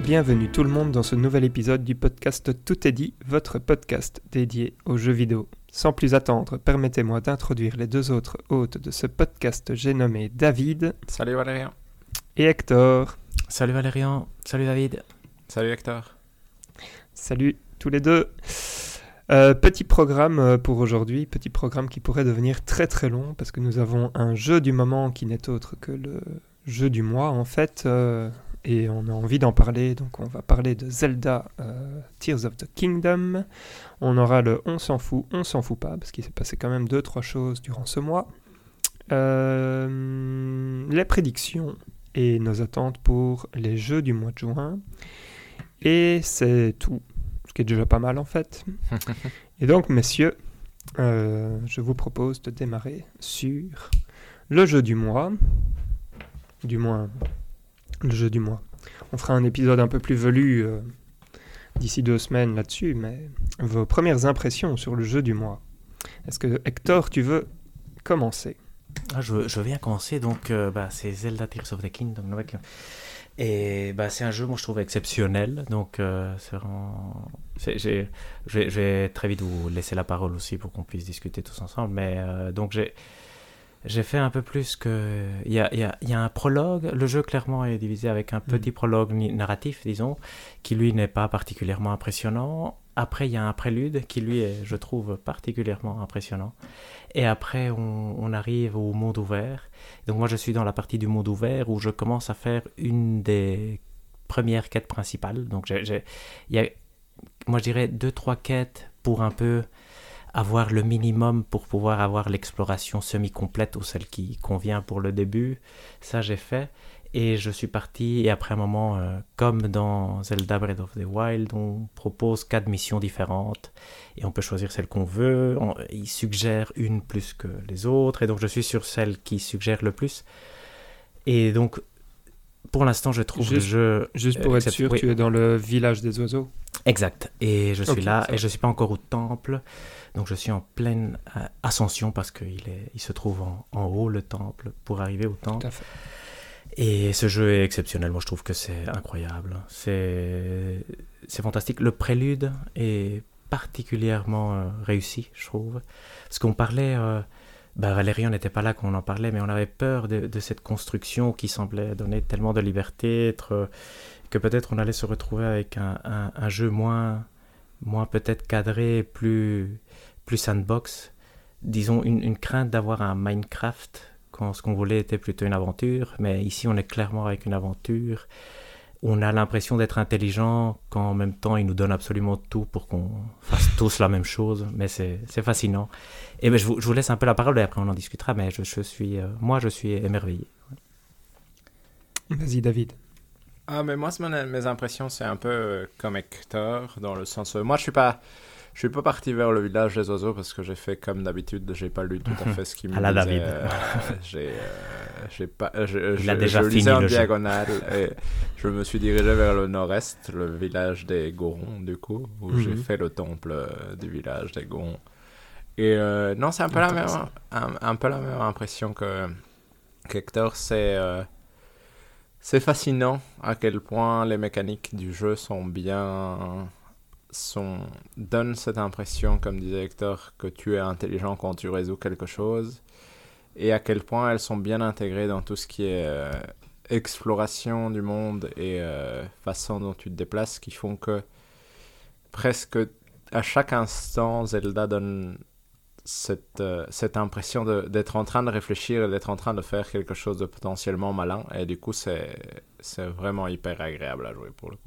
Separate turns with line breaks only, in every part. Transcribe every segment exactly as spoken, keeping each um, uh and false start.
Bienvenue tout le monde dans ce nouvel épisode du podcast Tout est dit, votre podcast dédié aux jeux vidéo. Sans plus attendre, permettez-moi d'introduire les deux autres hôtes de ce podcast, j'ai nommé David.
Salut Valérian.
Et Hector.
Salut Valérian, salut David.
Salut Hector.
Salut tous les deux. Euh, petit programme pour aujourd'hui, petit programme qui pourrait devenir très très long parce que nous avons un jeu du moment qui n'est autre que le jeu du mois en fait, euh, et on a envie d'en parler, donc on va parler de Zelda euh, Tears of the Kingdom. On aura le on s'en fout, on s'en fout pas parce qu'il s'est passé quand même deux trois choses durant ce mois. Euh, les prédictions et nos attentes pour les jeux du mois de juin. Et c'est tout. Ce qui est déjà pas mal en fait. Et donc, messieurs, euh, je vous propose de démarrer sur le jeu du mois. Du moins, le jeu du mois. On fera un épisode un peu plus velu euh, d'ici deux semaines là-dessus, mais vos premières impressions sur le jeu du mois. Est-ce que, Hector, tu veux commencer ?
Ah, je, je viens commencer, donc euh, bah, c'est Zelda Tears of the Kingdom. Donc, et bah, c'est un jeu, moi je trouve exceptionnel, donc euh, c'est vraiment... c'est, j'ai, je, vais, je vais très vite vous laisser la parole aussi pour qu'on puisse discuter tous ensemble, mais euh, donc j'ai, j'ai fait un peu plus que... Il y a, il y a, il y a un prologue, le jeu clairement est divisé avec un petit mmh. prologue narratif, disons, qui lui n'est pas particulièrement impressionnant. Après, il y a un prélude qui, lui, est, je trouve, particulièrement impressionnant. Et après, on, on arrive au monde ouvert. Donc moi, je suis dans la partie du monde ouvert où je commence à faire une des premières quêtes principales. Donc, j'ai, j'ai, il y a, moi, je dirais deux, trois quêtes pour un peu avoir le minimum pour pouvoir avoir l'exploration semi-complète ou celle qui convient pour le début. Ça, j'ai fait. Et je suis parti, et après un moment, euh, comme dans Zelda Breath of the Wild, on propose quatre missions différentes, et on peut choisir celle qu'on veut, on, il suggère une plus que les autres, et donc je suis sur celle qui suggère le plus. Et donc, pour l'instant, je trouve
juste,
le jeu...
Juste pour
euh,
être sûr, oui. Tu es dans le village des oiseaux ?
Exact, et je suis
okay,
là, et je ne suis pas encore au temple, donc je suis en pleine euh, ascension, parce qu'il est, il se trouve en, en haut, le temple, pour arriver au temple.
Tout à fait.
Et ce jeu est exceptionnel, moi je trouve que c'est incroyable, c'est, c'est fantastique. Le prélude est particulièrement euh, réussi, je trouve, parce qu'on parlait, euh, bah Valérie, on n'était pas là quand on en parlait, mais on avait peur de, de cette construction qui semblait donner tellement de liberté, être, que peut-être on allait se retrouver avec un, un, un jeu moins, moins peut-être cadré, plus, plus sandbox, disons une, une crainte d'avoir un Minecraft, quand ce qu'on voulait était plutôt une aventure, mais ici on est clairement avec une aventure. On a l'impression d'être intelligent quand en même temps ils nous donnent absolument tout pour qu'on fasse tous la même chose, mais c'est, c'est fascinant. Et ben, je, vous, je vous laisse un peu la parole et après on en discutera, mais je, je suis, euh, moi je suis émerveillé.
Vas-y David.
Ah mais moi mon, mes impressions c'est un peu comme Hector dans le sens où moi je suis pas Je suis pas parti vers le village des oiseaux parce que j'ai fait comme d'habitude, j'ai pas lu tout à fait ce qu'il me
à la
disait.
David.
Euh, j'ai, euh, j'ai pas, je,
Il
je,
a déjà
je
fini
lisais en
le
diagonale et je me suis dirigé vers le nord-est, le village des Gorons du coup, où mm-hmm. j'ai fait le temple du village des Gorons. Et euh, non, c'est un peu la même, un, un peu la même impression que qu'Hector. C'est euh, c'est fascinant à quel point les mécaniques du jeu sont bien. Sont, donne cette impression, comme disait Hector, que tu es intelligent quand tu résous quelque chose, et à quel point elles sont bien intégrées dans tout ce qui est euh, exploration du monde et euh, façon dont tu te déplaces, qui font que presque à chaque instant, Zelda donne cette, euh, cette impression de, d'être en train de réfléchir et d'être en train de faire quelque chose de potentiellement malin, et du coup c'est, c'est vraiment hyper agréable à jouer pour le coup.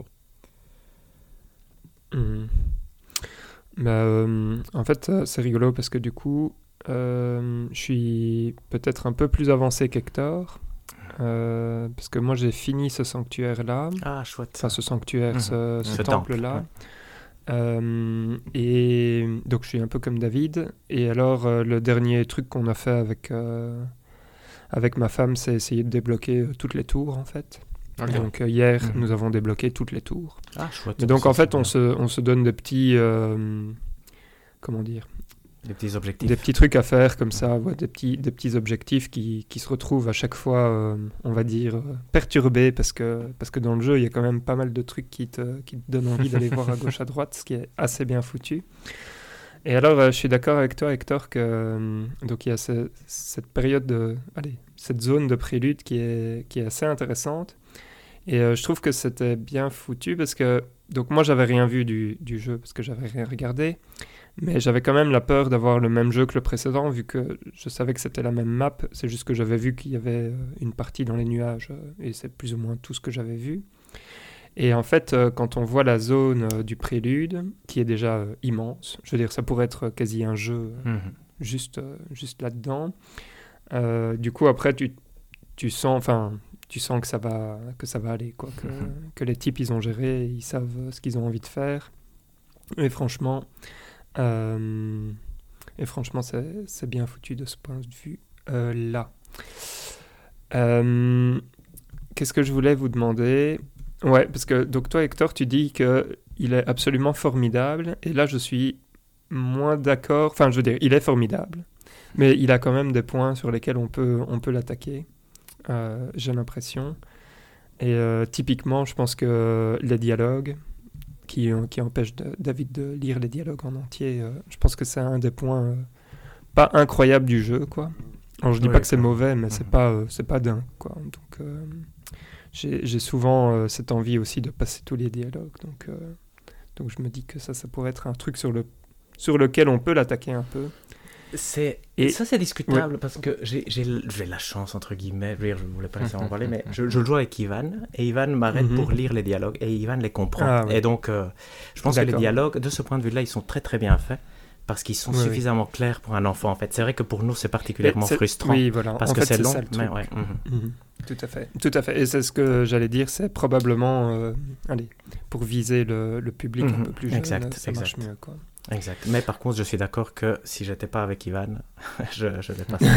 Mmh. Bah, euh, en fait, c'est rigolo parce que du coup, euh, je suis peut-être un peu plus avancé qu'Hector. Euh, parce que moi, j'ai fini ce sanctuaire-là.
Ah, chouette.
Enfin, ce sanctuaire, mmh. ce, ce,
ce
temple-là.
temple, ouais.
euh, et donc, je suis un peu comme David. Et alors, euh, le dernier truc qu'on a fait avec, euh, avec ma femme, c'est essayer de débloquer euh, toutes les tours, en fait. Okay. Donc euh, hier, mmh. nous avons débloqué toutes les tours.
Ah, chouette.
Mais donc en fait, on se, on se donne des petits, euh, comment dire,
Des petits objectifs.
Des petits trucs à faire comme ça, ouais, des, petits, des petits objectifs qui, qui se retrouvent à chaque fois, euh, on va dire, euh, perturbés, parce que, parce que dans le jeu, il y a quand même pas mal de trucs qui te, qui te donnent envie d'aller voir à gauche, à droite, ce qui est assez bien foutu. Et alors, euh, je suis d'accord avec toi, Hector, que euh, donc il y a ce, cette période, de, allez, cette zone de prélude qui est, qui est assez intéressante. Et euh, je trouve que c'était bien foutu parce que, donc moi, j'avais rien vu du, du jeu parce que j'avais rien regardé. Mais j'avais quand même la peur d'avoir le même jeu que le précédent, vu que je savais que c'était la même map. C'est juste que j'avais vu qu'il y avait une partie dans les nuages, et c'est plus ou moins tout ce que j'avais vu. Et en fait, quand on voit la zone du prélude, qui est déjà immense, je veux dire, ça pourrait être quasi un jeu mmh. juste, juste là-dedans. Euh, du coup, après, tu, tu sens, enfin, tu sens que ça va, que ça va aller, quoi, que, mmh. que les types, ils ont géré, ils savent ce qu'ils ont envie de faire. Et franchement... Euh, et franchement, c'est, c'est bien foutu de ce point de vue-là. Euh, euh, qu'est-ce que je voulais vous demander ? Ouais, parce que donc toi, Hector, tu dis qu'il est absolument formidable. Et là, je suis moins d'accord. Enfin, je veux dire, il est formidable. Mais il a quand même des points sur lesquels on peut, on peut l'attaquer. Euh, j'ai l'impression. Et euh, typiquement, je pense que les dialogues... Qui, qui empêche de, David de lire les dialogues en entier. Euh, je pense que c'est un des points euh, pas incroyables du jeu, quoi. Alors, je dis oui, pas que c'est mauvais, mais mmh. c'est pas euh, c'est pas dingue, quoi. Donc euh, j'ai, j'ai souvent euh, cette envie aussi de passer tous les dialogues. Donc euh, donc je me dis que ça ça pourrait être un truc sur le sur lequel on peut l'attaquer un peu.
C'est... Et ça, c'est discutable ouais. parce que j'ai, j'ai, j'ai la chance, entre guillemets, je ne voulais pas nécessairement en parler, mais je, je joue avec Ivan, et Ivan m'arrête mm-hmm. pour lire les dialogues, et Ivan les comprend. Ah, oui. Et donc, euh, je pense D'accord. que les dialogues, de ce point de vue-là, ils sont très très bien faits, parce qu'ils sont oui, suffisamment oui. clairs pour un enfant, en fait. C'est vrai que pour nous, c'est particulièrement c'est... frustrant,
oui, voilà.
parce
en
que
fait,
c'est,
c'est
long,
ça,
mais ouais. Mm-hmm.
Mm-hmm. Tout à fait, tout à fait. Et c'est ce que j'allais dire, c'est probablement, euh, allez, pour viser le, le public mm-hmm. un peu plus jeune,
exact,
là, ça
exact.
marche mieux, quoi.
Exact. Mais par contre, je suis d'accord que si j'étais pas avec Ivan, je je vais pas.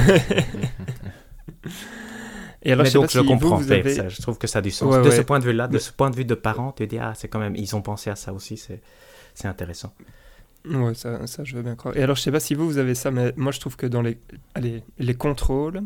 Et alors, mais je donc, je si comprends. Vous, vous avez... ça, je trouve que ça a du sens. Ouais, de ouais. ce point de vue-là, de mais... ce point de vue de parent, tu dis ah, c'est quand même, ils ont pensé à ça aussi, c'est c'est intéressant.
Ouais, ça, ça, je veux bien croire. Et alors, je sais pas si vous vous avez ça, mais moi, je trouve que dans les, allez, les contrôles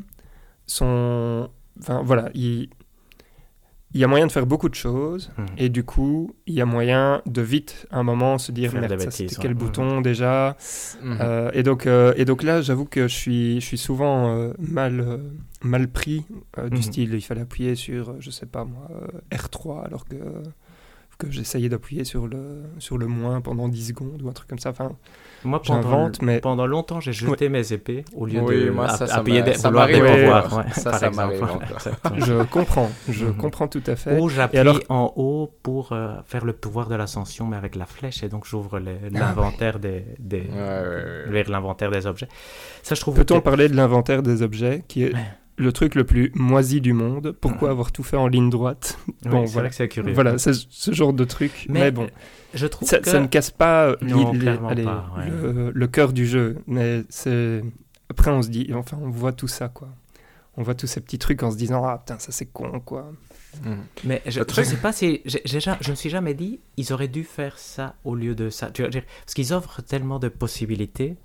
sont, enfin, voilà, ils il y a moyen de faire beaucoup de choses, mmh. et du coup, il y a moyen de vite, à un moment, se dire, merde, ça c'était quel ouais. bouton mmh. déjà mmh. Euh, et, donc, euh, et donc là, j'avoue que je suis, je suis souvent euh, mal, euh, mal pris, euh, du mmh. style, il fallait appuyer sur, je sais pas moi, euh, R trois, alors que, que j'essayais d'appuyer sur le, sur le moins pendant dix secondes, ou un truc comme ça, enfin...
Moi, pendant, mais... pendant longtemps, j'ai jeté ouais. mes épées au lieu
oui,
de
moi, ça, ça
appuyer
des,
des, vouloir des pouvoirs. Ouais,
ça, ça m'arrive encore.
Je comprends, je mm-hmm. comprends tout à fait.
Ou j'appuie alors... en haut pour euh, faire le pouvoir de l'ascension, mais avec la flèche, et donc j'ouvre les, l'inventaire, ah, ouais. des, des, ouais, ouais, ouais. l'inventaire des objets. Ça, je trouve
Peut-on
que...
parler de l'inventaire des objets, qui est... le truc le plus moisi du monde. Pourquoi mmh. avoir tout fait en ligne droite? Bon,
oui, c'est
voilà.
vrai que c'est curieux.
Voilà, c'est ce genre de truc. Mais, mais bon,
je trouve
ça,
que...
ça ne casse pas
non,
les, allez,
pas, ouais.
le, le cœur du jeu. Mais c'est... après, on se dit... Enfin, on voit tout ça, quoi. On voit tous ces petits trucs en se disant « Ah, putain, ça, c'est con, quoi.
Mmh. » Mais je ne sais pas si... J'ai, j'ai, je me suis jamais dit ils auraient dû faire ça au lieu de ça. Tu vois, parce qu'ils offrent tellement de possibilités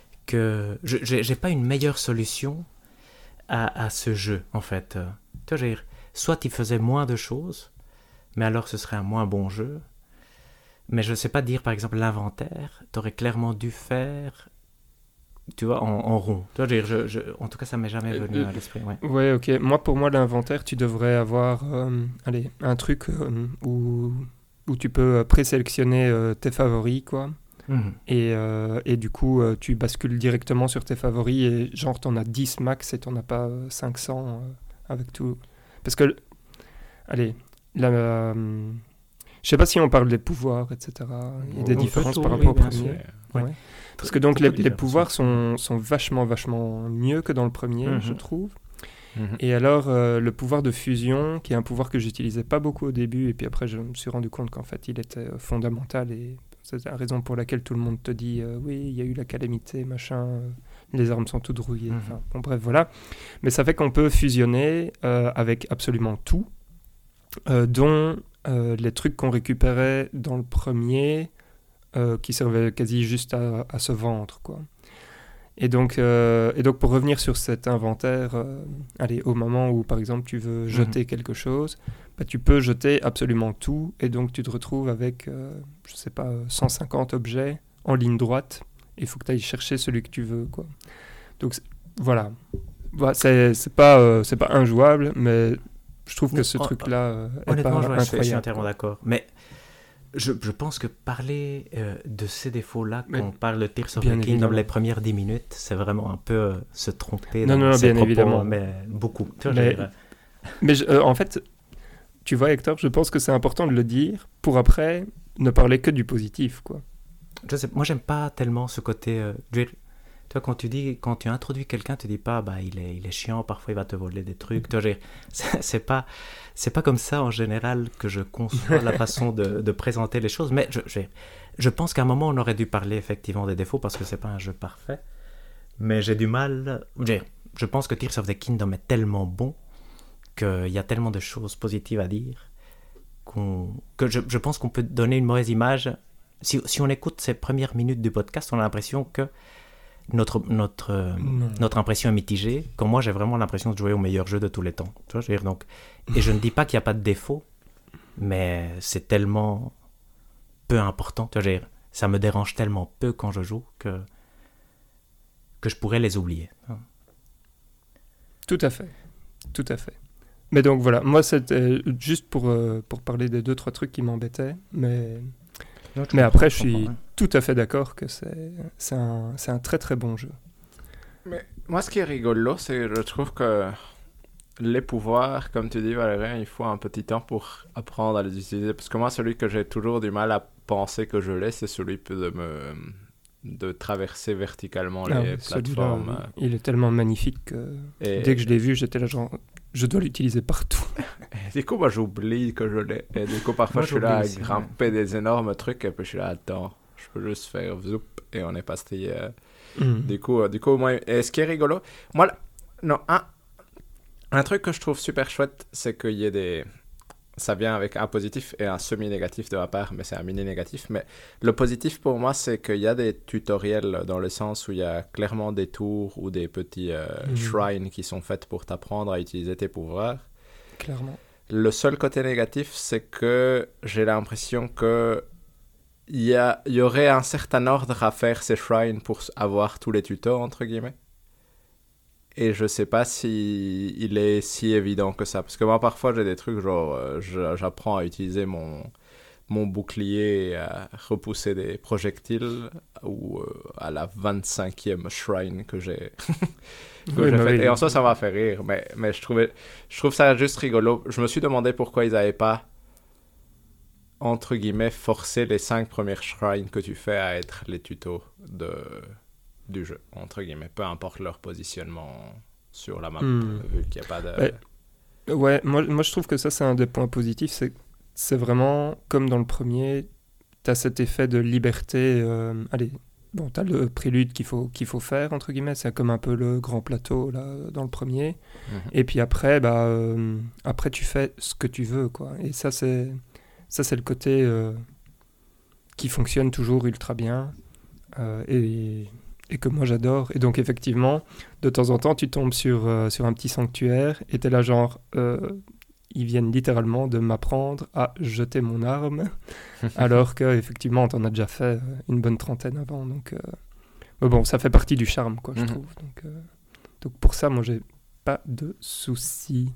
que je j'ai, j'ai pas une meilleure solution À, à ce jeu, en fait. Euh, tu vois, dire, soit il faisait moins de choses, mais alors ce serait un moins bon jeu. Mais je ne sais pas dire, par exemple, l'inventaire, tu aurais clairement dû faire, tu vois, en, en rond. Tu vois, dire, je, je, en tout cas, ça ne m'est jamais venu euh, à l'esprit. Ouais.
ouais, ok. Moi, pour moi, l'inventaire, tu devrais avoir euh, allez, un truc euh, où, où tu peux présélectionner euh, tes favoris, quoi. Mmh. Et, euh, et du coup, euh, tu bascules directement sur tes favoris et genre, t'en as dix max et t'en as pas euh, cinq cents euh, avec tout. Parce que, allez, la, euh, je sais pas si on parle des pouvoirs, et cetera. Il y a des on différences par rapport oui, au premier. Ouais. Ouais. Parce que donc, les, les pouvoirs sont, sont vachement, vachement mieux que dans le premier, mmh. je trouve. Mmh. Et alors, euh, le pouvoir de fusion, qui est un pouvoir que j'utilisais pas beaucoup au début, et puis après, je me suis rendu compte qu'en fait, il était euh, fondamental et c'est la raison pour laquelle tout le monde te dit euh, oui, il y a eu la calamité, machin, euh, les armes sont toutes rouillées. Mmh. Enfin, bon, bref, voilà. Mais ça fait qu'on peut fusionner euh, avec absolument tout, euh, dont euh, les trucs qu'on récupérait dans le premier, euh, qui servaient quasi juste à, à se vendre, quoi. Et donc, euh, et donc, pour revenir sur cet inventaire, euh, allez, au moment où, par exemple, tu veux jeter mmh. quelque chose, bah, tu peux jeter absolument tout, et donc tu te retrouves avec, euh, je sais pas, cent cinquante objets en ligne droite, et il faut que tu ailles chercher celui que tu veux, quoi. Donc, c'est, voilà. Bah, c'est, c'est, pas, euh, c'est pas injouable, mais je trouve que ce oh, truc-là euh, est
honnêtement,
pas
je,
incroyable.
Je suis entièrement d'accord. Mais je, je pense que parler euh, de ces défauts-là, mais quand on parle de Tears of the Kingdom, les premières dix minutes, c'est vraiment un peu euh, se tromper
non,
dans
non, non,
ses
bien
propos,
évidemment.
mais beaucoup. Tu vois,
mais
je
mais je, euh, en fait, tu vois, Hector, je pense que c'est important de le dire pour après ne parler que du positif, quoi.
Je sais, moi, j'aime pas tellement ce côté... Euh, tu vois, quand tu dis, quand tu introduis quelqu'un, tu dis pas, bah, il est, il est chiant, parfois il va te voler des trucs. Tu vois, c'est, c'est pas, c'est pas comme ça en général que je conçois la façon de, de présenter les choses. Mais je, je, je pense qu'à un moment, on aurait dû parler effectivement des défauts parce que c'est pas un jeu parfait. Mais j'ai du mal. Je, je pense que Tears of the Kingdom est tellement bon qu'il y a tellement de choses positives à dire qu'on, que je, je pense qu'on peut donner une mauvaise image. Si, si on écoute ces premières minutes du podcast, on a l'impression que Notre, notre, euh, notre impression est mitigée, comme moi j'ai vraiment l'impression de jouer au meilleur jeu de tous les temps. Tu vois, je veux dire, donc, et je ne dis pas qu'il n'y a pas de défaut, mais c'est tellement peu important. Tu vois, je veux dire, ça me dérange tellement peu quand je joue que, que je pourrais les oublier.
Tout à fait, tout à fait. Mais donc voilà, moi c'était juste pour, euh, pour parler des deux, trois trucs qui m'embêtaient, mais... Non, mais après, je suis tout à fait d'accord que c'est, c'est, un, c'est un très très bon jeu.
Mais moi, ce qui est rigolo, c'est que je trouve que les pouvoirs, comme tu dis, Valérien, il faut un petit temps pour apprendre à les utiliser. Parce que moi, celui que j'ai toujours du mal à penser que je l'ai, c'est celui de me de traverser verticalement ah, les plateformes.
Il est tellement magnifique que et... dès que je l'ai vu, j'étais là genre, je dois l'utiliser partout.
Du coup, moi, j'oublie que je l'ai. Et du coup, parfois, moi, je suis là à grimper ouais. des énormes trucs et puis je suis là, attends, je peux juste faire zoup et on est passé. Euh... Mm. Du coup, euh, du coup, moi, et ce qui est rigolo, moi, non, un, un truc que je trouve super chouette, c'est qu'il y ait des... Ça vient avec un positif et un semi-négatif de ma part, mais c'est un mini-négatif. Mais le positif pour moi, c'est qu'il y a des tutoriels dans le sens où il y a clairement des tours ou des petits euh, mm. shrines qui sont faits pour t'apprendre à utiliser tes pouvoirs.
Clairement.
Le seul côté négatif, c'est que j'ai l'impression que il y, a, il y aurait un certain ordre à faire ces shrines pour avoir tous les tutos, entre guillemets. Et je sais pas si il est si évident que ça. Parce que moi, parfois, j'ai des trucs genre, euh, je, j'apprends à utiliser mon, mon bouclier et à repousser des projectiles ou euh, à la vingt-cinquième shrine que j'ai... que oui, j'ai fait. Oui. Et en soi, ça m'a fait rire. Mais, mais je, trouvais, je trouve ça juste rigolo. Je me suis demandé pourquoi ils n'avaient pas, entre guillemets, forcé les cinq premières shrines que tu fais à être les tutos de... du jeu, entre guillemets, peu importe leur positionnement sur la map, mm. vu qu'il n'y a pas de...
Ouais, ouais moi, moi je trouve que ça c'est un des points positifs, c'est, c'est vraiment comme dans le premier, tu as cet effet de liberté, euh, allez, bon, tu as le prélude qu'il faut, qu'il faut faire, entre guillemets, c'est comme un peu le grand plateau là, dans le premier, mm-hmm. et puis après, bah, euh, après tu fais ce que tu veux, quoi, et ça c'est, ça, c'est le côté euh, qui fonctionne toujours ultra bien, euh, et... et que moi j'adore. Et donc effectivement, de temps en temps, tu tombes sur, euh, sur un petit sanctuaire et t'es là genre, euh, ils viennent littéralement de m'apprendre à jeter mon arme, alors qu'effectivement, on t'en a déjà fait une bonne trentaine avant. Donc, euh... mais bon, ça fait partie du charme, quoi, je mm-hmm. trouve. Donc, euh... donc pour ça, moi, j'ai pas de soucis.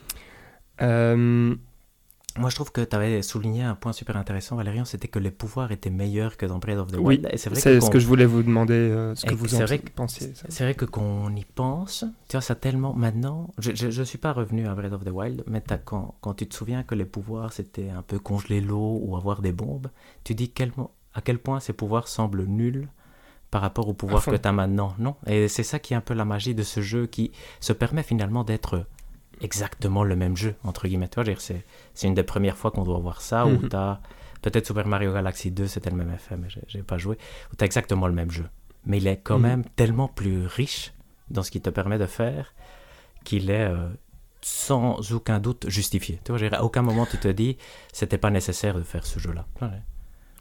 Euh...
Moi, je trouve que tu avais souligné un point super intéressant, Valérian, c'était que les pouvoirs étaient meilleurs que dans Breath of the Wild.
Oui,
et c'est, vrai
c'est
que
ce que je voulais vous demander, euh, ce que vous en
vrai que,
pensiez. Ça.
C'est vrai que quand on y pense, tu vois, ça tellement... Maintenant, je ne suis pas revenu à Breath of the Wild, mais quand, quand tu te souviens que les pouvoirs, c'était un peu congeler l'eau ou avoir des bombes, tu dis quel, à quel point ces pouvoirs semblent nuls par rapport aux pouvoirs que tu as maintenant, non? Et c'est ça qui est un peu la magie de ce jeu qui se permet finalement d'être... exactement le même jeu, entre guillemets. Tu vois, c'est, c'est une des premières fois qu'on doit voir ça, mm-hmm. où tu as... Peut-être Super Mario Galaxy deux, c'était le même effet, mais j'ai, j'ai pas joué. Où tu as exactement le même jeu. Mais il est quand mm-hmm. même tellement plus riche dans ce qu'il te permet de faire qu'il est euh, sans aucun doute justifié. Tu vois, à aucun moment tu te dis c'était pas nécessaire de faire ce jeu-là. Ouais.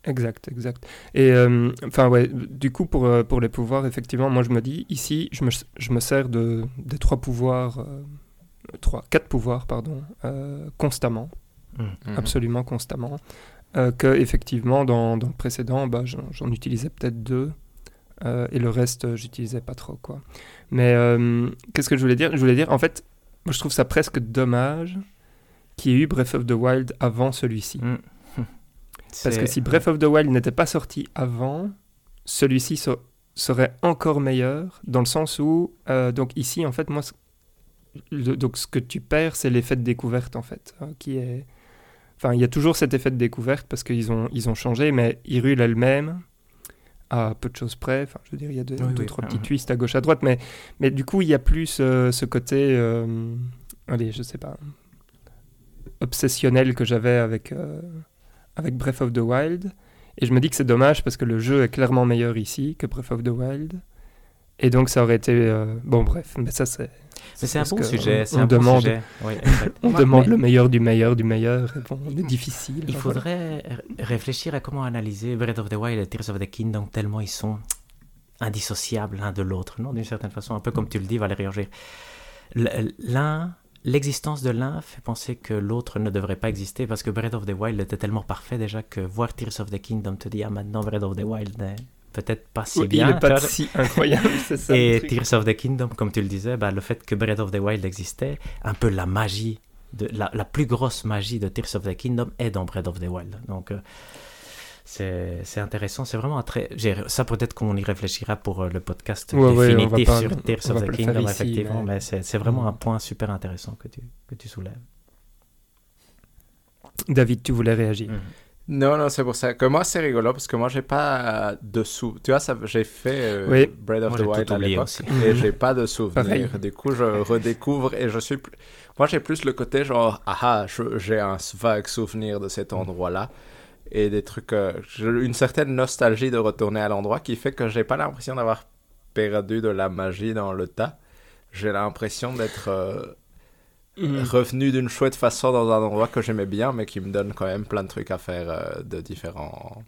Exact, exact. Et euh, enfin ouais, du coup pour, euh, pour les pouvoirs, effectivement, moi je me dis, ici, je me, je me sers de, des trois pouvoirs, euh, trois, quatre pouvoirs, pardon, euh, constamment,
Mmh.
absolument constamment, euh, que effectivement dans, dans le précédent, bah, j'en, j'en utilisais peut-être deux, euh, et le reste, euh, j'utilisais pas trop, quoi. Mais euh, qu'est-ce que je voulais dire ? Je voulais dire, en fait, moi je trouve ça presque dommage qu'il y ait eu Breath of the Wild avant celui-ci.
Mmh.
Parce que si Breath of the Wild n'était pas sorti avant, celui-ci so- serait encore meilleur, dans le sens où, euh, donc ici, en fait, moi, ce, le, donc ce que tu perds, c'est l'effet de découverte, en fait, hein, qui est... Enfin, il y a toujours cet effet de découverte, parce qu'ils ont, ils ont changé, mais Hyrule elle-même, à peu de choses près, enfin, je veux dire, il y a de,
Oui,
deux,
oui.
trois petits
Mhm.
twists à gauche, à droite, mais, mais du coup, il y a plus ce, ce côté, euh, allez, je sais pas, obsessionnel que j'avais avec... Euh, avec Breath of the Wild, et je me dis que c'est dommage parce que le jeu est clairement meilleur ici que Breath of the Wild, et donc ça aurait été euh, bon bref, mais ça c'est
Mais c'est un
parce
bon
que
sujet.
on,
c'est
on
un bon
demande
sujet. Oui, exact.
on
Ouais,
demande
mais
le meilleur du meilleur du meilleur, et bon, on est difficile.
Il
voilà.
faudrait r- réfléchir à comment analyser Breath of the Wild et Tears of the Kingdom tellement ils sont indissociables l'un de l'autre, non ? D'une certaine façon, un peu comme tu le dis, Valérie Roger. L- L'un, l'existence de l'un fait penser que l'autre ne devrait pas exister parce que Breath of the Wild était tellement parfait déjà que voir Tears of the Kingdom te dit ah maintenant Breath of the Wild n'est peut-être pas si
Oui,
bien.
il est pas
tu vois.
si incroyable, c'est ça. le
Et
truc.
Tears of the Kingdom, comme tu le disais, bah, le fait que Breath of the Wild existait, un peu la magie, de, la, la plus grosse magie de Tears of the Kingdom est dans Breath of the Wild. Donc, euh, c'est, c'est intéressant. C'est vraiment un très... j'ai- Ça, peut-être qu'on y réfléchira pour euh, le podcast
Ouais, ouais, on va
définitif
pas-
sur Tears
on va
of
pas
the
le faire
Kingdom,
ici,
effectivement.
mais-
Mais, c'est, c'est vraiment
Mm.
un point super intéressant que tu, que tu soulèves.
David, tu voulais réagir.
Mm.
Non, non, c'est pour ça que moi, c'est rigolo parce que moi, j'ai pas de sou. Tu vois, ça, j'ai fait euh,
Oui.
Breath of
Moi,
the
j'ai
Wild
tout
à
oublié
l'époque
aussi.
et j'ai pas de souvenirs.
Pareil.
Du coup, je redécouvre et je suis. Plus... Moi, j'ai plus le côté genre, ah ah, je- j'ai un vague souvenir de cet endroit-là et des trucs. euh, j'ai une certaine nostalgie de retourner à l'endroit qui fait que j'ai pas l'impression d'avoir perdu de la magie dans le tas. J'ai l'impression d'être. euh,
Mm.
revenu d'une chouette façon dans un endroit que j'aimais bien, mais qui me donne quand même plein de trucs à faire euh, de différents.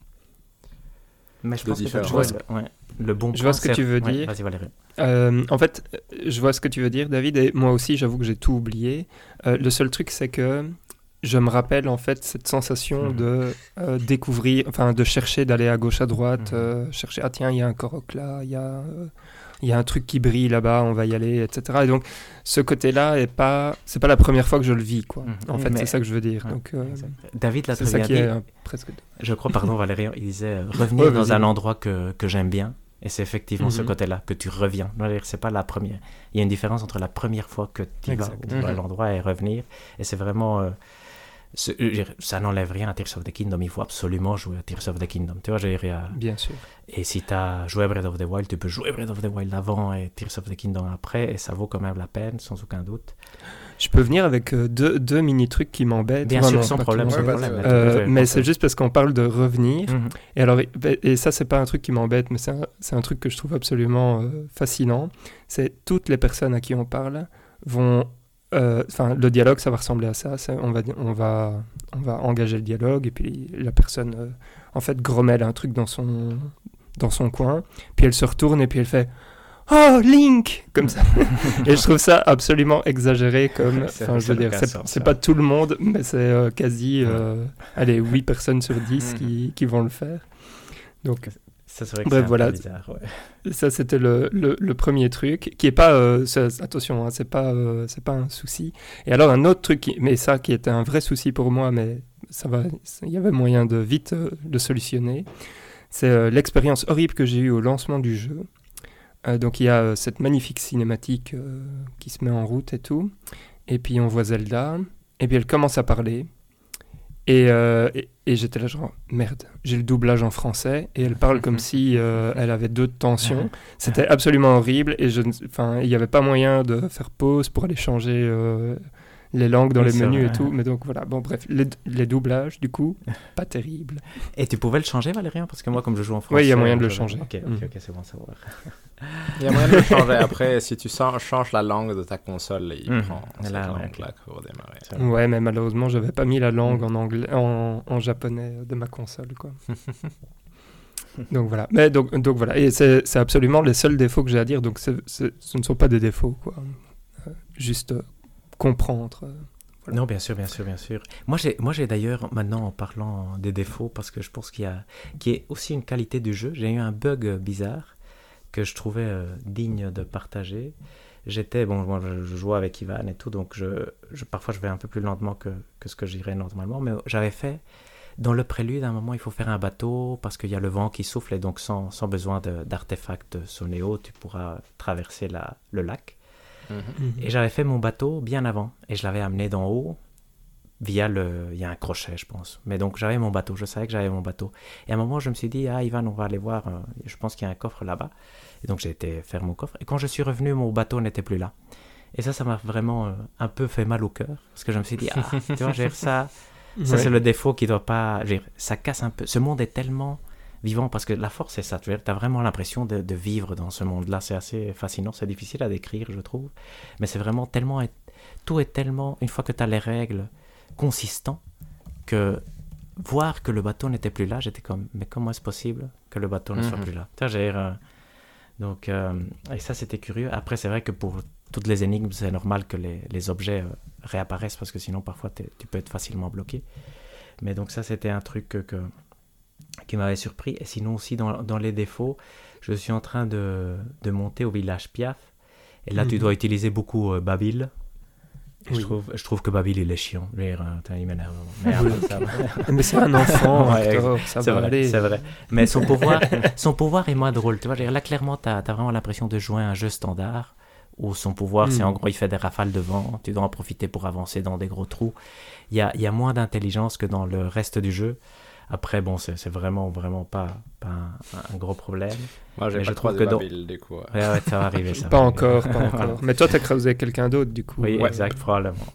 Mais je
De
pense que tu as
différents.
trouvé le, ouais, le bon point.
Je vois ce que
c'est-
tu veux
ouais,
dire.
Vas-y, Valérie.
Euh, en fait, je vois ce que tu veux dire, David, et moi aussi, j'avoue que j'ai tout oublié. Euh, le seul truc, c'est que je me rappelle en fait cette sensation
Mhm.
de euh, découvrir, enfin de chercher, d'aller à gauche, à droite,
Mhm.
euh, chercher, ah tiens, il y a un Korok là, il y a, euh, il y a un truc qui brille là-bas, on va y aller, et cetera. Et donc, ce côté-là est pas, c'est pas la première fois que je le vis, quoi.
Mhm.
En fait,
Mais-
c'est ça que je veux dire.
Ouais,
Donc, euh,
exact. David l'a
c'est
très
ça
bien
qui
dit.
est euh, presque.
Je crois, pardon Valérie, il disait euh, revenir
Ouais,
dans
vas-y.
un endroit que, que j'aime bien. Et c'est effectivement ce
Mhm.
côté-là, que tu reviens. Je veux dire, c'est pas la première. Il y a une différence entre la première fois que tu vas
Exact.
à
Mhm.
l'endroit et revenir. Et c'est vraiment... euh, ce- je veux dire, ça n'enlève rien à Tears of the Kingdom. Il faut absolument jouer à Tears of the Kingdom. Tu vois, je veux dire, il y a-
Bien sûr.
et si tu as joué à Breath of the Wild, tu peux jouer Breath of the Wild avant et Tears of the Kingdom après. Et ça vaut quand même la peine, sans aucun doute.
Je peux venir avec euh, deux, deux mini-trucs qui m'embêtent.
Bien
Enfin,
sûr,
non,
sans
pas qui
problème. Sans
m'embêtent.
Ouais,
problème.
vas-y,
Là, tu
Euh,
peux-
mais
tu
c'est
peux-
juste parce qu'on parle de revenir.
Mhm.
Et alors, et, et ça, c'est pas un truc qui m'embête, mais c'est un, c'est un truc que je trouve absolument euh, fascinant. C'est toutes les personnes à qui on parle vont, euh, enfin, le dialogue, ça va ressembler à ça. C'est- on va, on va, on va engager le dialogue et puis la personne, euh, en fait, grommelle un truc dans son, dans son coin. Puis elle se retourne et puis elle fait. Oh, Link! Comme ça. Et je trouve ça absolument exagéré comme...
C'est-
Enfin, je
ça
veux
n'a
dire,
aucun
c'est,
sens,
c'est
ça.
pas tout le monde, mais c'est euh, quasi...
Ouais.
euh, allez, huit personnes sur dix
Mhm.
qui, qui vont le faire. Donc,
Ça, c'est vrai que
Bref,
c'est un
voilà.
peu bizarre. Ouais.
ça, c'était le, le, le premier truc, qui est pas... euh, c'est- attention, hein, c'est pas, euh, c'est pas un souci. Et alors, un autre truc, qui, mais ça, qui était un vrai souci pour moi, mais ça va, il y avait moyen de vite euh, le solutionner, c'est euh, l'expérience horrible que j'ai eue au lancement du jeu. Euh, donc il y a euh, cette magnifique cinématique euh, qui se met en route et tout. Et puis on voit Zelda. Et puis elle commence à parler. Et, euh, et, et j'étais là genre, merde, j'ai le doublage en français. Et elle parle comme si euh, elle avait deux de tension. C'était absolument horrible. Et je ne- enfin, il n'y avait pas moyen de faire pause pour aller changer euh, les langues dans
Oui,
les
c'est
menus
vrai.
et tout. Mais donc voilà, bon bref, les, les doublages, du coup, pas terrible.
Et tu pouvais le changer, Valérien? Parce que moi, comme je joue en français...
Oui, il y a moyen de le
je-
changer.
Ok, ok,
Mm.
ok, c'est bon à savoir.
Il y a moyen de le changer après. Si tu sens- changes la langue de ta console, il
Mhm.
prend cette
Là, ouais,
langue-là pour démarrer.
C'est vrai.
Ouais, mais malheureusement, j'avais pas mis la langue
Mm.
en anglais, en, en japonais de ma console, quoi. Donc voilà. Mais donc, donc voilà. Et c'est, c'est absolument les seuls défauts que j'ai à dire. Donc c'est, c'est- ce ne sont pas des défauts, quoi. Euh, juste euh, comprendre. euh, Voilà.
Non, bien sûr, bien sûr, bien sûr. Moi, j'ai, moi, j'ai d'ailleurs, maintenant, en parlant des défauts, parce que je pense qu'il y a, qui est aussi une qualité du jeu, j'ai eu un bug euh, bizarre que je trouvais euh, digne de partager. J'étais, bon, moi, je, je jouais avec Ivan et tout, donc je, je, parfois, je vais un peu plus lentement que, que ce que j'irais normalement, mais j'avais fait, dans le prélude, à un moment, il faut faire un bateau, parce qu'il y a le vent qui souffle, et donc, sans, sans besoin de, d'artefacts sonéo, tu pourras traverser la, le lac.
Mhm.
Mhm.
Et j'avais fait mon bateau bien avant. Et je l'avais amené d'en haut via le... Il y a un crochet, je pense. Mais donc, j'avais mon bateau. Je savais que j'avais mon bateau. Et à un moment, je me suis dit, ah, Ivan, on va aller voir. euh, Je pense qu'il y a un coffre là-bas. Et donc, j'ai été faire mon coffre. Et quand je suis revenu, mon bateau n'était plus là. Et ça, ça m'a vraiment euh, un peu fait mal au cœur. Parce que je me suis dit, ah, tu vois, j'ai ça. Ça,
Ouais.
c'est le défaut qui doit pas... je veux dire, ça casse un peu. Ce monde est tellement vivant, parce que la force, c'est ça. Tu as vraiment l'impression de, de vivre dans ce monde-là. C'est assez fascinant. C'est difficile à décrire, je trouve. Mais c'est vraiment tellement... Tout est tellement... Une fois que tu as les règles consistants, que voir que le bateau n'était plus là, j'étais comme, mais comment est-ce possible que le bateau ne soit
Mhm.
plus là? Tu vois, j'ai, euh, donc, euh, et ça, c'était curieux. Après, c'est vrai que pour toutes les énigmes, c'est normal que les, les objets euh, réapparaissent, parce que sinon, parfois, t'es- tu peux être facilement bloqué. Mais donc ça, c'était un truc que, que- qui m'avait surpris. Et sinon aussi, dans, dans les défauts, je suis en train de, de monter au village Piaf. Et là, tu
Mhm.
dois utiliser beaucoup euh, Babil. Et Je,
Oui.
trouve, je trouve que Babil, il est chiant. Je veux dire, euh, putain, il m'énerve. Mais après, ça va.
Mais c'est un enfant,
Ouais,
Hector, ça
C'est
va
vrai,
aller.
c'est vrai. Mais son pouvoir, son pouvoir est moins drôle. Tu vois, je veux dire, là, clairement, tu as vraiment l'impression de jouer à un jeu standard où son pouvoir,
Mm.
c'est en gros, il fait des rafales de vent. Tu dois en profiter pour avancer dans des gros trous. Il y a, il y a moins d'intelligence que dans le reste du jeu. Après, bon, c'est c'est vraiment, vraiment pas, pas un, un gros problème.
Moi, j'ai
Mais
pas
je trouve
croisé
que dans-
Babil, du coup. ouais.
Ouais, ouais, ça va arriver. Ça
Pas
va
encore,
arriver.
pas encore.
Voilà.
Mais toi, t'as creusé quelqu'un d'autre, du coup.
Oui,
Ouais.
exact, probablement.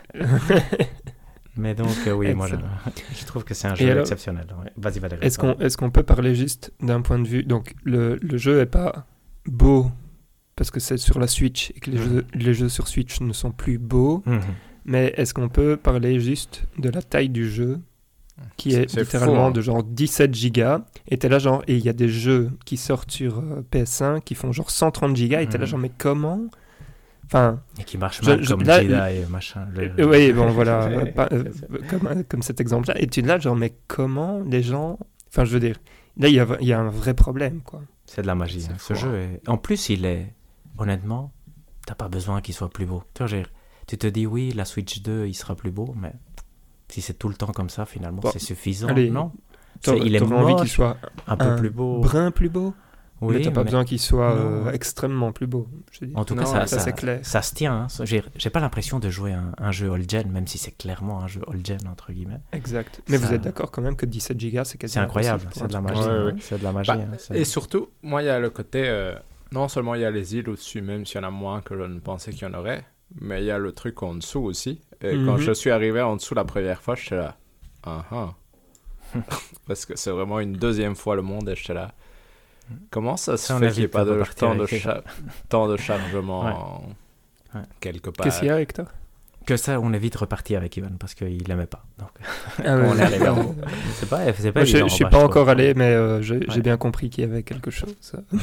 Mais donc, euh, oui, moi, je, je trouve que c'est un
Et
jeu
alors,
exceptionnel. Ouais. Vas-y, Valérie.
Est-ce qu'on, est-ce qu'on peut parler juste d'un point de vue... Donc, le, le jeu est pas beau parce que c'est sur la Switch et que les,
Mhm.
jeux, les jeux sur Switch ne sont plus beaux.
Mhm.
Mais est-ce qu'on peut parler juste de la taille du jeu qui est,
C'est
littéralement
fou, hein.
de genre dix-sept gigas et t'es là genre... Et il y a des jeux qui sortent sur euh, P S cinq qui font genre cent trente gigas et t'es là
Mhm.
genre mais comment... Enfin...
Et qui marche
Je-
mal
je-
comme
là,
Jedi et machin. Le-
Euh, oui, bon, voilà,
C'est-
euh, pas- euh,
c'est-
comme, euh, comme cet exemple-là. Et tu es là, genre, mais comment les gens... Enfin, je veux dire, là, il y a, il y a un vrai problème, quoi.
C'est de la magie.
C'est
hein.
fou,
Ce jeu est... En plus, il est... Honnêtement, t'as pas besoin qu'il soit plus beau. Tu vois, j'ai- tu te dis, oui, la Switch deux, il sera plus beau, mais si c'est tout le temps comme ça, finalement,
Bon,
c'est suffisant,
allez,
non? C'est-
T'aurais
Il est
t'aurais envie qu'il
moche,
soit
un peu
un
plus beau.
brun plus beau,
Oui,
mais t'as pas
mais-
besoin qu'il soit
Non.
euh, extrêmement plus beau. Je te dis.
En tout
Non,
cas, ça,
ça,
ça,
c'est clair.
ça se tient. hein. J'ai j'ai pas l'impression de jouer un, un jeu old-gen, même si c'est clairement un jeu old-gen, entre guillemets.
Exact. Mais
Ça-
vous êtes d'accord quand même que dix-sept gigas, c'est
C'est
quasiment
incroyable,
impossible
c'est de la
pour un
magie.
truc.
Ouais,
hein.
ouais.
C'est de la magie.
Bah,
hein. C'est-
Et surtout, moi, il y a le côté... euh, non seulement il y a les îles au-dessus, même s'il y en a moins que je ne pensais qu'il y en aurait, mais il y a le truc en dessous aussi. Et quand
Mhm.
je suis arrivé en dessous la première fois, j'étais là... Ah ah. Parce que c'est vraiment une deuxième fois le monde et j'étais là... Comment ça se
Ça, on
fait
évite
qu'il n'y ait pas
de
de
repartir
temps de,
avec
cha- temps de chargement
Ouais.
quelque part?
Qu'est-ce qu'il y a, Hector
Que ça, on est vite reparti avec Ivan parce qu'il l'aimait pas. Donc,
Ah ouais,
on est allé
d'accord.
vers- c'est pas, c'est pas
Moi, je
évident,
ne suis
bah,
pas
je
encore
trouve.
allé, mais euh, j'ai j'ai
Ouais.
bien compris qu'il y avait quelque chose.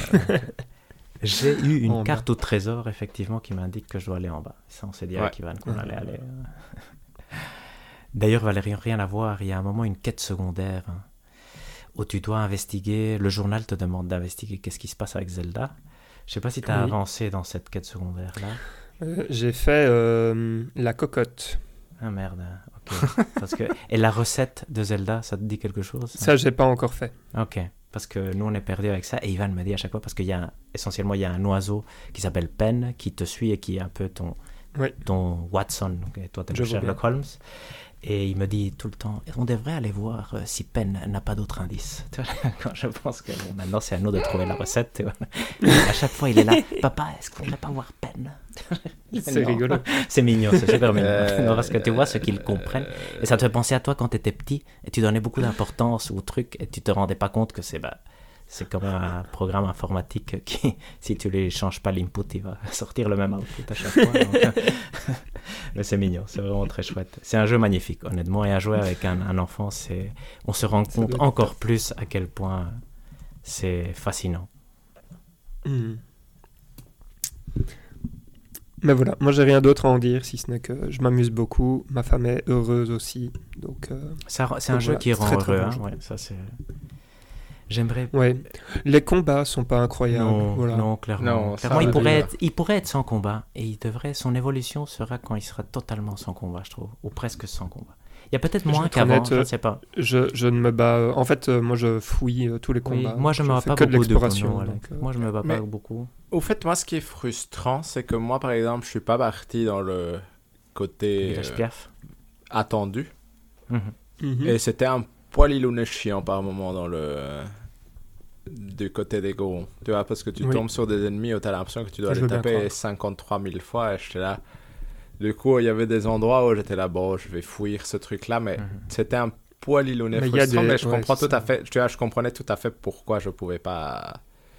J'ai eu une
En
carte au trésor, effectivement, qui m'indique que je dois aller en bas. Ça, on s'est dit avec
Ouais.
Ivan qu'on
Ouais.
allait aller. euh. D'ailleurs, Valérie, rien à voir. Il y a un moment une quête secondaire hein, où tu dois investiguer. Le journal te demande d'investiguer qu'est-ce qui se passe avec Zelda. Je sais pas si tu as
Oui.
avancé dans cette quête secondaire-là.
Euh, j'ai fait euh, la cocotte.
Ah merde, ok. Parce que... Et la recette de Zelda, ça te dit quelque chose
Ça, j'ai pas encore fait.
Ok, parce que nous on est perdu avec ça et Ivan me dit à chaque fois parce qu'il y a un- essentiellement il y a un oiseau qui s'appelle Pen qui te suit et qui est un peu ton
Oui.
ton Watson et toi t'es
Je
le
vois
Sherlock Holmes Et il me dit tout le temps, on devrait aller voir euh, si Pen n'a pas d'autres indices. Quand je pense que bon, maintenant c'est à nous de trouver la recette. À chaque fois il est là, papa, est-ce qu'on ne va pas voir Pen?
C'est rigolo.
C'est mignon, c'est super mignon.
Euh,
non, parce que tu vois ce qu'ils comprennent. Et ça te fait penser à toi quand tu étais petit et tu donnais beaucoup d'importance au truc et tu te rendais pas compte que c'est... Bah, c'est comme un programme informatique qui, si tu ne changes pas l'input, il va sortir le même output à chaque fois. Donc, mais c'est mignon, c'est vraiment très chouette. C'est un jeu magnifique, honnêtement. Et à jouer avec un, un enfant, c'est... on se rend compte encore plus à quel point c'est fascinant.
Mmh. Mais voilà, moi j'ai rien d'autre à en dire, si ce n'est que je m'amuse beaucoup. Ma femme est heureuse aussi. Donc, euh,
ça, c'est
donc
un
voilà,
jeu qui rend
très, très
heureux.
bon
Hein,
jeu.
ouais, ça, c'est... J'aimerais...
Ouais, les combats sont pas incroyables.
Non,
voilà.
non, clairement.
Non, ça,
clairement il,
je
pourrait
veux
être, il pourrait être sans combat. Et il devrait, son évolution sera quand il sera totalement sans combat, je trouve. Ou presque sans combat. Il y a peut-être
Je vais
moins
être
qu'avant,
honnête,
je ne sais pas.
Je, je ne me bats... euh, En fait, euh, moi je fouille euh, tous les
Oui,
combats.
moi, je ne me bats
fais
pas
que de
beaucoup de
l'exploration.
non,
donc, euh,
Moi, je me bats
Mais-
pas beaucoup.
Au fait, moi, ce qui est frustrant, c'est que moi, par exemple, je suis pas parti dans le côté
Village
euh,
Piaf.
attendu.
Mhm.
mhm.
Et c'était un poil illouné chiant par moment dans le... du côté des Gorons. Tu vois, parce que tu
Oui.
tombes sur des ennemis où tu as l'impression que tu dois
Je
les
veux bien
taper
croire.
cinquante-trois mille fois et j'étais là. Du coup, il y avait des endroits où j'étais là, bon, je vais fouiller ce truc-là, mais
Mhm.
c'était un poil illouné
Mais il y a
frustrant,
des-
mais je
ouais,
comprends
c'est
tout à
ça.
fait, tu vois, je comprenais tout à fait pourquoi je pouvais pas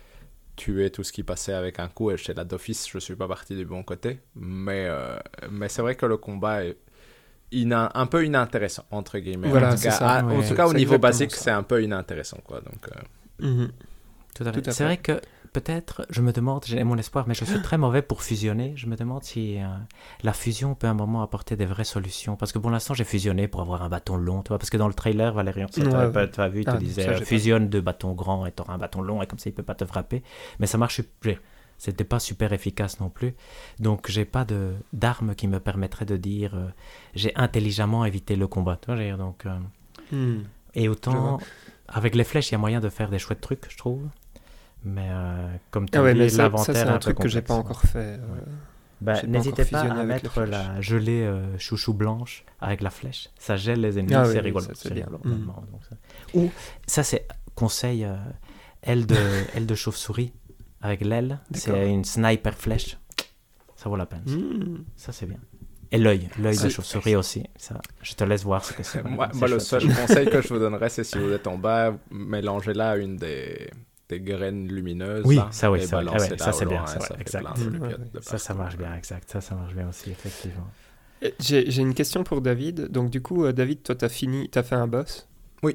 tuer tout ce qui passait avec un coup et j'étais là d'office, je suis pas parti du bon côté, mais, euh, mais c'est vrai que le combat est ina- un peu inintéressant, entre guillemets.
Voilà,
en tout
c'est
cas,
ça.
à-
Ouais.
en tout cas, au
C'est
niveau
exactement
basique,
ça.
c'est un peu inintéressant, quoi, donc... euh,
Mhm.
Tout à fait.
Tout à
C'est
fait.
vrai que peut-être, je me demande, j'ai mon espoir, mais je suis très mauvais pour fusionner. Je me demande si euh, la fusion peut à un moment apporter des vraies solutions. Parce que pour l'instant, j'ai fusionné pour avoir un bâton long, tu vois. Parce que dans le trailer, Valérian, ça,
Ouais,
t'avais
ouais.
pas, t'as vu, il te
Ah,
disait
ça, j'ai
euh,
pas
fusionne deux bâtons grands et t'auras un bâton long et comme ça, il peut pas te frapper. Mais ça marche, j'ai- c'était pas super efficace non plus. Donc, j'ai pas de d'arme qui me permettrait de dire euh, j'ai intelligemment évité le combat. Tu vois, je veux dire, donc, euh,
Mhm.
et
Je
autant,
vois.
avec les flèches, il y a moyen de faire des chouettes trucs, je trouve. Mais euh, comme tu
Ah ouais,
dis,
mais ça, ça
l'inventaire
c'est
est
un
peu
truc que j'ai pas
complexe.
encore fait. euh,
Bah,
j'ai pas
n'hésitez
encore
pas
fusionné
à
avec les
mettre la gelée euh, chouchou blanche avec la flèche. Ça gèle les ennemis,
Ah
c'est
oui,
rigolo.
ça, c'est
c'est
bien.
rigolo,
Mm.
honnêtement, donc ça. Ou, ça c'est conseil, euh, aile, de, aile de chauve-souris avec l'aile.
D'accord.
C'est une sniper flèche. Ça vaut la peine. ça.
Mhm.
Ça c'est bien. Et l'œil, l'œil de
C'est-
chauve-souris aussi. Ça, je te laisse voir ce que c'est.
Moi,
C'est
moi, le
chouette,
seul
c'est chouette.
conseil que je vous donnerais, c'est si vous êtes en bas, mélangez-la à une des, des graines lumineuses.
Oui,
là,
ça oui,
et
ça, oui. Ah
balancez-la
ouais, ça
au
c'est bien.
loin,
Ça,
et
ouais,
ça fait
exact.
plein de
Mm,
lupiotes
ouais,
de
Ça, ça
partout.
marche bien, exact. Ça, ça marche bien aussi, effectivement.
Euh, J'ai j'ai une question pour David. Donc du coup, euh, David, toi, t'as fini, t'as fait un boss.
Oui.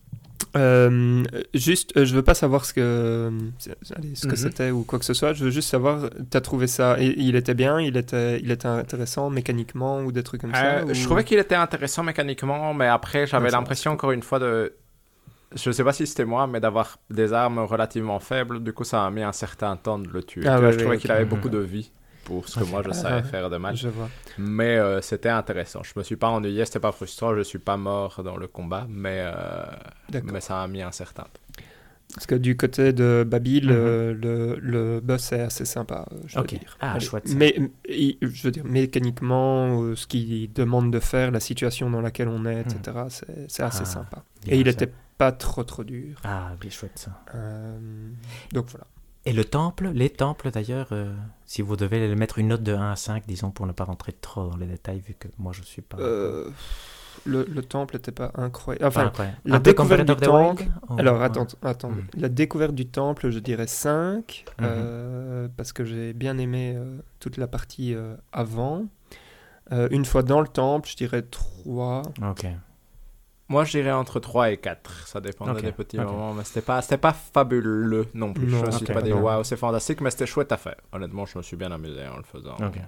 Euh, juste, euh, je veux pas savoir ce que, euh, allez, ce que
Mhm.
c'était ou quoi que ce soit. Je veux juste savoir, t'as trouvé ça, et il était bien, il était, il était intéressant mécaniquement ou des trucs comme ça.
Euh, Je
ou-
trouvais qu'il était intéressant mécaniquement, mais après, j'avais
Ouais, ça va,
l'impression,
c'est
encore une fois, de. Je sais pas si c'était moi, mais d'avoir des armes relativement faibles. Du coup, ça m'a mis un certain temps de le tuer.
Ah
Tu vois,
ouais,
je trouvais
ouais,
qu'il
ok.
avait
Mhm.
beaucoup de vie pour ce que
Ok.
moi je
Ah,
savais
ouais.
faire de mal.
Je vois.
Mais euh, c'était intéressant. Je me suis pas ennuyé, c'était pas frustrant, je suis pas mort dans le combat, mais, euh,
D'accord.
mais ça m'a mis un certain temps.
Parce que du côté de Babil,
Mhm.
euh, le, le boss est assez sympa, euh, je dois
Ok.
dire.
Ah, chouette, ça.
Mais, il- je veux dire, mécaniquement, euh, ce qu'il demande de faire, la situation dans laquelle on est, et cetera, c'est c'est assez
Ah,
sympa.
bien,
Et il
ça.
était pas trop trop dur.
Ah, bien chouette ça.
Euh, donc voilà.
Et le temple, les temples d'ailleurs, euh, si vous devez les mettre une note de un à cinq, disons, pour ne pas rentrer trop dans les détails, vu que moi je suis pas.
Euh, le, le temple n'était pas incroyable.
pas
Enfin,
incroyable.
la
Un peu comme
découverte
Breath
du
of the
temple.
Wild, ou-
alors
ouais.
attends, attends.
Mm.
La découverte du temple, je dirais cinq,
Mhm.
euh, parce que j'ai bien aimé euh, toute la partie euh, avant. Euh, une fois dans le temple, je dirais trois.
Ok.
Moi, je dirais entre trois et quatre. Ça dépendait
Ok,
des petits
ok.
moments, mais c'était pas, c'était pas fabuleux non plus.
Non,
je me suis
ok,
pas dit,
non.
waouh, c'est fantastique, mais c'était chouette à faire. Honnêtement, je me suis bien amusé en le faisant.
Ok.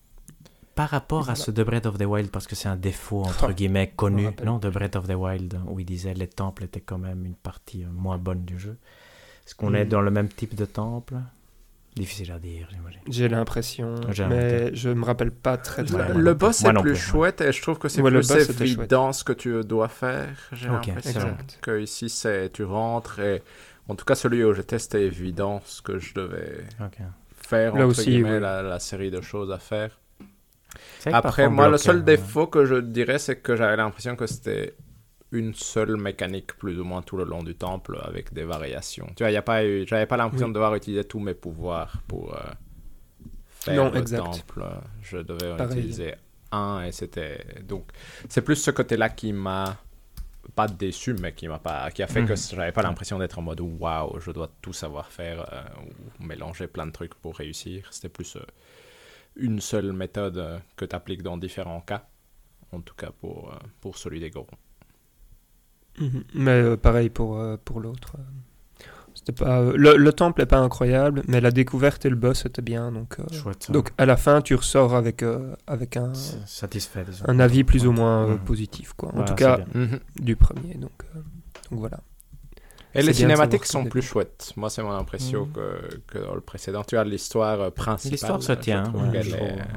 Par rapport à
Voilà.
ce de Breath of the Wild, parce que c'est un défaut entre
Oh,
guillemets
je
connu,
me rappelle.
non, de Breath of the Wild, où il disait les temples étaient quand même une partie euh, moins bonne du jeu. Est-ce qu'on
Mm.
est dans le même type de temple? Difficile à dire, j'imagine.
J'ai l'impression,
J'ai
mais
l'impression.
je me rappelle pas très très
Ouais,
Le,
bien.
le boss
Moi
est
non
plus
plus, ouais.
chouette et je trouve que c'est
Ouais, le
plus
boss était
évident ce que tu dois faire. J'ai
Ok,
l'impression
c'est vrai.
Exact.
que ici c'est tu rentres et en tout cas celui où j'étais c'était évident ce que je devais
Ok.
faire
Là
entre
aussi,
guillemets
oui.
la, la série de choses à faire. Après, moi, le seul défaut que je dirais, c'est que j'avais l'impression que c'était une seule mécanique plus ou moins tout le long du temple avec des variations. Tu vois, y a pas eu, j'avais pas l'impression oui. de devoir utiliser tous mes pouvoirs pour euh, faire
non,
le
exact.
temple. Je devais en
Pareil.
utiliser un et c'était... Donc, c'est plus ce côté-là qui m'a pas déçu, mais qui m'a pas, qui a fait mmh. que j'avais pas l'impression d'être en mode waouh, je dois tout savoir faire euh, ou mélanger plein de trucs pour réussir. C'était plus euh, une seule méthode euh, que tu appliques dans différents cas, en tout cas pour, euh, pour celui des Gorons.
Mmh. Mais euh, pareil pour, euh, pour l'autre. C'était pas, euh, le, le temple n'est pas incroyable, mais la découverte et le boss étaient bien. Donc, euh,
Chouette,
donc à la fin, tu ressors avec, euh, avec un,
satisfait,
un avis plus
ouais.
ou moins euh,
mmh.
positif. Quoi. En
voilà,
tout cas,
mmh.
du premier. Donc, euh, donc voilà.
Et c'est les cinématiques sont plus chouettes. Moi, c'est mon impression mmh. que, que dans le précédent. Tu as l'histoire principale.
L'histoire se tient.
Ouais,
ouais,
elle,
je
est...
ouais.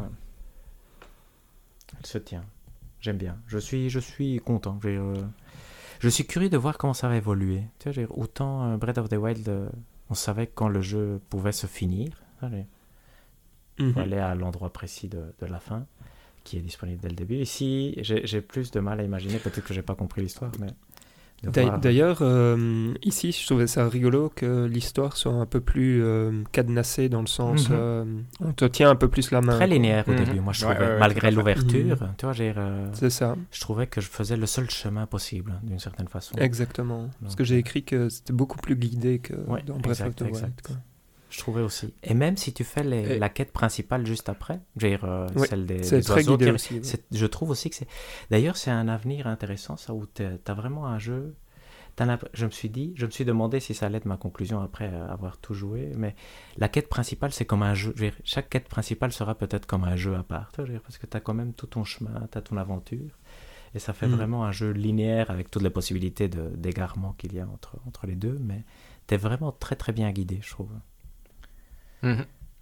elle se tient. J'aime bien. Je suis, je suis content. J'ai, euh... Je suis curieux de voir comment ça va évoluer. Tu vois, j'ai... Autant euh, Breath of the Wild, euh, on savait quand le jeu pouvait se finir. Allez. Mm-hmm. Aller à l'endroit précis de, de la fin, qui est disponible dès le début. Ici, j'ai, j'ai plus de mal à imaginer. Peut-être que j'ai pas compris l'histoire, mais...
Voir... D'ailleurs, euh, ici, je trouvais ça rigolo que l'histoire soit un peu plus euh, cadenassée dans le sens, mm-hmm. euh, on te tient un peu plus la main.
Très linéaire au mm-hmm. début, moi je trouvais, ouais, ouais, malgré l'ouverture, mm-hmm. tu vois, j'ai, euh,
c'est ça.
Je trouvais que je faisais le seul chemin possible, d'une certaine façon.
Exactement, donc, parce que j'ai écrit que c'était beaucoup plus guidé que
ouais,
dans Breath of the Wild.
Je trouvais aussi. Et même si tu fais les, Et... la quête principale juste après, dire, euh,
oui,
celle des,
c'est
des
très
oiseaux,
guidé aussi.
C'est, je trouve aussi que c'est... D'ailleurs, c'est un avenir intéressant, ça, où tu as vraiment un jeu... Je me suis dit, je me suis demandé si ça allait être ma conclusion après avoir tout joué, mais la quête principale, c'est comme un jeu. Je veux dire, chaque quête principale sera peut-être comme un jeu à part, je veux dire, parce que tu as quand même tout ton chemin, tu as ton aventure, et ça fait mmh. vraiment un jeu linéaire avec toutes les possibilités de, d'égarement qu'il y a entre, entre les deux, mais tu es vraiment très très bien guidé, je trouve.
Mmh.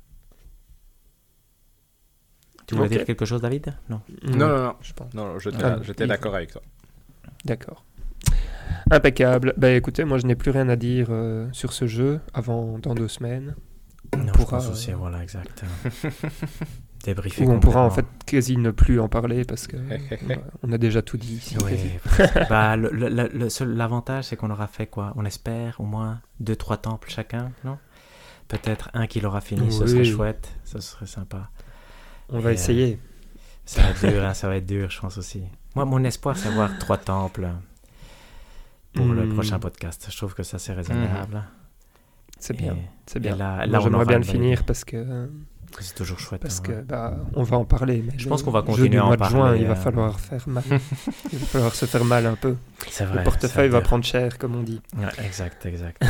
Tu voulais okay. dire quelque chose, David ? Non.
Mmh. Non, non, non, je pense. Non, j'étais, ah, j'étais d'accord avec toi.
D'accord. Impeccable. Bah écoutez, moi je n'ai plus rien à dire euh, sur ce jeu avant dans deux semaines.
On non, pourra, je pense aussi, euh... voilà, exact. Débriefer.
Où on pourra en fait quasi ne plus en parler parce que on a déjà tout dit ici.
Oui, bah, le, le, le seul, l'avantage c'est qu'on aura fait quoi ? On espère au moins deux, trois temples chacun, non ? Peut-être un qui l'aura fini, oui. Ce serait chouette, ce serait sympa.
On Et va essayer.
Euh, ça va être dur, hein, ça va être dur, je pense aussi. Moi, mon espoir c'est avoir trois temples. Pour mmh. le prochain podcast. Je trouve que ça, c'est raisonnable. Mmh.
C'est bien.
Et,
c'est bien.
Là,
là,
là,
j'aimerais bien le
va...
finir parce que...
C'est toujours chouette.
Parce
hein,
que
ouais.
bah, on va en parler. Mais
je
le,
pense qu'on va continuer à en
parler.
parler.
Juin,
euh...
il va falloir faire mal. Il va falloir se faire mal un peu.
C'est vrai.
Le portefeuille va prendre cher, comme on dit.
Ouais, exact, exact.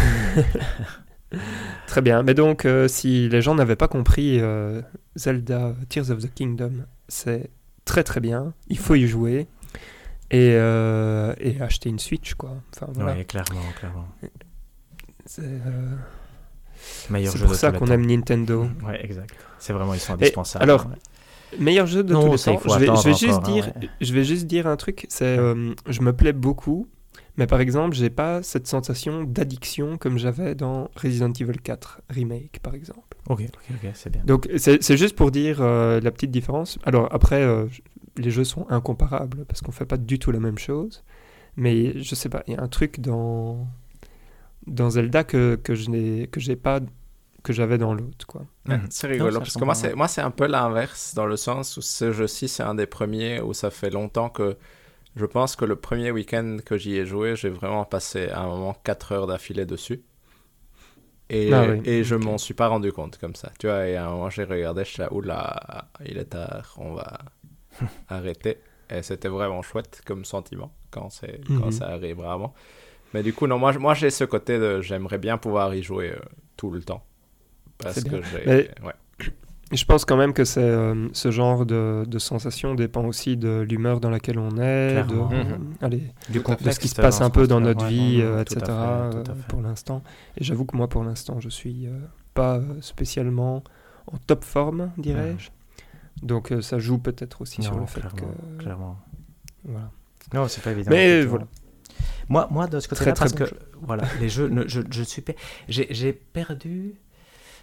Très bien. Mais donc, euh, si les gens n'avaient pas compris, euh, Zelda Tears of the Kingdom, c'est très très bien. Il faut y jouer. Et, euh, et acheter une Switch, quoi. Enfin, voilà.
Oui, clairement, clairement.
C'est, euh...
meilleur
c'est
jeu
pour ça qu'on temps. Aime Nintendo.
Oui, exact. C'est vraiment, ils sont indispensables.
Et alors,
ouais.
meilleur jeu de
non,
tous les temps. Je vais, je, vais juste
encore,
dire,
hein, ouais.
je vais juste dire un truc. C'est, euh, je me plais beaucoup, mais par exemple, j'ai pas cette sensation d'addiction comme j'avais dans Resident Evil quatre Remake, par exemple.
Ok, ok, ok, c'est bien.
Donc, c'est, c'est juste pour dire euh, la petite différence. Alors, après... Euh, les jeux sont incomparables parce qu'on fait pas du tout la même chose, mais je sais pas, il y a un truc dans dans Zelda que que je n'ai que j'ai pas que j'avais dans l'autre, quoi.
Ouais, c'est rigolo non, parce que moi c'est moi c'est un peu l'inverse dans le sens où ce jeu-ci c'est un des premiers où ça fait longtemps que je pense que le premier week-end que j'y ai joué, j'ai vraiment passé à un moment quatre heures d'affilée dessus. Et, ah oui, et je okay. m'en suis pas rendu compte comme ça, tu vois, et à un moment j'ai regardé, je suis là, oula, il est tard, on va arrêter. Et c'était vraiment chouette comme sentiment quand, c'est, mm-hmm. quand ça arrive vraiment. Mais du coup, non, moi, moi j'ai ce côté de j'aimerais bien pouvoir y jouer euh, tout le temps. Parce que j'ai...
Mais
ouais.
Je pense quand même que c'est, euh, ce genre de, de sensation dépend aussi de l'humeur dans laquelle on est, de,
mm-hmm.
euh, allez,
du contexte,
de ce qui se passe un peu dans notre
ouais,
vie,
non,
euh,
tout
et cetera.
Fait, tout
euh, pour l'instant. Et j'avoue que moi, pour l'instant, je suis euh, pas spécialement en top forme, dirais-je. Mm. Donc euh, ça joue peut-être aussi
non,
sur le fait
clairement,
que...
Clairement.
Voilà.
Non, c'est pas évident.
Mais voilà.
Moi, moi, de ce côté-là,
très,
parce
très
que, bon voilà, les jeux, ne, je, je suis... J'ai, j'ai perdu...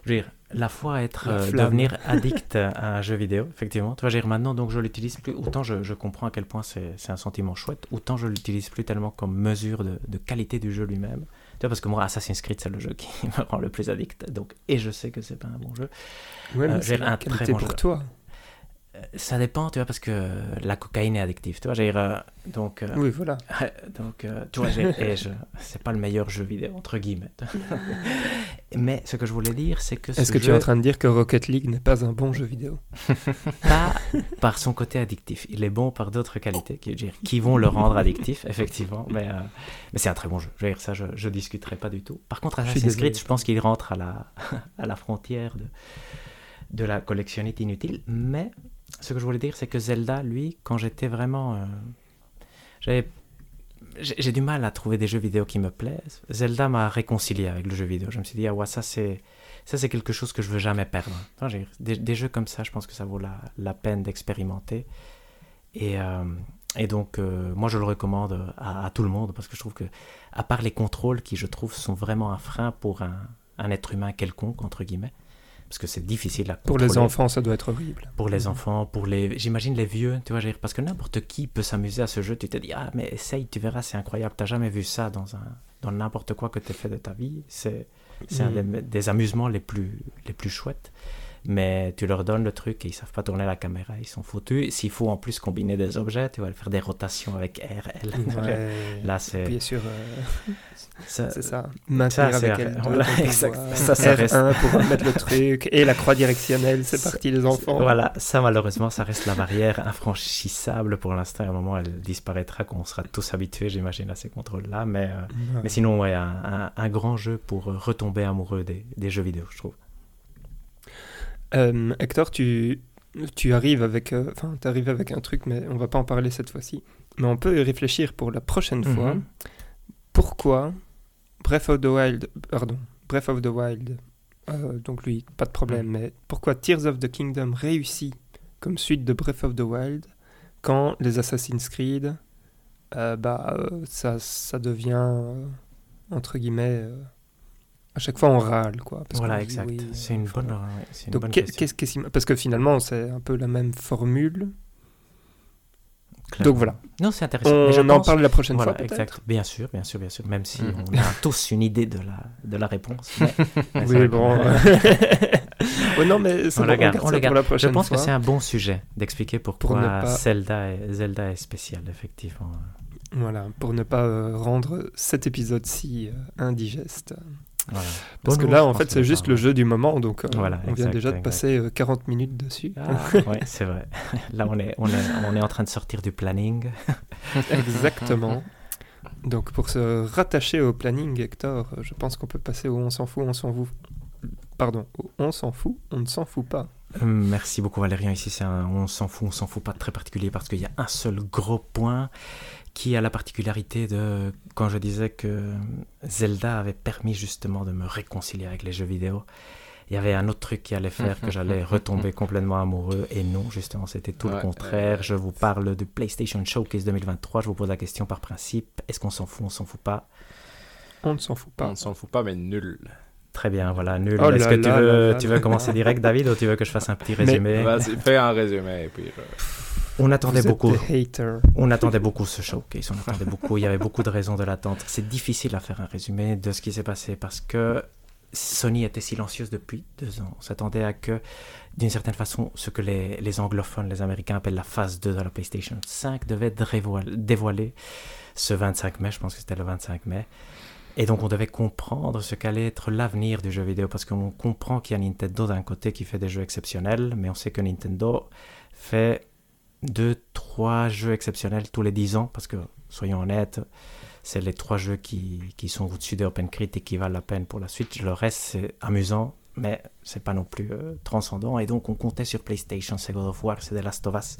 je veux dire, la fois être,
La
euh,
flamme.
devenir addict à un jeu vidéo, effectivement. Tu vois, je veux dire, maintenant, donc je l'utilise plus. Autant je, je comprends à quel point c'est, c'est un sentiment chouette, autant je l'utilise plus tellement comme mesure de, de qualité du jeu lui-même. Tu vois, parce que moi, Assassin's Creed, c'est le jeu qui me rend le plus addict. Donc, et je sais que c'est pas un bon jeu.
Ouais, mais
Euh,
c'est
j'ai
la
un
qualité
très bon
pour
jeu.
toi.
Euh, Ça dépend, tu vois, parce que la cocaïne est addictive. Tu vois, je veux dire, euh, donc. euh,
Oui, voilà.
Donc, euh, tu vois, j'ai- et je, c'est pas le meilleur jeu vidéo, entre guillemets. Mais ce que je voulais dire, c'est que ce
Est-ce que tu
jeu,
es en train de dire que Rocket League n'est pas un bon jeu vidéo?
pas par son côté addictif, il est bon par d'autres qualités qui, je veux dire, qui vont le rendre addictif, effectivement. Mais, euh, mais c'est un très bon jeu. Je veux dire, ça, je, je discuterai pas du tout. Par contre,
Je suis
Assassin's
désolé.
Creed, je pense qu'il rentre à la, à la frontière de, de la collectionnite inutile. Mais ce que je voulais dire, c'est que Zelda, lui, quand j'étais vraiment... euh, j'avais j'ai j'ai du mal à trouver des jeux vidéo qui me plaisent. Zelda m'a réconcilié avec le jeu vidéo. Je me suis dit, ah ouais, ça c'est, ça c'est quelque chose que je veux jamais perdre. Enfin, j'ai- des, des jeux comme ça, je pense que ça vaut la, la peine d'expérimenter. Et, euh, et donc, euh, moi je le recommande à, à tout le monde parce que je trouve que, à part les contrôles qui, je trouve, sont vraiment un frein pour un, un être humain quelconque, entre guillemets, parce que c'est difficile à
Pour
contrôler.
les enfants, ça doit être horrible.
Pour les
Mhm.
enfants, pour les, j'imagine les vieux, tu vois, je veux dire, parce que n'importe qui peut s'amuser à ce jeu. Tu te dis, ah, mais essaye, tu verras, c'est incroyable. T'as jamais vu ça dans un, dans n'importe quoi que tu fait de ta vie. C'est, c'est un
Mhm.
des, des amusements les plus, les plus chouettes. Mais tu leur donnes le truc et ils savent pas tourner la caméra, ils sont foutus. S'il faut en plus combiner des objets, tu vas faire des rotations avec R, L.
Ouais.
Là, c'est,
Bien sûr, euh,
ça,
c'est ça. Maintenir
ça, c'est
avec
un-
L deux.
voilà,
quand on
exact.
voit
Ça, ça
R un pour mettre le truc. Et la croix directionnelle, c'est
Ça-
parti les enfants.
Voilà, ça malheureusement, ça reste la barrière infranchissable pour l'instant. À un moment, elle disparaîtra quand on sera tous habitués, j'imagine, à ces contrôles-là. Mais, euh,
Ouais.
mais sinon, ouais, un, un, un grand jeu pour euh, retomber amoureux des, des jeux vidéo, je trouve.
Euh, Hector, tu, tu arrives avec, euh, enfin, tu arrives avec un truc, mais on va pas en parler cette fois-ci. Mais on peut y réfléchir pour la prochaine fois.
Mhm.
Pourquoi Breath of the Wild, pardon, Breath of the Wild, euh, donc lui, pas de problème,
Mhm.
mais pourquoi Tears of the Kingdom réussit comme suite de Breath of the Wild quand les Assassin's Creed, euh, bah, euh, ça, ça devient, euh, entre guillemets, euh, à chaque fois on râle, quoi. Parce
Voilà,
qu'on dit,
exact.
oui,
c'est
euh,
une
voilà.
bonne, ouais, c'est une
Donc
bonne
qu'est-
question.
qu'est-ce qu'est-ce qui- parce que finalement c'est un peu la même formule.
Clairement.
Donc voilà,
Non, c'est intéressant. Mais je
on en
pense-
parle la prochaine
Voilà,
fois peut-être.
exact. Bien sûr, bien sûr, bien sûr. Même si
Mhm.
on a tous une idée de la, de la réponse. Mais, mais c'est
Oui
vrai
bon.
qu'on-
Ouais, non mais c'est
On
bon,
le garde,
on
on le
ça
garde.
pour la
Je
prochaine
pense
fois.
que c'est un bon sujet d'expliquer pourquoi
ne pas-
Zelda, est, Zelda est spécial, effectivement.
Voilà, pour ne pas euh, rendre cet épisode-ci euh, indigeste.
Voilà.
Parce
Bon,
que
non,
là,
je
en
pense
fait,
que
c'est juste
pas,
le
ouais.
jeu du moment, donc euh,
Voilà,
on vient
exact,
déjà de
exact.
passer euh, quarante minutes dessus.
Ah, ouais, c'est vrai. Là, on est, on, est, on est en train de sortir du planning.
Exactement. Donc pour se rattacher au planning, Hector, euh, je pense qu'on peut passer au on s'en fout, on s'en fout. Pardon, au on s'en fout, on ne s'en fout pas.
Euh, Merci beaucoup, Valérian. Ici, c'est un on s'en fout, on s'en fout pas très particulier parce qu'il y a un seul gros point qui a la particularité de, quand je disais que Zelda avait permis justement de me réconcilier avec les jeux vidéo, il y avait un autre truc qui allait faire que j'allais retomber complètement amoureux, et non, justement, c'était tout le
Ouais,
contraire.
euh,
Je vous parle du PlayStation Showcase deux mille vingt-trois, je vous pose la question par principe, est-ce qu'on s'en fout, on s'en fout pas?
On ne s'en fout
On
pas.
ne s'en fout pas, mais nul.
Très bien, voilà, nul.
Oh
Est-ce
là
que tu
là
veux,
là
tu
là
veux
là
commencer
là.
direct, David, ou tu veux que je fasse un petit résumé?
Vas-y, fais un résumé et puis. euh,
On attendait
Vous êtes
beaucoup.
des haters.
On attendait beaucoup ce showcase, on attendait beaucoup, il y avait beaucoup de raisons de l'attendre. C'est difficile à faire un résumé de ce qui s'est passé parce que Sony était silencieuse depuis deux ans. On s'attendait à que, d'une certaine façon, ce que les, les anglophones, les Américains appellent la phase deux de la PlayStation cinq devait être révoil- dévoilée ce vingt-cinq mai, je pense que c'était le vingt-cinq mai. Et donc on devait comprendre ce qu'allait être l'avenir du jeu vidéo parce qu'on comprend qu'il y a Nintendo d'un côté qui fait des jeux exceptionnels, mais on sait que Nintendo fait deux, trois jeux exceptionnels tous les dix ans, parce que, soyons honnêtes, c'est les trois jeux qui, qui sont au-dessus des OpenCrit et qui valent la peine pour la suite. Le reste, c'est amusant, mais c'est pas non plus euh, transcendant. Et donc, on comptait sur PlayStation, c'est God of War, c'est The Last of Us,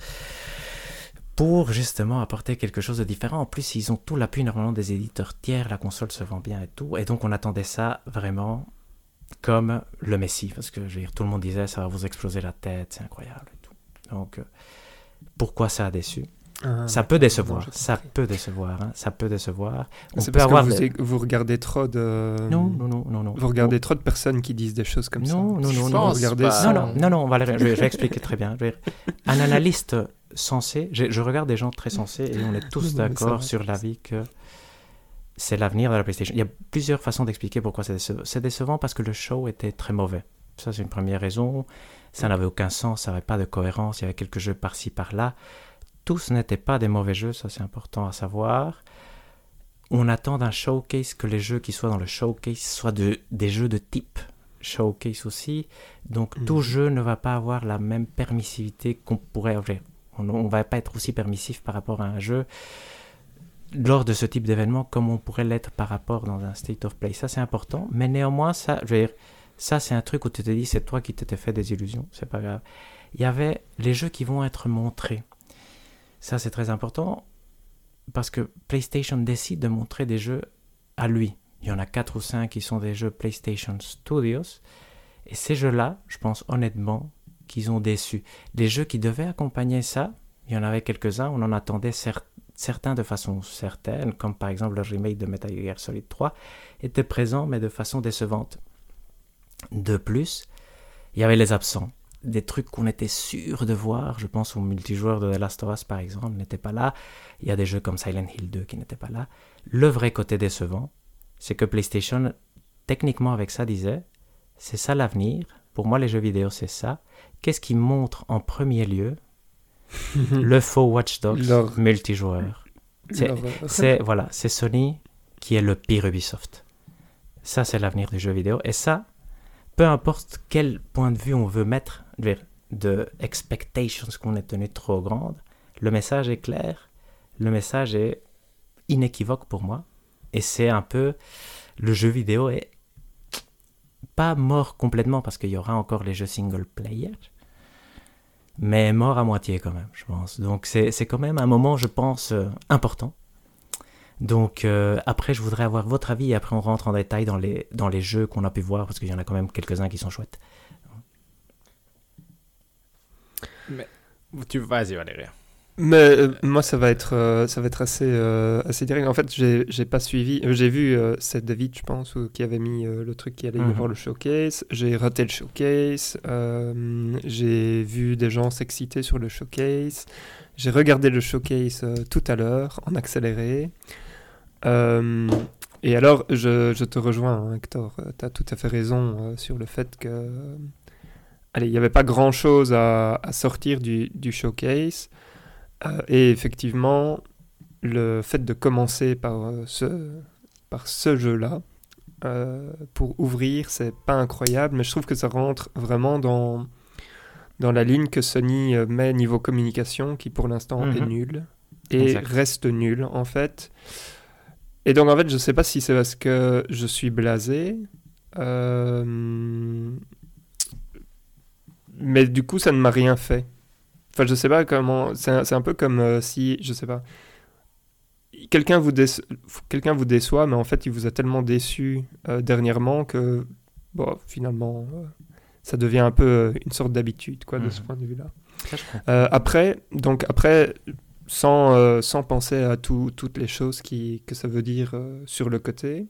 pour justement apporter quelque chose de différent. En plus, ils ont tout l'appui normalement des éditeurs tiers, la console se vend bien et tout. Et donc, on attendait ça vraiment comme le Messie, parce que je veux dire, tout le monde disait ça va vous exploser la tête, c'est incroyable et tout. Donc, euh, pourquoi ça a déçu?
Ah,
ça peut décevoir,
non,
ça peut décevoir, hein, ça peut décevoir. On
c'est
peut
parce
avoir
que vous,
des...
vous regardez trop de...
Non, non, non, non, non.
Vous regardez trop de personnes qui disent des choses comme
non,
ça.
Non, non,
Je
non,
pense
non.
Regardez
pas.
ça.
Non, non, non, non, Valérie, je vais, je vais expliquer très bien. Je vais- Un analyste sensé, je, je regarde des gens très sensés et on est tous
Non, mais
d'accord
ça-
sur l'avis que c'est l'avenir de la PlayStation. Il y a plusieurs façons d'expliquer pourquoi c'est décevant. C'est décevant parce que le show était très mauvais. Ça, c'est une première raison. Ça n'avait aucun sens, ça n'avait pas de cohérence. Il y avait quelques jeux par-ci, par-là. Tous n'étaient pas des mauvais jeux, ça c'est important à savoir. On attend d'un showcase que les jeux qui soient dans le showcase soient de, des jeux de type showcase aussi. Donc
Mhm.
tout jeu ne va pas avoir la même permissivité qu'on pourrait avoir. On ne va pas être aussi permissif par rapport à un jeu lors de ce type d'événement comme on pourrait l'être par rapport dans un state of play. Ça c'est important, mais néanmoins ça, je veux dire, ça c'est un truc où tu te dis c'est toi qui t'étais fait des illusions, c'est pas grave. Il y avait les jeux qui vont être montrés. Ça c'est très important parce que PlayStation décide de montrer des jeux à lui. Il y en a quatre ou cinq qui sont des jeux PlayStation Studios et ces jeux-là, je pense honnêtement qu'ils ont déçu. Les jeux qui devaient accompagner ça, il y en avait quelques-uns, on en attendait cer- certains de façon certaine, comme par exemple le remake de Metal Gear Solid trois, étaient présents mais de façon décevante. De plus, il y avait les absents. Des trucs qu'on était sûr de voir, je pense au multijoueur de The Last of Us par exemple, n'étaient pas là. Il y a des jeux comme Silent Hill deux qui n'étaient pas là. Le vrai côté décevant, c'est que PlayStation, techniquement avec ça, disait « c'est ça l'avenir, pour moi les jeux vidéo c'est ça ». Qu'est-ce qui montre en premier lieu? Le faux Watch Dogs
Leur-
multijoueur. C'est,
L'horreur.
c'est, voilà, c'est Sony qui est le pire Ubisoft. Ça, c'est l'avenir du jeu vidéo. Et ça, peu importe quel point de vue on veut mettre, je veux dire, de expectations qu'on est tenu trop grande, le message est clair, le message est inéquivoque pour moi. Et c'est un peu, le jeu vidéo est pas mort complètement parce qu'il y aura encore les jeux single player, mais mort à moitié quand même, je pense. Donc c'est, c'est quand même un moment, je pense, euh, important. Donc euh, après, je voudrais avoir votre avis et après on rentre en détail dans les, dans les jeux qu'on a pu voir parce qu'il y en a quand même quelques-uns qui sont chouettes.
Mais tu vas-y Valérie.
Mais euh, moi, ça va être, euh, ça va être assez, euh, assez direct. En fait, j'ai, j'ai pas suivi. euh, J'ai vu, euh, c'est David, je pense, ou- qui avait mis euh, le truc qui allait y
Mhm.
avoir le showcase. J'ai raté le showcase. euh, j'ai vu des gens s'exciter sur le showcase. J'ai regardé le showcase euh, tout à l'heure en accéléré. Euh, et alors, je, je te rejoins, hein, Hector. Tu as tout à fait raison euh, sur le fait que, allez, il n'y avait pas grand-chose à, à sortir du, du showcase. Euh, et effectivement, le fait de commencer par euh, ce, par ce jeu-là, euh, pour ouvrir, c'est pas incroyable, mais je trouve que ça rentre vraiment dans, dans la ligne que Sony euh, met niveau communication, qui pour l'instant
Mhm.
est nulle, et
Exact.
reste nulle en fait. Et donc en fait, je sais pas si c'est parce que je suis blasé, euh, mais du coup, ça ne m'a rien fait. Enfin, je sais pas comment. C'est un, c'est un peu comme euh, si, je sais pas, quelqu'un vous, déce- quelqu'un vous déçoit, mais en fait, il vous a tellement déçu euh, dernièrement que, bon, finalement, euh, ça devient un peu euh, une sorte d'habitude, quoi, de ce
Mhm.
point de vue-là.
Ça, je comprends.
Euh, après, donc après, sans, euh, sans penser à tout- toutes les choses qui, que ça veut dire euh, sur le côté,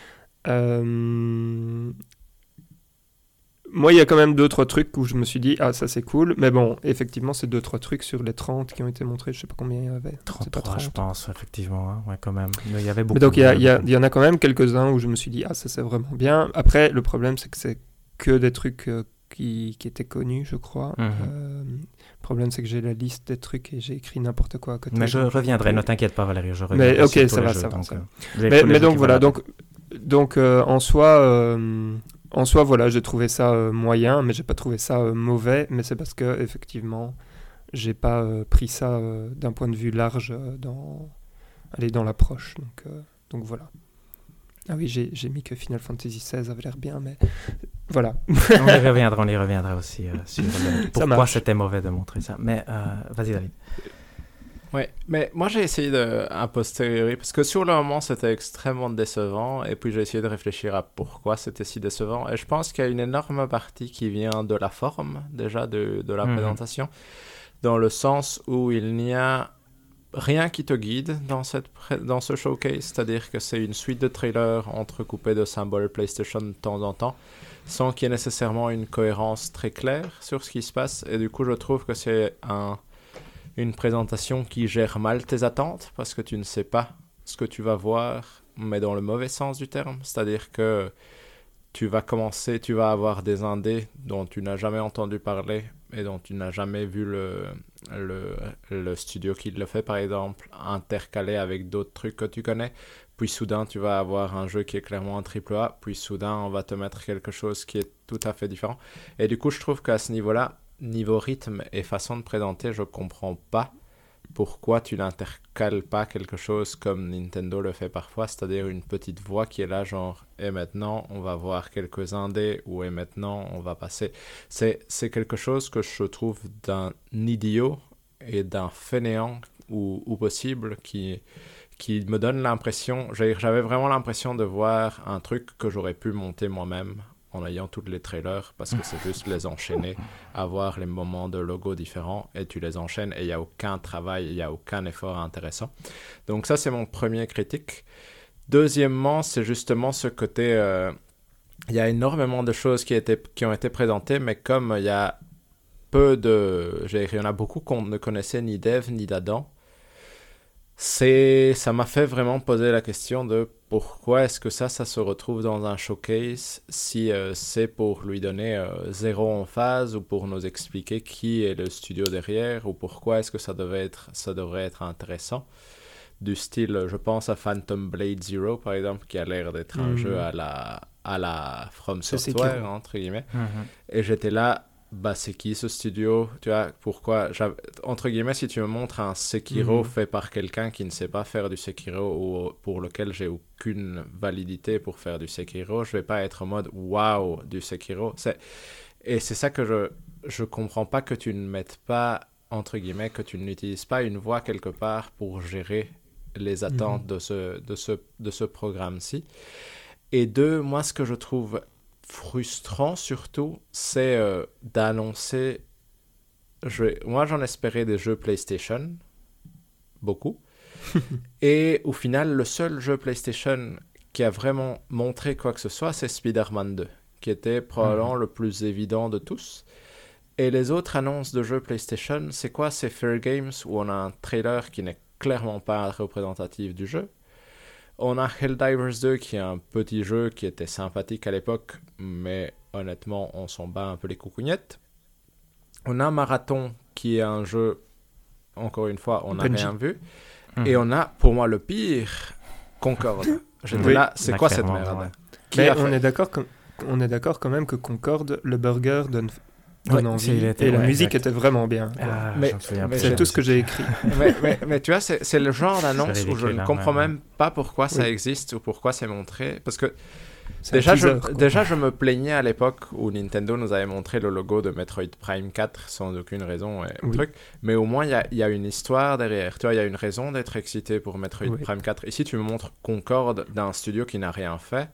euh, moi, il y a quand même deux, trois trucs où je me suis dit, ah, ça c'est cool, mais bon, effectivement, c'est deux, trois trucs sur les trente qui ont été montrés, je sais pas combien il y avait. C'est pas
trente-trois, je
trente.
pense, effectivement. Hein. Ouais, quand même. Mais il y avait beaucoup.
Mais donc, il y, a-
avait
il y, a-
beaucoup.
il y en a quand même quelques-uns où je me suis dit, ah, ça c'est vraiment bien. Après, le problème, c'est que c'est que des trucs euh, qui, qui étaient connus, je crois.
Mhm.
Euh, le problème, c'est que j'ai la liste des trucs et j'ai écrit n'importe quoi à côté.
Mais je
Donc,
reviendrai,
euh,
ne t'inquiète pas Valérie, je reviendrai.
Mais ok,
sur tous
ça
les
va,
jeux,
ça va,
donc,
ça
euh,
va.
je vais-
Mais,
tous les
mais
jeux
donc
qui
voilà,
vont
donc, donc euh, en soi, euh, en soi voilà, j'ai trouvé ça euh, moyen, mais j'ai pas trouvé ça euh, mauvais, mais c'est parce que effectivement, j'ai pas euh, pris ça euh, d'un point de vue large euh, dans, allez, dans l'approche, donc euh, donc voilà. Ah oui, j'ai j'ai mis que Final Fantasy seize avait l'air bien, mais voilà.
on y reviendra, on y reviendra aussi euh, sur le- pourquoi
marche.
c'était mauvais de montrer ça. Mais euh, vas-y David.
Ouais, mais moi j'ai essayé de, a posteriori, parce que sur le moment c'était extrêmement décevant, et puis j'ai essayé de réfléchir à pourquoi c'était si décevant, et je pense qu'il y a une énorme partie qui vient de la forme, déjà, de, de la
Mhm.
présentation, dans le sens où il n'y a rien qui te guide dans, cette, dans ce showcase, c'est-à-dire que c'est une suite de trailers entrecoupés de symboles PlayStation de temps en temps, sans qu'il y ait nécessairement une cohérence très claire sur ce qui se passe. Et du coup, je trouve que c'est un, une présentation qui gère mal tes attentes, parce que tu ne sais pas ce que tu vas voir, mais dans le mauvais sens du terme. C'est-à-dire que tu vas commencer, tu vas avoir des indés dont tu n'as jamais entendu parler et dont tu n'as jamais vu le, le, le studio qui le fait, par exemple, intercalé avec d'autres trucs que tu connais. Puis soudain, tu vas avoir un jeu qui est clairement un triple A. Puis soudain, on va te mettre quelque chose qui est tout à fait différent. Et du coup, je trouve qu'à ce niveau-là, niveau rythme et façon de présenter, je ne comprends pas pourquoi tu n'intercales pas quelque chose comme Nintendo le fait parfois, c'est-à-dire une petite voix qui est là genre « et maintenant on va voir quelques indés » ou « et maintenant on va passer ». C'est, c'est quelque chose que je trouve d'un idiot et d'un fainéant ou, ou possible qui, qui me donne l'impression, j'avais vraiment l'impression de voir un truc que j'aurais pu monter moi-même en ayant tous les trailers, parce que c'est juste les enchaîner, avoir les moments de logo différents, et tu les enchaînes, et il n'y a aucun travail, il n'y a aucun effort intéressant. Donc ça, c'est mon premier critique. Deuxièmement, c'est justement ce côté... Euh, il y a énormément de choses qui, étaient, qui ont été présentées, mais comme il y a peu de... Il y en a beaucoup qu'on ne connaissait ni d'Eve ni d'Adam, c'est, ça m'a fait vraiment poser la question de pourquoi est-ce que ça, ça se retrouve dans un showcase, si euh, c'est pour lui donner euh, zéro en phase ou pour nous expliquer qui est le studio derrière, ou pourquoi est-ce que ça, devait être, ça devrait être intéressant. Du style, je pense à Phantom Blade Zero, par exemple, qui a l'air d'être un mmh. jeu à la, à la From Software, entre guillemets. Mmh. Et j'étais là... bah c'est qui ce studio, tu vois, pourquoi, entre guillemets, si tu me montres un Sekiro mmh. fait par quelqu'un qui ne sait pas faire du Sekiro ou pour lequel j'ai aucune validité pour faire du Sekiro, je vais pas être en mode waouh du Sekiro, c'est... et c'est ça que je je comprends pas, que tu ne mettes pas, entre guillemets, que tu n'utilises pas une voix quelque part pour gérer les attentes mmh. de ce de ce de ce programme-ci. Et deux, moi ce que je trouve frustrant surtout, c'est euh, d'annoncer... Je... Moi, j'en espérais des jeux PlayStation, beaucoup. Et au final, le seul jeu PlayStation qui a vraiment montré quoi que ce soit, c'est Spider-Man deux, qui était probablement mmh. le plus évident de tous. Et les autres annonces de jeux PlayStation, c'est quoi? C'est Fair Games, où on a un trailer qui n'est clairement pas représentatif du jeu. On a Helldivers deux, qui est un petit jeu qui était sympathique à l'époque, mais honnêtement, on s'en bat un peu les coucougnettes. On a Marathon, qui est un jeu, encore une fois, on n'a rien vu. Mmh. Et on a, pour moi, le pire, Concorde. J'étais oui. là, c'est là, quoi cette merde ouais.
Mais on, fait... est d'accord que, on est d'accord quand même que Concorde, le burger donne... donne ouais, envie, été, et ouais, la musique exact. était vraiment bien. Ah, mais, mais c'est tout ce que j'ai écrit.
mais, mais, mais tu vois, c'est, c'est le genre d'annonce où je ne comprends même, même pas pourquoi ça oui. existe ou pourquoi c'est montré. Parce que déjà je, déjà, je me plaignais à l'époque où Nintendo nous avait montré le logo de Metroid Prime quatre sans aucune raison. Et oui. truc. Mais au moins, il y, y a une histoire derrière. Tu vois, il y a une raison d'être excité pour Metroid oui. Prime quatre. Ici, tu me montres Concorde d'un studio qui n'a rien fait.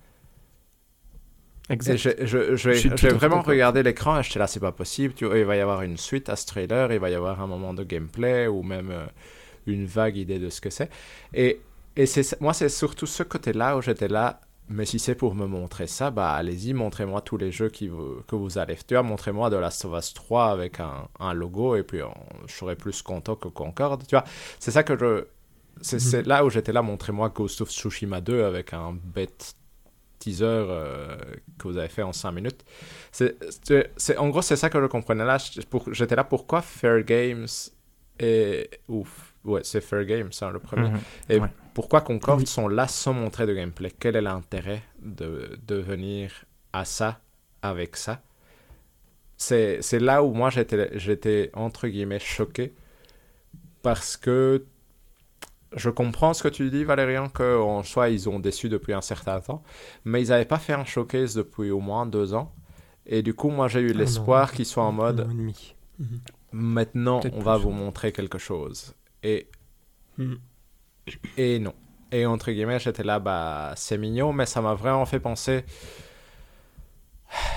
Exact.
Je, je, je, je j'ai vraiment regardé l'écran et j'étais là, c'est pas possible. Tu vois, il va y avoir une suite à ce trailer, il va y avoir un moment de gameplay ou même euh, une vague idée de ce que c'est. Et, et c'est, moi, c'est surtout ce côté-là où j'étais là, mais si c'est pour me montrer ça, bah allez-y, montrez-moi tous les jeux qui vous, que vous allez. Tu vois, montrez-moi The Last of Us trois avec un, un logo et puis on, je serais plus content que Concorde. Tu vois, c'est ça que je. C'est, mm-hmm. c'est là où j'étais là, montrez-moi Ghost of Tsushima deux avec un bête teaser euh, que vous avez fait en cinq minutes. C'est, c'est, c'est, en gros, c'est ça que je comprenais là. Pour, j'étais là, pourquoi Fair Games et... Ouf, ouais, c'est Fair Games, hein, le premier. Mm-hmm. Et ouais. pourquoi Concorde oui. sont là sans montrer de gameplay? Quel est l'intérêt de, de venir à ça, avec ça? C'est, c'est là où moi, j'étais, j'étais, entre guillemets, choqué. Parce que je comprends ce que tu dis, Valérian, qu'en soi, ils ont déçu depuis un certain temps, mais ils n'avaient pas fait un showcase depuis au moins deux ans. Et du coup, moi, j'ai eu l'espoir oh qu'ils soient en mode mm-hmm. maintenant, Peut-être on va vous montrer quelque chose. Et, mm. et non. Et entre guillemets, j'étais là, bah, c'est mignon, mais ça m'a vraiment fait penser.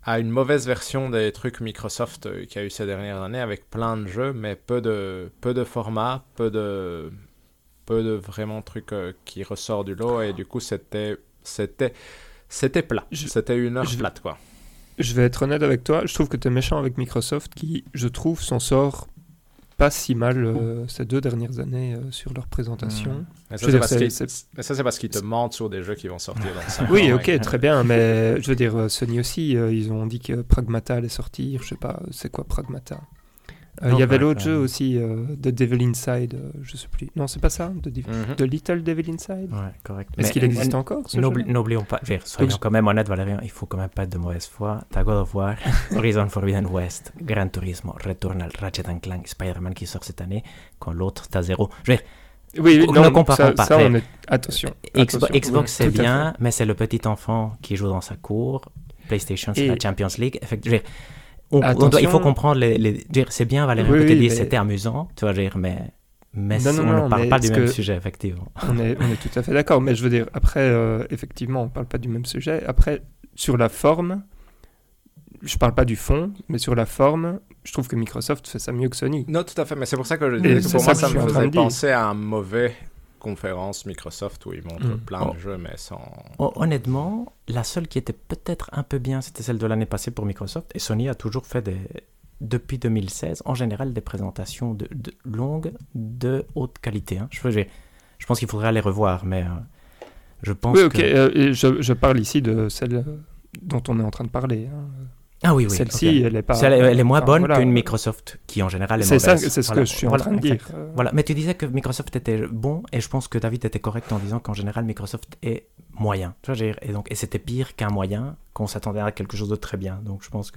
à une mauvaise version des trucs Microsoft euh, qu'il y a eu ces dernières années, avec plein de jeux, mais peu de, peu de formats, peu de, peu de vraiment trucs euh, qui ressortent du lot, et du coup, c'était, c'était, c'était plat. Je, c'était une heure
je,
plate, quoi.
Je vais être honnête avec toi, je trouve que tu es méchant avec Microsoft, qui, je trouve, s'en sort pas si mal euh, ces deux dernières années euh, sur leur présentation.
Mmh. Mais, ça, c'est dire, c'est, c'est... mais ça, c'est parce qu'ils te mentent sur des jeux qui vont sortir dans cinq ans.
Oui, ok, ouais. Très bien, mais je veux dire, Sony aussi, euh, ils ont dit que Pragmata allait sortir. Je sais pas, c'est quoi Pragmata? Il euh, y avait l'autre jeu aussi, euh, The Devil Inside, euh, je sais plus. Non, c'est pas ça, The, Div- mm-hmm. The Little Devil Inside.
Ouais, correct.
Est-ce mais qu'il existe en, encore ce
n'oubli- N'oublions pas, dire, soyons Donc, quand même honnêtes, Valérian, il faut quand même pas être de mauvaise foi. T'as God of War, Horizon Forbidden West, Gran Turismo, Returnal, Ratchet and Clank, Spider-Man qui sort cette année, quand l'autre t'as zéro. Je veux dire,
oui, oui, non,
ne comparons
ça,
pas.
Ça, on est... Attention.
Xbox,
attention.
Xbox
oui,
c'est bien, mais c'est le petit enfant qui joue dans sa cour. PlayStation, c'est Et... la Champions League. Effectivement. On, on doit, il faut comprendre, les, les, dire, c'est bien Valérie oui, que tu oui, dis mais... c'était amusant, tu vois, dire, mais, mais non, non, on non, ne parle pas du même sujet, effectivement.
On est, on est tout à fait d'accord, mais je veux dire, après, euh, effectivement, on ne parle pas du même sujet. Après, sur la forme, je ne parle pas du fond, mais sur la forme, je trouve que Microsoft fait ça mieux que Sony.
Non, tout à fait, mais c'est pour ça que je dis que pour moi, ça me faisait penser à un mauvais... conférence Microsoft où ils montrent mmh. plein
oh.
de jeux, mais sans...
Oh, honnêtement, la seule qui était peut-être un peu bien, c'était celle de l'année passée pour Microsoft, et Sony a toujours fait, des, depuis deux mille seize, en général, des présentations de, de longues, de haute qualité. Hein. Je, je, je pense qu'il faudrait aller revoir, mais euh, je pense
oui, ok,
que...
euh, je, je parle ici de celle dont on est en train de parler. Hein.
Ah oui, oui.
Celle-ci,
okay.
elle est pas.
Elle, elle est moins
enfin,
bonne
voilà.
qu'une Microsoft qui en général est
c'est
mauvaise.
Ça, c'est ce
voilà.
que je suis
voilà,
en train de dire.
Euh... Voilà. Mais tu disais que Microsoft était bon, et je pense que David était correct en disant qu'en général Microsoft est moyen. Tu vois, et donc et c'était pire qu'un moyen, qu'on s'attendait à quelque chose de très bien. Donc je pense que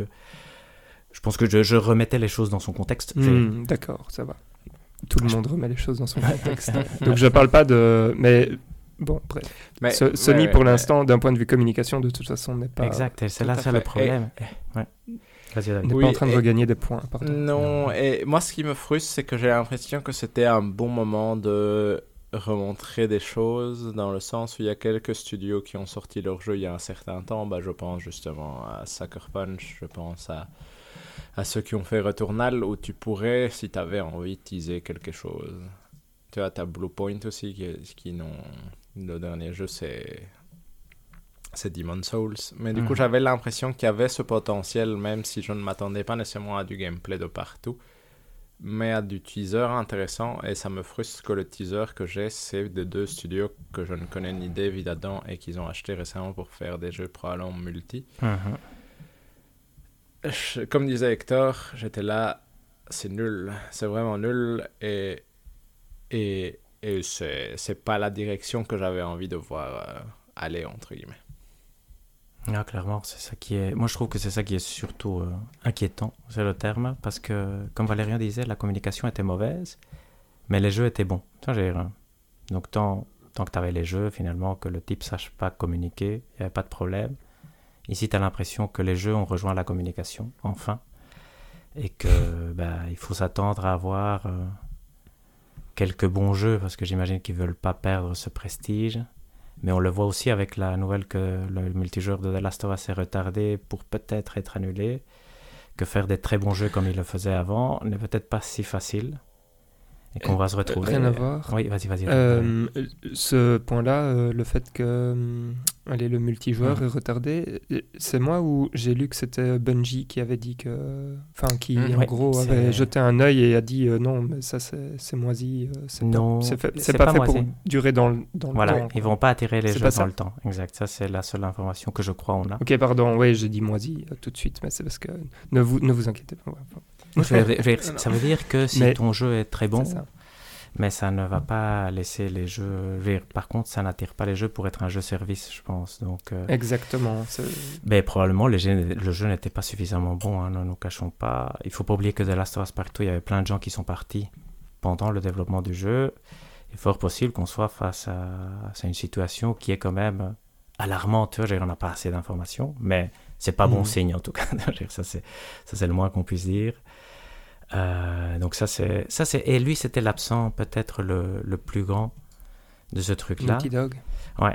je pense que je, je remettais les choses dans son contexte.
Mmh, d'accord, ça va. Tout le monde remet les choses dans son contexte. Donc je parle pas de, mais. Bon, bref. Mais, so- Sony, ouais, pour ouais, l'instant, ouais. d'un point de vue communication, de toute façon, n'est pas...
Exact, et c'est là ça le problème. Et... Ouais.
Vas-y, on n'est oui, pas en train de et... regagner des points, pardon.
Non, et moi, ce qui me frustre, c'est que j'ai l'impression que c'était un bon moment de remontrer des choses, dans le sens où il y a quelques studios qui ont sorti leur jeu il y a un certain temps. Bah, je pense justement à Sucker Punch, je pense à, à ceux qui ont fait Returnal, où tu pourrais, si tu avais envie, teaser quelque chose. Tu vois, tu as Bluepoint aussi, qui, qui n'ont... Le dernier jeu, c'est, c'est Demon's Souls. Mais du mmh. coup, j'avais l'impression qu'il y avait ce potentiel, même si je ne m'attendais pas nécessairement à du gameplay de partout, mais à du teaser intéressant. Et ça me frustre que le teaser que j'ai, c'est de deux studios que je ne connais ni d'Eve ni d'Adam et qu'ils ont acheté récemment pour faire des jeux probablement multi. Mmh. Je, comme disait Hector, j'étais là, c'est nul. C'est vraiment nul. Et... et Et c'est, c'est pas la direction que j'avais envie de voir euh, aller, entre guillemets.
Ah, clairement, c'est ça qui est... Moi, je trouve que c'est ça qui est surtout euh, inquiétant, c'est le terme, parce que, comme Valérian disait, la communication était mauvaise, mais les jeux étaient bons. Ça, j'ai... Donc, tant, tant que tu avais les jeux, finalement, que le type sache pas communiquer, il n'y avait pas de problème. Ici, tu as l'impression que les jeux ont rejoint la communication, enfin, et que bah, il faut s'attendre à avoir... Euh, quelques bons jeux, parce que j'imagine qu'ils ne veulent pas perdre ce prestige. Mais on le voit aussi avec la nouvelle que le multijoueur de The Last of Us est retardé pour peut-être être annulé, que faire des très bons jeux comme il le faisait avant n'est peut-être pas si facile. Et qu'on va se retrouver...
Rien à voir.
Oui, vas-y, vas-y.
Euh, ce point-là, euh, le fait que euh, allez, le multijoueur mmh. est retardé, c'est moi ou j'ai lu que c'était Bungie qui avait dit que... Enfin, qui mmh, en ouais, gros c'est... avait jeté un œil et a dit euh, non, mais ça c'est, c'est moisi. Euh, c'est
non,
pas, c'est, fait, c'est,
c'est
pas,
pas
fait
moisi.
pour durer dans, le, dans
voilà,
le temps. Voilà,
ils ne vont pas attirer les
c'est
jeux dans le temps. Exact, ça c'est la seule information que je crois on a.
Ok, pardon, oui, j'ai dit moisi euh, tout de suite, mais c'est parce que... Ne vous, ne vous inquiétez pas.
je vais, je vais, ça veut dire que si
mais,
ton jeu est très bon... Mais ça ne va pas laisser les jeux... Par contre, ça n'attire pas les jeux pour être un jeu service, je pense. Donc, euh...
Exactement. C'est...
Mais probablement, les jeux, le jeu n'était pas suffisamment bon, hein, ne nous cachons pas. Il ne faut pas oublier que The Last of Us Part deux, il y avait plein de gens qui sont partis pendant le développement du jeu. Il est fort possible qu'on soit face à, à une situation qui est quand même alarmante. Tu vois, on n'a pas assez d'informations, mais ce n'est pas mmh. bon signe en tout cas. ça, c'est, ça, c'est le moins qu'on puisse dire. Euh, donc ça c'est, ça c'est et lui c'était l'absent peut-être le, le plus grand de ce truc là.
Naughty Dog.
Ouais,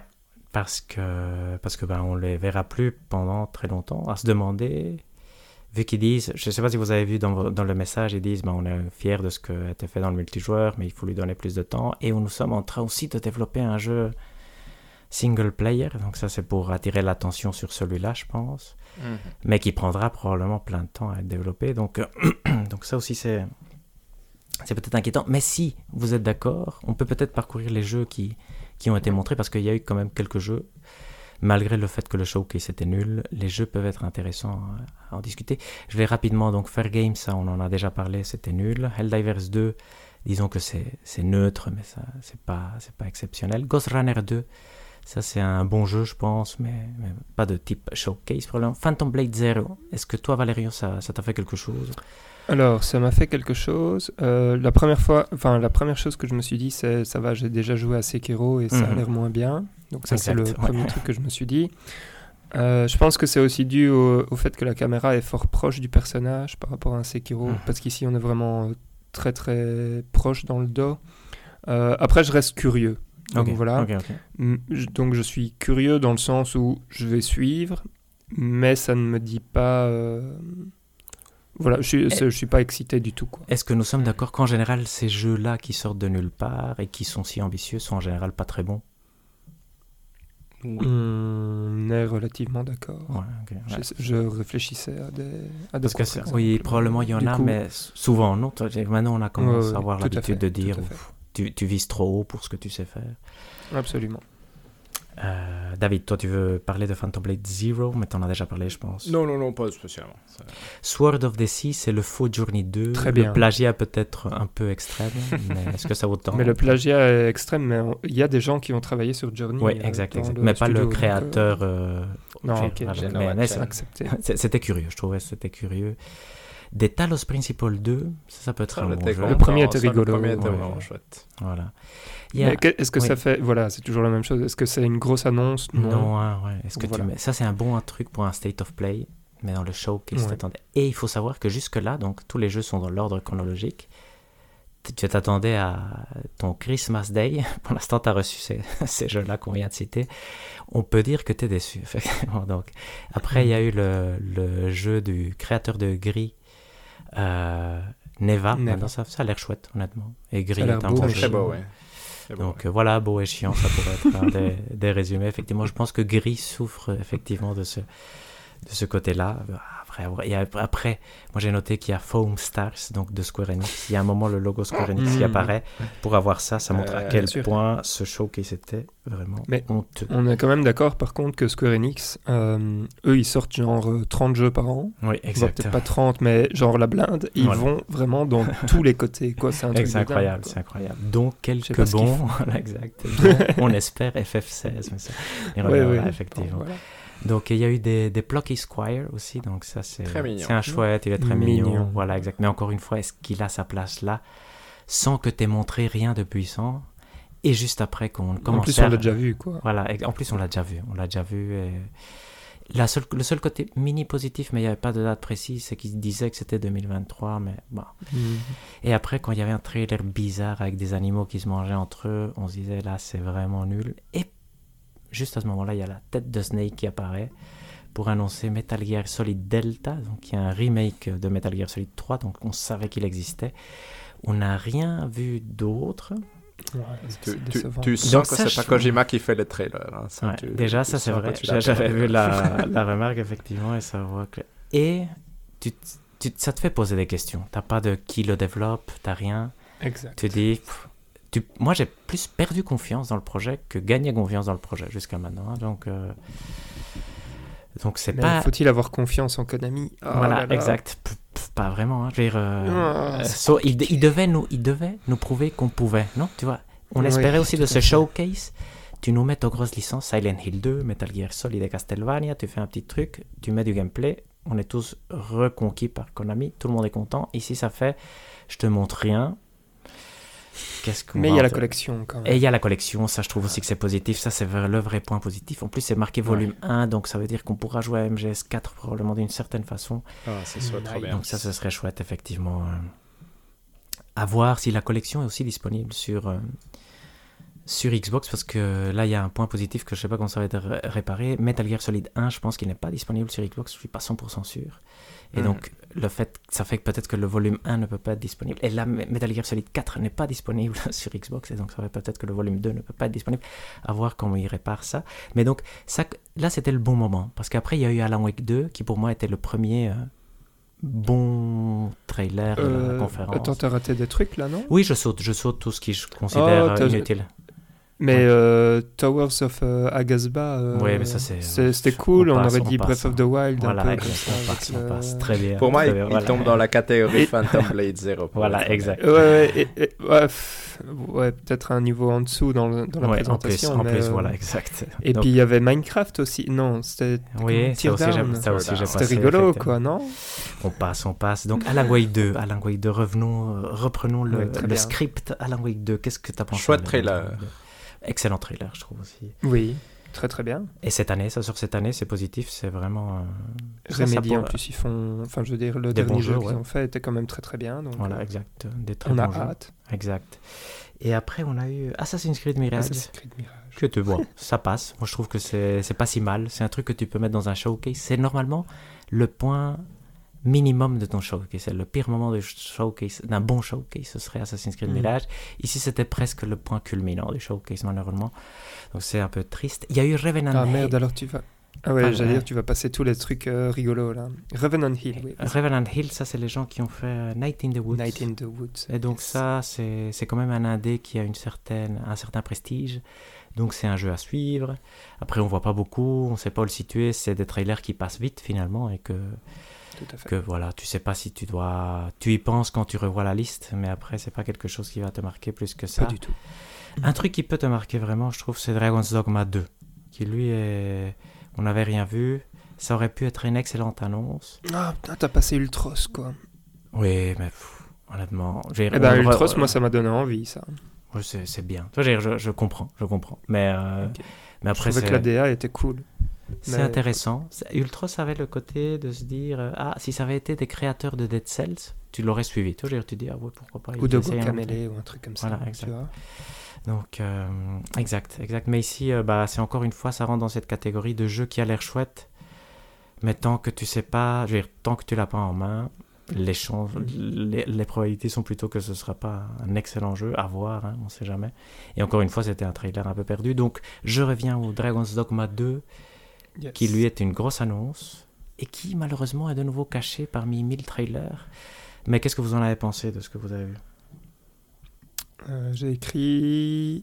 parce que, parce que ben, on ne les verra plus pendant très longtemps, à se demander, vu qu'ils disent, je ne sais pas si vous avez vu dans, dans le message, ils disent ben, on est fiers de ce qui a été fait dans le multijoueur, mais il faut lui donner plus de temps, et nous sommes en train aussi de développer un jeu single player, donc ça c'est pour attirer l'attention sur celui-là, je pense, mmh. mais qui prendra probablement plein de temps à être développé, donc, euh, donc ça aussi c'est, c'est peut-être inquiétant, mais si vous êtes d'accord, on peut peut-être parcourir les jeux qui, qui ont été montrés, parce qu'il y a eu quand même quelques jeux, malgré le fait que le showcase était nul, les jeux peuvent être intéressants à, à en discuter. Je vais rapidement, donc Fair Game, ça on en a déjà parlé, c'était nul, Helldivers deux, disons que c'est, c'est neutre, mais ça, c'est pas, c'est pas exceptionnel, Ghost Runner deux, ça, c'est un bon jeu, je pense, mais, mais pas de type showcase, probablement. Phantom Blade Zero, est-ce que toi, Valérian, ça, ça t'a fait quelque chose ?
Alors, ça m'a fait quelque chose. Euh, la première fois, enfin, la première chose que je me suis dit, c'est ça va, j'ai déjà joué à Sekiro et ça mm-hmm. a l'air moins bien. Donc ça, exact, c'est le ouais. premier truc que je me suis dit. Euh, je pense que c'est aussi dû au, au fait que la caméra est fort proche du personnage par rapport à un Sekiro, mm-hmm. parce qu'ici, on est vraiment très, très proche dans le dos. Euh, après, je reste curieux. Donc okay, voilà, okay, okay. Donc je suis curieux dans le sens où je vais suivre, mais ça ne me dit pas... Euh... Voilà, je ne suis pas excité du tout, quoi.
Est-ce que nous sommes d'accord qu'en général, ces jeux-là qui sortent de nulle part et qui sont si ambitieux sont en général pas très bons ?
Oui. On est relativement d'accord.
Ouais, okay, ouais.
Je, je réfléchissais à des, à des
Parce que oui, probablement il y en du a, coup... mais souvent non. Maintenant, on a commencé ouais, à avoir l'habitude à fait, de dire... Tu, tu vises trop haut pour ce que tu sais faire.
Absolument.
Euh, David, toi, tu veux parler de Phantom Blade Zero, mais tu en as déjà parlé, je pense.
Non, non, non, pas spécialement. Ça...
Sword of the Sea, c'est le faux Journey deux.
Très bien.
Le plagiat peut-être un peu extrême, mais est-ce que ça vaut le temps ?
Mais le plagiat est extrême, mais il y a des gens qui ont travaillé sur Journey.
Oui, exact, exact. Mais pas studio, le créateur. Donc, euh...
Non, ok,
voilà,
mais,
mais, mais c'est
accepté.
C'était curieux, je trouvais, c'était curieux. Des Talos Principle deux, ça, ça peut être ça, un bon jeu.
Le premier était rigolo.
Le premier était
ouais.
vraiment chouette.
Voilà.
A... Est-ce que oui. ça fait... Voilà, c'est toujours la même chose. Est-ce que c'est une grosse annonce ?
Non, non hein, ouais. Est-ce que voilà. tu mets... Ça, c'est un bon un truc pour un State of Play, mais dans le showcase, ouais. t'attendais. Et il faut savoir que jusque-là, donc, tous les jeux sont dans l'ordre chronologique. Tu t'attendais à ton Christmas Day. Pour l'instant, tu as reçu ces, ces jeux-là qu'on vient de citer. On peut dire que tu es déçu. Donc, après, il mm. y a eu le, le jeu du créateur de Gris, Euh, Neva, Neva. Ça, ça a l'air chouette, honnêtement. Et Gris est un
beau,
bon
jeu. Très beau, ouais.
Très beau, Donc ouais. euh, voilà, beau et chiant, ça pourrait être un des, des résumés. Effectivement, je pense que Gris souffre effectivement de ce, de ce côté-là. Après, et après, moi j'ai noté qu'il y a Foam Stars, donc de Square Enix. Il y a un moment, le logo Square Enix qui apparaît. Pour avoir ça, ça montre euh, à quel point ce showcase était vraiment
Mais
honteux.
On est quand même d'accord, par contre, que Square Enix, euh, eux, ils sortent genre trente jeux par an.
Oui, exactement.
Peut-être pas trente, mais genre la blinde. Ils voilà. vont vraiment dans tous les côtés. Quoi. C'est un truc
c'est incroyable,
dingue,
c'est incroyable. Donc, quelques bons, voilà, exact. Donc, on espère F F seize. Mais ça, et
ouais, ouais,
effectivement.
Voilà.
Donc il y a eu des, des Plucky Squire aussi, donc ça c'est, c'est un chouette, il est très
mignon.
mignon. Voilà, exact. Mais encore une fois, est-ce qu'il a sa place là, sans que tu aies montré rien de puissant, et juste après qu'on commence à...
En plus, on l'a déjà vu, quoi.
Voilà, en plus on l'a déjà vu, on l'a déjà vu. Et... La seule, le seul côté mini positif, mais il n'y avait pas de date précise, c'est qu'il disait que c'était deux mille vingt-trois, mais bon. Mm. Et après, quand il y avait un trailer bizarre avec des animaux qui se mangeaient entre eux, on se disait là, c'est vraiment nul. Et juste à ce moment-là, il y a la tête de Snake qui apparaît pour annoncer Metal Gear Solid Delta, donc il y a un remake de Metal Gear Solid trois, donc on savait qu'il existait. On n'a rien vu d'autre.
Ouais,
tu, tu, tu sens donc que ça, c'est pas Kojima qui fait les trailers. Hein,
ça, ouais,
tu,
déjà,
tu
ça c'est vrai. J'avais vu la, la remarque, effectivement, et ça voit que... Et tu, tu, ça te fait poser des questions. T'as pas de qui le développe, t'as rien.
Exact.
Tu dis... Pff, Tu, moi, j'ai plus perdu confiance dans le projet que gagné confiance dans le projet jusqu'à maintenant. Hein, donc, euh, donc c'est
Mais
pas.
Faut-il avoir confiance en Konami ? Oh
Voilà,
là là.
exact. P- p- pas vraiment. Hein, je veux dire, euh,
oh,
euh, so, il, il devait nous, il devait nous prouver qu'on pouvait. Non, tu vois. On oui, espérait aussi de ce fait. Showcase. Tu nous mets aux grosses licences, Silent Hill deux, Metal Gear Solid et Castlevania. Tu fais un petit truc, tu mets du gameplay. On est tous reconquis par Konami. Tout le monde est content. Ici, ça fait, je te montre rien.
Mais il y a la collection quand même.
Et il y a la collection, ça je trouve aussi que c'est positif, ça c'est le vrai point positif. En plus c'est marqué volume ouais. un, donc ça veut dire qu'on pourra jouer à M G S quatre probablement d'une certaine façon.
Ah, c'est soit trop bien.
Donc ça ce serait chouette effectivement. À voir si la collection est aussi disponible sur, euh, sur Xbox, parce que là, il y a un point positif que je ne sais pas comment ça va être ré- réparé. Metal Gear Solid un, je pense qu'il n'est pas disponible sur Xbox, je ne suis pas cent pour cent sûr. Et mmh. donc, le fait, ça fait que peut-être que le volume un ne peut pas être disponible. Et là, Metal Gear Solid quatre n'est pas disponible sur Xbox, et donc ça fait peut-être que le volume deux ne peut pas être disponible. À voir comment ils réparent ça. Mais donc, ça, là, c'était le bon moment, parce qu'après, il y a eu Alan Wake deux, qui pour moi était le premier... Euh, bon trailer de
euh,
la conférence.
Attends, t'as raté des trucs là, non?
Oui, je saute, je saute tout ce qui je considère
oh,
euh, inutile.
Mais
ouais.
euh, Towers of euh, Agasba, euh,
ouais, mais ça c'est,
c'est, c'était cool, on,
on passe,
aurait dit
on
Breath of the Wild.
Voilà,
un peu
exact,
comme ça,
on passe, on
le...
passe, très bien.
Pour moi,
très
il,
bien,
il
voilà.
tombe dans la catégorie Phantom Blade Zero.
Voilà, exact.
Ouais, ouais, et, et, ouais, pff, ouais, peut-être un niveau en dessous dans, le, dans la
ouais,
présentation.
En plus,
mais,
en plus
euh...
voilà, exact.
Et
donc...
puis il y avait Minecraft aussi. Non, c'était.
Oui, ça aussi, j'ai, ça aussi j'ai
C'était
passé,
rigolo, quoi, non?
On passe, on passe. Donc, Alan Wake deux, Alan Wake deux, revenons, euh, reprenons le,
ouais,
le script Alan Wake deux. Qu'est-ce que tu as pensé?
Chouette trailer.
Excellent trailer, je trouve aussi.
Oui, très très bien.
Et cette année, ça sort cette année, c'est positif, c'est vraiment... Euh,
Remedy, en plus, ils font... Enfin, je veux dire, le dernier jeu qu'ils ouais. ont fait était quand même très très bien. Donc,
voilà,
euh...
exact. Des très
on
bons
a
jeux.
hâte.
Exact. Et après, on a eu Assassin's Creed Mirage.
Assassin's Creed Mirage.
Que tu vois, ça passe. Moi, je trouve que c'est, c'est pas si mal. C'est un truc que tu peux mettre dans un showcase. C'est normalement le point... minimum de ton showcase. C'est le pire moment de showcase, d'un bon showcase, ce serait Assassin's Creed mmh. Mirage. Ici, c'était presque le point culminant du showcase, malheureusement. Donc, c'est un peu triste. Il y a eu Revenant
Ah merde, alors tu vas... Ah ouais, ah, j'allais ouais. dire, tu vas passer tous les trucs euh, rigolos, là. Revenant Hill, oui.
Revenant Hill, ça, c'est les gens qui ont fait euh, Night in the Woods.
Night in the Woods.
Et donc, ça, c'est, c'est quand même un indé qui a une certaine, un certain prestige. Donc, c'est un jeu à suivre. Après, on voit pas beaucoup, on sait pas où le situer. C'est des trailers qui passent vite, finalement, et que...
Tout à fait.
Que voilà, tu sais pas si tu dois... Tu y penses quand tu revois la liste, mais après, c'est pas quelque chose qui va te marquer plus que ça.
Pas du tout.
Un truc qui peut te marquer vraiment, je trouve, c'est Dragon's Dogma deux, qui lui est... On n'avait rien vu. Ça aurait pu être une excellente annonce.
Ah, putain, t'as passé Ultros, quoi.
Oui, mais pff, honnêtement... J'ai...
Eh ben, Ultros, re... moi, ça m'a donné envie, ça.
Oui, c'est, c'est bien. Je, je, je comprends, je comprends. Mais, euh,
okay.
mais après,
je trouvais
c'est...
que la D A était cool.
C'est mais... intéressant. Ultros avait le côté de se dire euh, ah, si ça avait été des créateurs de Dead Cells, tu l'aurais suivi. Tu vois, tu dis ah ouais, pourquoi pas.
Ou de Guacamelee ou un truc comme ça.
Voilà, exact.
Tu vois.
Donc, euh, exact, exact. Mais ici, euh, bah, c'est encore une fois, ça rentre dans cette catégorie de jeu qui a l'air chouette, mais tant que tu sais pas, je veux dire, tant que tu l'as pas en main, les, chances, les, les probabilités sont plutôt que ce sera pas un excellent jeu à voir, hein, on sait jamais. Et encore une fois, c'était un trailer un peu perdu. Donc, je reviens au Dragon's Dogma deux. Yes. Qui lui est une grosse annonce et qui malheureusement est de nouveau caché parmi mille trailers. Mais qu'est-ce que vous en avez pensé de ce que vous avez vu?
euh, J'ai écrit...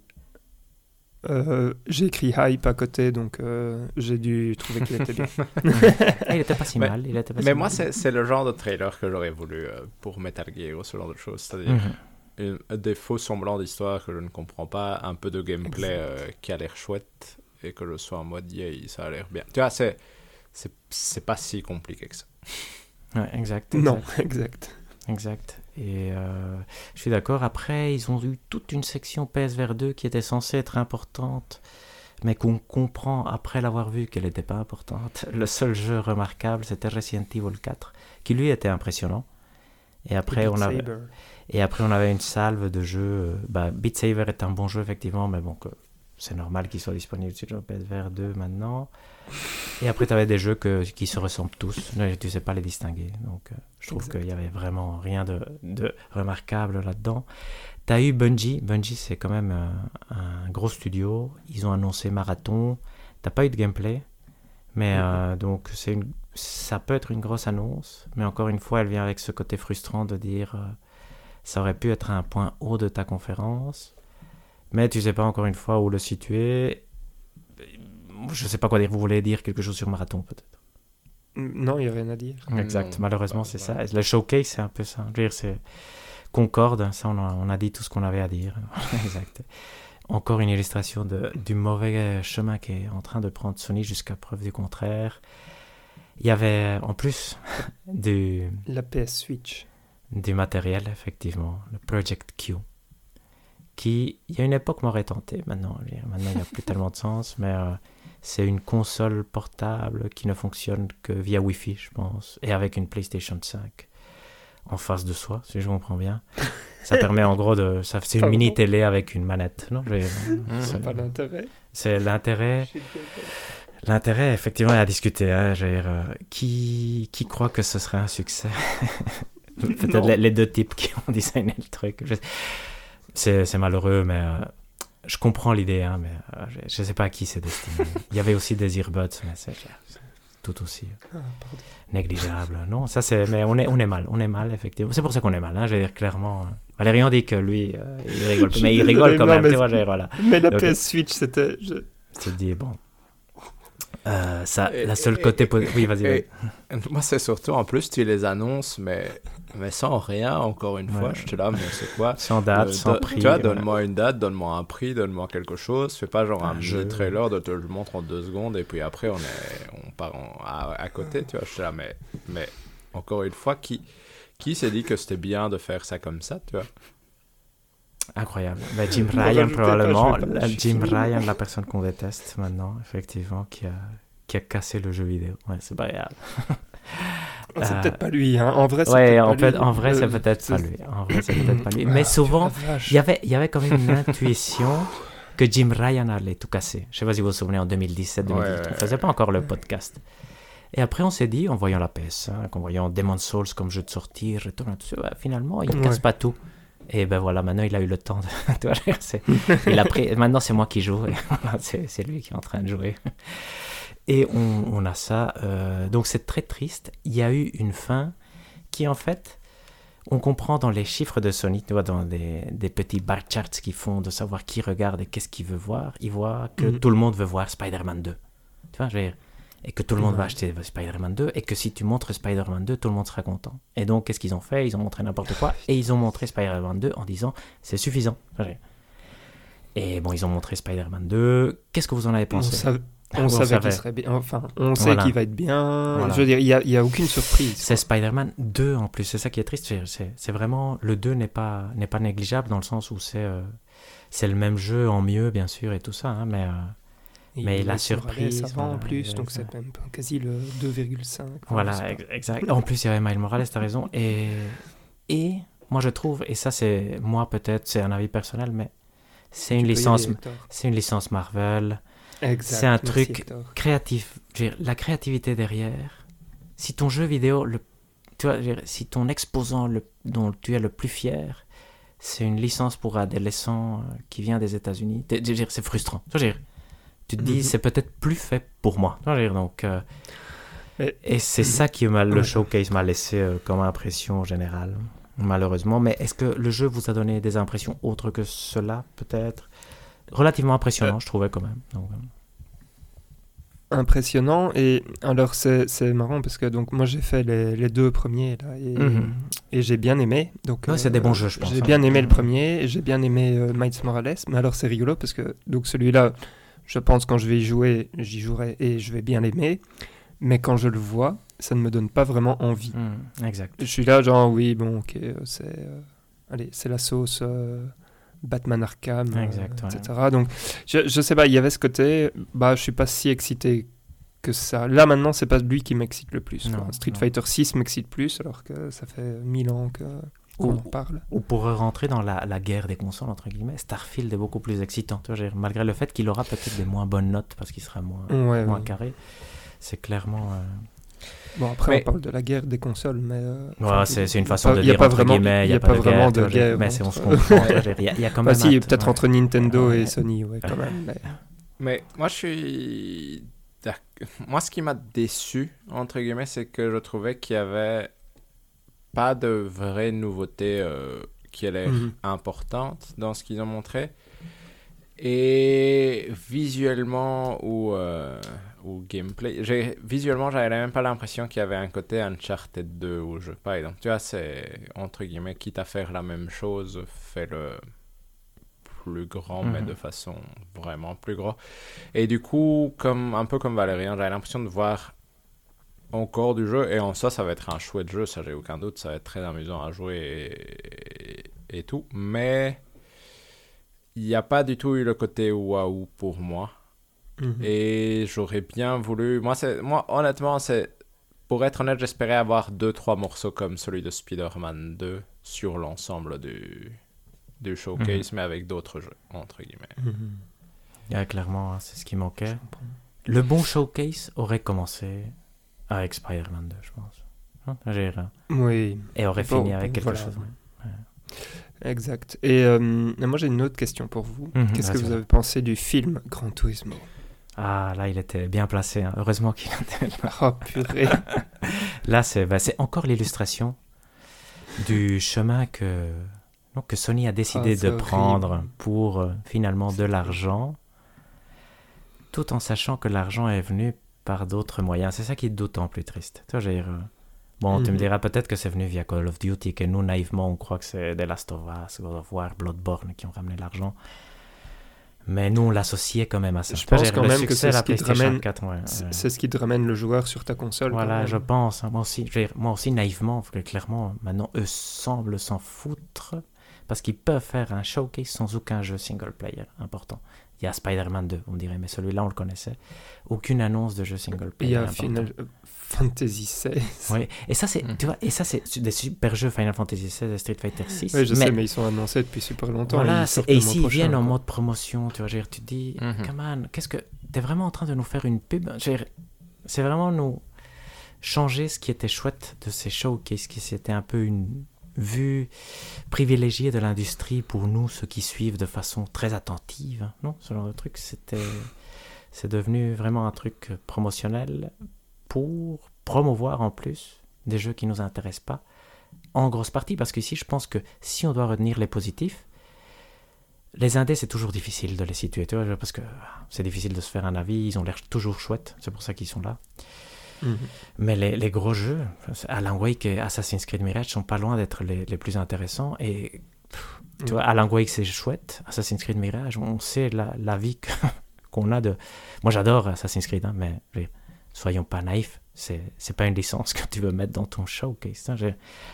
Euh, j'ai écrit hype à côté, donc euh, j'ai dû trouver qu'il était bien.
ah, il était pas si
mais,
mal. Il était pas
mais
si
moi,
mal.
C'est, c'est le genre de trailer que j'aurais voulu euh, pour Metal Gear ou ce genre de choses. C'est-à-dire mm-hmm. une, des faux semblants d'histoire que je ne comprends pas, un peu de gameplay euh, qui a l'air chouette. Et que je sois en mode yeah, ça a l'air bien. Tu vois, c'est, c'est, c'est pas si compliqué que ça.
Ouais, exact. exact.
Non, exact.
Exact. Et euh, je suis d'accord. Après, ils ont eu toute une section P S V R deux qui était censée être importante, mais qu'on comprend après l'avoir vu qu'elle n'était pas importante. Le seul jeu remarquable, c'était Resident Evil quatre, qui lui était impressionnant. Et après, et on avait, et après on avait une salve de jeux. Bah, Beat Saber est un bon jeu, effectivement, mais bon... Que, c'est normal qu'ils soient disponibles sur le P S V R deux maintenant. Et après, tu avais des jeux que, qui se ressemblent tous. Tu ne sais pas les distinguer. Donc, euh, je trouve exact. Qu'il n'y avait vraiment rien de, de remarquable là-dedans. Tu as eu Bungie. Bungie, c'est quand même euh, un gros studio. Ils ont annoncé Marathon. Tu n'as pas eu de gameplay. Mais euh, donc, c'est une, ça peut être une grosse annonce. Mais encore une fois, elle vient avec ce côté frustrant de dire euh, ça aurait pu être un point haut de ta conférence. Mais tu ne sais pas encore une fois où le situer. Je ne sais pas quoi dire. Vous voulez dire quelque chose sur Marathon, peut-être?
Non, il n'y a rien à dire.
Exact.
Non,
malheureusement,
pas,
c'est
pas.
ça. Le showcase, c'est un peu ça. Je veux dire, c'est concorde. Ça, on a, on a dit tout ce qu'on avait à dire. Exact. Encore une illustration de, du mauvais chemin qui est en train de prendre Sony jusqu'à preuve du contraire. Il y avait, en plus, du...
La P S Switch.
Du matériel, effectivement. Le Project Q. Qui, il y a une époque, m'aurait tenté. Maintenant, maintenant il n'y a plus tellement de sens, mais euh, c'est une console portable qui ne fonctionne que via Wi-Fi, je pense, et avec une PlayStation cinq en face de soi, si je comprends bien. Ça permet en gros de... Ça, c'est une
Pardon.
mini-télé avec une manette, non? J'ai-
C'est pas l'intérêt.
C'est l'intérêt... L'intérêt, effectivement, est à discuter. Hein, je veux dire, euh, qui, qui croit que ce serait un succès? Peut-être les, les deux types qui ont designé le truc. Je- C'est, c'est malheureux, mais euh, je comprends l'idée, hein, mais euh, je ne sais pas à qui c'est destiné. Il y avait aussi des earbuds, mais c'est, c'est tout aussi
Ah, pardon.
négligeable. Non, ça c'est... Mais on est, on est mal, on est mal, effectivement. C'est pour ça qu'on est mal, hein, je veux dire, clairement. euh, Valérian dit que lui, euh, il rigole,
Je
mais
suis
il rigole
désolé,
quand
non,
même.
mais
Tu vois,
c'est-
je veux dire, voilà.
Mais la
Ok.
P S Switch, c'était... je-
Tu te dis, bon... Euh, ça,
Et-
la seule
et-
côté...
et-
po- Oui, vas-y, vas-y.
Et moi, c'est surtout, en plus, tu les annonces, mais, mais sans rien, encore une fois.
Ouais.
Je te là, mais c'est quoi?
Sans date,
Euh,
sans
do-
prix.
Tu vois,
voilà.
donne-moi une date, donne-moi un prix, donne-moi quelque chose. Fais pas genre un,
Un
jeu
jeu.
trailer de te le montre en deux secondes et puis après, on, est, on part en- à, à côté, tu vois. Je suis là, mais, mais encore une fois, qui, qui s'est dit que c'était bien de faire ça comme ça, tu vois?
Incroyable. Ben, Jim
Ne
Ryan,
rajoutez pas,
probablement.
je vais pas-
La-
je suis
Jim
sûr.
Ryan, la personne qu'on déteste maintenant, effectivement, qui a, qui a cassé le jeu vidéo. Ouais, c'est pas grave.
Oh, c'est
Euh,
peut-être pas lui, hein. En vrai, c'est
Ouais,
peut-être
en,
pas
fait,
lui.
en vrai, c'est
Euh,
peut-être pas
c'est-
lui. En vrai, c'est peut-être pas lui.
Ah,
Mais souvent,
la vache.
il y avait, il y avait quand même une intuition que Jim Ryan allait tout casser. Je sais pas si vous vous souvenez, en deux mille dix-sept deux mille dix-huit,
Ouais,
on
ouais,
faisait pas encore le podcast. Et après, on s'est dit, en voyant la P S cinq, en voyant Demon's Souls comme jeu de sortir, et tout, on a tout dit, ouais, finalement, il
Ouais.
casse pas tout. Et ben voilà, maintenant, il a eu le temps. De... tu vois, c'est... il a pris... Maintenant, c'est moi qui joue. Et voilà, c'est, c'est lui qui est en train de jouer. Et on, on a ça. euh, Donc, c'est très triste. Il y a eu une fin qui, en fait, on comprend dans les chiffres de Sony, tu vois, dans des, des petits bar charts qu'ils font de savoir qui regarde et qu'est-ce qu'il veut voir. Ils voient que
Mhm.
tout le monde veut voir Spider-Man deux. Tu vois, je veux dire, et que tout le monde va
Ouais.
acheter Spider-Man deux, et que si tu montres Spider-Man deux, tout le monde sera content. Et donc, qu'est-ce qu'ils ont fait? Ils ont montré n'importe quoi, et ils ont montré Spider-Man deux en disant, c'est suffisant. Et bon, ils ont montré Spider-Man deux. Qu'est-ce que vous en avez
On,
pensé?
sav- on
On
savait
savait.
qu'il serait bien. Enfin, on sait
Voilà.
qu'il va être bien.
Voilà.
Je veux dire, il n'y a, il y a aucune surprise.
C'est Spider-Man deux en plus, c'est ça qui est triste. C'est, c'est, c'est vraiment, le deux n'est pas, n'est pas négligeable dans le sens où c'est, euh, c'est le même jeu en mieux, bien sûr, et tout ça, hein, mais... euh,
Et
mais
il
la
est sur
surprise,
Morales avant, en
voilà,
plus,
il
donc
est-
c'est même pas- quasi le deux virgule cinq. Enfin, je
Voilà,
sais pas.
ex- exact. En plus, il y avait Miles Morales, t'as raison. Et, et moi, je trouve, et ça, c'est moi peut-être, c'est un avis personnel, mais c'est
Tu
une
peux y
licence,
aller, Hector.
c'est une licence Marvel,
Exact,
c'est un
merci,
truc
Hector.
créatif. Je veux dire, la créativité derrière. Si ton jeu vidéo, le, tu vois, je veux dire, si ton exposant le, dont tu es le plus fier, c'est une licence pour adolescents euh, qui vient des États-Unis, t'es- je veux dire, c'est frustrant. Je veux dire, tu te dis,
Mhm.
c'est peut-être plus fait pour moi. Je veux dire, donc. euh,
Mais-
Et c'est ça qui m'a, le
Ouais.
showcase m'a laissé euh, comme impression générale, malheureusement. Mais est-ce que le jeu vous a donné des impressions autres que cela, peut-être? Relativement impressionnant,
Euh.
je trouvais quand même. Donc, euh,
Impressionnant. Et alors, c'est c'est marrant parce que donc, moi, j'ai fait les, les deux premiers là, et,
Mhm.
et j'ai bien aimé. Donc,
Ouais, c'est des bons jeux, je pense,
J'ai
hein.
bien aimé le premier et j'ai bien aimé euh, Miles Morales. Mais alors, c'est rigolo parce que donc celui-là, je pense quand je vais y jouer, j'y jouerai et je vais bien l'aimer. Mais quand je le vois, ça ne me donne pas vraiment envie.
hmm, exact.
Je suis là, genre, oui, bon, ok, euh, c'est euh, allez, c'est la sauce euh, Batman Arkham, euh,
Exact, ouais.
et cetera. Donc, je, je sais pas, il y avait ce côté, bah, je suis pas si excité que ça. Là, maintenant, c'est pas lui qui m'excite le plus.
Non,
quoi. Street
non.
Fighter six m'excite plus, alors que ça fait mille ans que, qu'on
Ou-
en parle.
Ou pour rentrer dans la, la guerre des consoles, entre guillemets, Starfield est beaucoup plus excitant. Tu vois, je veux dire, malgré le fait qu'il aura peut-être des moins bonnes notes parce qu'il sera moins,
Ouais,
moins
ouais.
carré, c'est clairement. euh,
Bon, après,
Mais-
on parle de la guerre des consoles, mais. euh,
Ouais,
enfin,
c'est, c'est une
il y a
façon
pas-
de
il y a
dire
pas
entre
vraiment-
guillemets, il n'y a, pas,
pas
de
vraiment
guerre,
de
tu vois, je veux dire,
guerre
mais c'est, on se
entre-
comprend. tu vois, je veux dire, Il y, a- il y a quand
Bah
même.
si,
un-
peut-être
ouais.
entre Nintendo
Ouais.
et Sony, ouais, quand même. mais-
Mais moi, je suis. d'ac- Moi, ce qui m'a déçu, entre guillemets, c'est que je trouvais qu'il y avait pas de vraie nouveauté euh, qui allait être
Mhm.
importante dans ce qu'ils ont montré. Et visuellement ou, euh, ou gameplay, j'ai, visuellement, j'avais même pas l'impression qu'il y avait un côté Uncharted deux ou je par exemple. Tu vois, c'est entre guillemets, quitte à faire la même chose, fais-le plus grand, mais
Mhm.
de façon vraiment plus grand. Et du coup, comme, un peu comme Valérien, j'avais l'impression de voir encore du jeu, et en ça, ça va être un chouette jeu, ça j'ai aucun doute, ça va être très amusant à jouer et, et tout, mais il n'y a pas du tout eu le côté waouh pour moi,
Mhm.
et j'aurais bien voulu, moi, c'est, moi honnêtement, c'est, pour être honnête, j'espérais avoir deux trois morceaux comme celui de Spider-Man deux sur l'ensemble du, du showcase, mm-hmm. mais avec d'autres jeux, entre guillemets.
Mm-hmm. Yeah, clairement, hein, c'est ce qui manquait. Le bon showcase aurait commencé avec Spider-Man deux, je pense. Hein, j'ai...
Oui.
Et aurait bon, fini avec quelque
voilà.
chose. Ouais.
Exact. Et euh, moi, j'ai une autre question pour vous. Mm-hmm, Qu'est-ce que vous avez pensé du film Gran Turismo ?
Ah, là, il était bien placé. Hein. Heureusement qu'il était là.
Oh, purée.
Là, c'est, bah, c'est encore l'illustration du chemin que, non, que Sony a décidé oh, de horrible. prendre pour euh, finalement c'est de l'argent, tout en sachant que l'argent est venu par d'autres moyens. C'est ça qui est d'autant plus triste. Toi, j'ai, euh... Bon, mm-hmm. tu me diras peut-être que c'est venu via Call of Duty, que nous, naïvement, on croit que c'est The Last of Us, God of War, Bloodborne qui ont ramené l'argent. Mais nous, on l'associait quand même à ça.
Je pense
dire,
quand
le
même que c'est
la
ce, qui te ramène,
quatre, ouais,
c'est,
ouais.
c'est ce qui te ramène le joueur sur ta console.
Voilà, je pense. Hein, moi, aussi, je veux dire, moi aussi, naïvement, clairement, maintenant, eux semblent s'en foutre parce qu'ils peuvent faire un showcase sans aucun jeu single player important. Il y a Spider-Man deux, on me dirait, mais celui-là, on le connaissait. Aucune annonce de jeu single player.
Il y a
important.
Final Fantasy seize.
Oui, et ça, c'est, mm. tu vois, et ça, c'est des super jeux Final Fantasy seize et Street Fighter six.
Oui, je mais, sais, mais ils sont annoncés depuis super longtemps.
Voilà,
et,
et ici, ils viennent quoi. En mode promotion, tu vois, genre, tu te dis, mm-hmm. come on, qu'est-ce que, t'es vraiment en train de nous faire une pub, genre, c'est vraiment nous changer ce qui était chouette de ces showcases, qui c'était un peu une vue privilégiée de l'industrie pour nous, ceux qui suivent de façon très attentive, non, ce genre de truc, c'était, c'est devenu vraiment un truc promotionnel pour promouvoir en plus des jeux qui ne nous intéressent pas, en grosse partie, parce qu'ici, je pense que si on doit retenir les positifs, les indés, c'est toujours difficile de les situer, tu vois, parce que c'est difficile de se faire un avis, ils ont l'air toujours chouettes, c'est pour ça qu'ils sont là. Mm-hmm. Mais les, les gros jeux, Alan Wake et Assassin's Creed Mirage sont pas loin d'être les, les plus intéressants, et pff, tu mm-hmm. vois, Alan Wake, c'est chouette, Assassin's Creed Mirage, on sait la, la vie que, qu'on a de... Moi, j'adore Assassin's Creed, hein, mais... mais soyons pas naïfs, c'est, c'est pas une licence que tu veux mettre dans ton showcase. Hein, j'ai...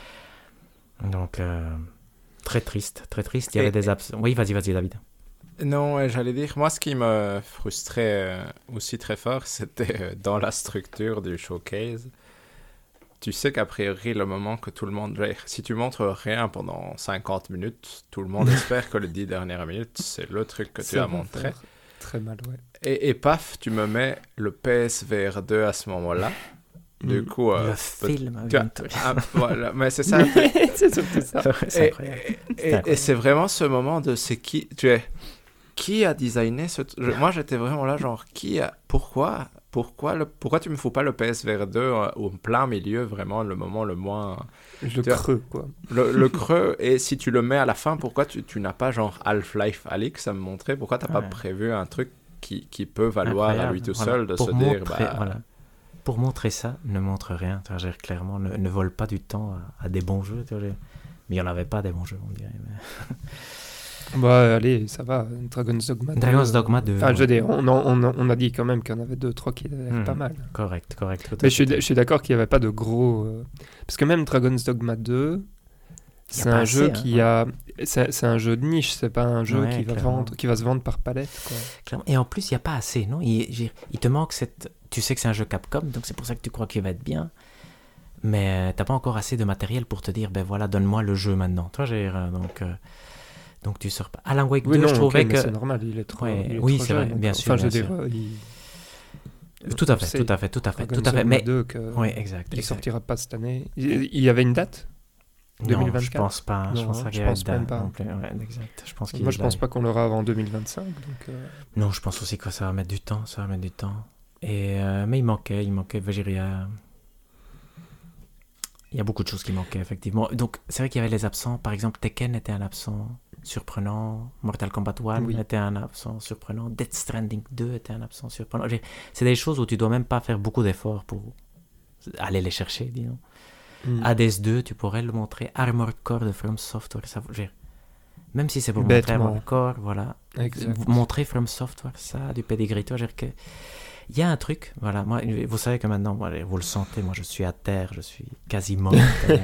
Donc, euh, très triste, très triste. Il y avait et, des abs... Oui, vas-y, vas-y, David.
Non, j'allais dire, moi, ce qui me frustrait aussi très fort, c'était dans la structure du showcase. Tu sais qu'a priori, le moment que tout le monde... Si tu montres rien pendant cinquante minutes, tout le monde espère que les dix dernières minutes, c'est le truc que tu as montré. Faire.
Très mal, ouais.
Et, et paf, tu me mets le P S V R deux à ce moment-là. Du mmh. coup... Euh,
le film. Tu as,
ah, voilà, mais c'est ça.
C'est surtout ça.
C'est incroyable.
Et, et, c'est, incroyable. Et c'est vraiment ce moment de... C'est qui... Tu es... Qui a designé ce... Je, moi, j'étais vraiment là, genre, qui a... Pourquoi pourquoi, le, pourquoi tu me fous pas le P S V R deux euh, au plein milieu, vraiment, le moment le moins...
Le creux, vois, quoi.
Le, le creux, et si tu le mets à la fin, pourquoi tu, tu n'as pas, genre, Half-Life Alyx à me montrer? Pourquoi t'as ouais. pas prévu un truc qui, qui peut valoir incroyable. À lui tout voilà. seul de
Pour
se
montrer,
dire... Bah...
Voilà. Pour montrer ça, ne montre rien. Tu vois, clairement, ne, ne vole pas du temps à, à des bons jeux. Tu vois, mais il n'y en avait pas des bons jeux, on dirait. Mais...
Bah allez, ça va, Dragon's Dogma deux.
Dragon's Dogma deux.
Enfin, ouais. je veux dire, on, on, on a dit quand même qu'il y en avait deux, trois qui avaient mmh, pas mal.
Correct, correct.
Mais je suis, je suis d'accord qu'il n'y avait pas de gros... Euh... Parce que même Dragon's Dogma deux, c'est un assez, jeu hein, qui ouais. a... C'est, c'est un jeu de niche, c'est pas un jeu ouais, qui, va vendre, qui va se vendre par palette, quoi.
Clairement. Et en plus, il n'y a pas assez, non il, il te manque cette... Tu sais que c'est un jeu Capcom, donc c'est pour ça que tu crois qu'il va être bien. Mais t'as pas encore assez de matériel pour te dire, ben voilà, donne-moi le jeu maintenant. Toi, j'ai... Donc... Euh... Donc tu sors pas. Alan Wake
oui,
deux,
non,
je trouvais
okay,
que...
c'est normal, il est trop,
ouais,
il est
oui,
trop
c'est
jeune,
vrai, bien
donc...
sûr.
Enfin, je veux
sûr.
dire, il...
Tout à fait, tout à fait, tout à fait, tout à fait. Mais
deux que...
oui, exact.
Il
exact.
sortira pas cette année. Il y avait une date deux mille vingt-quatre?
Non, je pense pas.
Non,
je pense,
je pense même pas.
Non plus. Ouais, exact. Je pense qu'il
Moi, je pense pas qu'on l'aura avant deux mille vingt-cinq. Donc, euh...
Non, je pense aussi que ça va mettre du temps. Ça va mettre du temps. Et euh, mais il manquait, il manquait. Vagiria. Il y a beaucoup de choses qui manquaient effectivement. Donc c'est vrai qu'il y avait les absents. Par exemple, Tekken était un absent surprenant. Mortal Kombat un oui. était un absent surprenant. Death Stranding deux était un absent surprenant. C'est des choses où tu dois même pas faire beaucoup d'efforts pour aller les chercher, disons. Mm. Hades deux, tu pourrais le montrer. Armored Core de From Software, ça, même si c'est pour Bêtement. montrer Armored Core, voilà. Exact. Montrer From Software, ça, du pedigree, toi, que... Il y a un truc, voilà, moi, vous savez que maintenant, moi, vous le sentez, moi je suis à terre, je suis quasi mort.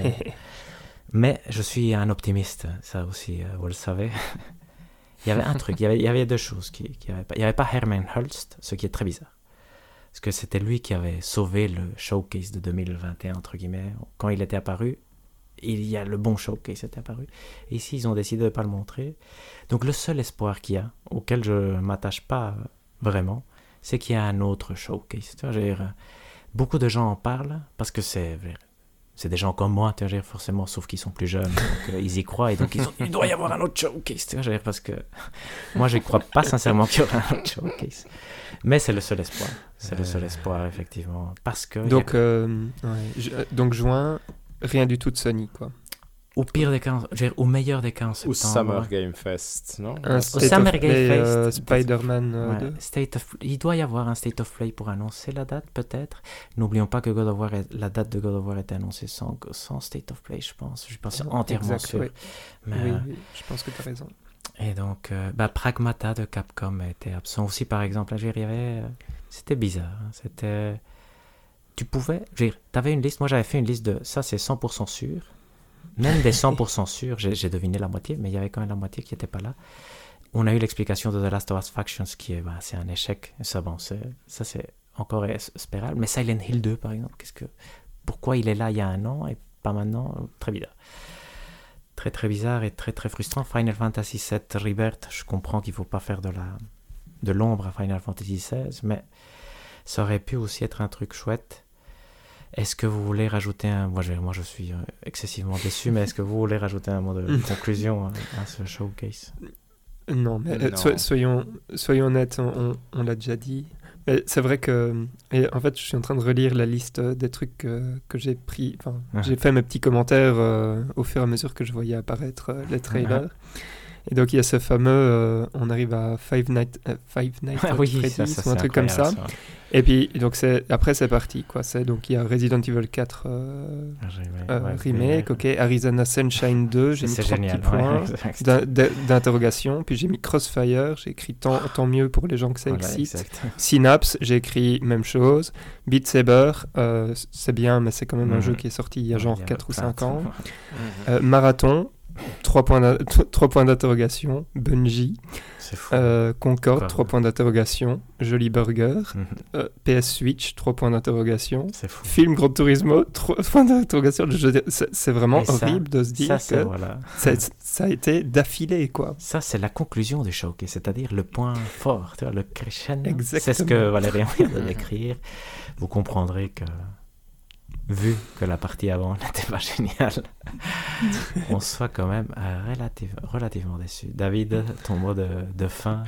Mais je suis un optimiste, ça aussi, euh, vous le savez. Il y avait un truc, il y avait, il y avait deux choses. Qui, qui avait pas, il n'y avait pas Herman Hulst, ce qui est très bizarre. Parce que c'était lui qui avait sauvé le showcase de deux mille vingt et un, entre guillemets. Quand il était apparu, il y a le bon showcase est apparu. Et ici, ils ont décidé de ne pas le montrer. Donc le seul espoir qu'il y a, auquel je ne m'attache pas vraiment, c'est qu'il y a un autre showcase. Tu vois, je veux dire, beaucoup de gens en parlent parce que c'est, c'est des gens comme moi, tu vois, je veux dire, forcément, sauf qu'ils sont plus jeunes, donc euh, ils y croient et donc ils ont, il doit y avoir un autre showcase. Tu vois, je veux dire, parce que moi, je ne crois pas sincèrement qu'il y aura un autre showcase. Mais c'est le seul espoir. C'est euh... le seul espoir, effectivement. Parce que.
Donc,
a...
euh, ouais. donc juin, rien du tout de Sony, quoi.
Au pire des cas, je veux dire, au meilleur des cas en septembre.
Au Summer Game Fest, non?
Un
Au
State
Summer
of
Game
Play,
Fest.
euh, Spider-Man euh,
ouais,
deux.
State of... Il doit y avoir un State of Play pour annoncer la date, peut-être. N'oublions pas que God of War est... la date de God of War est annoncée sans, sans State of Play, je pense. Je pense oh, entièrement
exact,
sûr.
Oui.
Mais...
Oui, oui, je pense que tu as raison.
Et donc, euh, bah, Pragmata de Capcom était absent aussi, par exemple. Là, je veux dire, il y avait... C'était bizarre. Hein. C'était... Tu pouvais... Je veux dire, tu avais une liste. Moi, j'avais fait une liste de... Ça, c'est cent pour cent sûr. Même des cent pour cent sûrs, j'ai, j'ai deviné la moitié, mais il y avait quand même la moitié qui n'était pas là. On a eu l'explication de The Last of Us Factions, qui est, bah, c'est un échec. Ça, bon, c'est, ça, c'est encore espérable. Mais Silent Hill deux, par exemple, qu'est-ce que, pourquoi il est là il y a un an et pas maintenant? Très bizarre. Très, très bizarre et très, très frustrant. Final Fantasy sept Rebirth, je comprends qu'il ne faut pas faire de, la, de l'ombre à Final Fantasy seize, mais ça aurait pu aussi être un truc chouette. Est-ce que vous voulez rajouter un... Moi, je, moi, je suis excessivement déçu, mais est-ce que vous voulez rajouter un mot de conclusion à, à ce showcase?
Non, mais non. So, soyons, soyons honnêtes, on, on l'a déjà dit. Mais c'est vrai que... Et en fait, je suis en train de relire la liste des trucs que, que j'ai pris. Enfin, uh-huh. J'ai fait mes petits commentaires euh, au fur et à mesure que je voyais apparaître euh, les trailers. Uh-huh. Et donc, il y a ce fameux... Euh, on arrive à Five Nights euh, Five Nights at
oui,
Freddy's
ça, ça,
ou un truc comme ça. ça. Et puis, donc c'est, après, c'est parti. Quoi. C'est, donc, il y a Resident Evil quatre euh, euh, ouais, remake, ok. Arizona Sunshine deux, j'ai c'est mis trois génial, petits points ouais, d'in- d'interrogation. Puis j'ai mis Crossfire, j'ai écrit tant, tant mieux pour les gens que ça voilà, excite. Exact. Synapse, j'ai écrit même chose. Beat Saber, euh, c'est bien, mais c'est quand même mmh. un jeu qui est sorti il y a genre ouais, quatre ou cinq ans. euh, Marathon, trois points, trois points d'interrogation. Bungie.
C'est fou.
Euh, Concorde, trois points d'interrogation. Jolly Burger. Mm-hmm. Euh, P S Switch, trois points d'interrogation.
C'est fou.
Film Gran Turismo, trois points d'interrogation. Je veux dire, c'est, c'est vraiment ça, horrible de se dire
ça,
que
voilà.
ça, ça a été d'affilée, quoi.
Ça, c'est la conclusion du showcase, c'est-à-dire le point fort, tu vois, le crescendo.
Exactement.
C'est ce que Valérien vient de décrire. Vous comprendrez que... vu que la partie avant n'était pas géniale, on soit quand même relative, relativement déçu. David, ton mot de, de fin?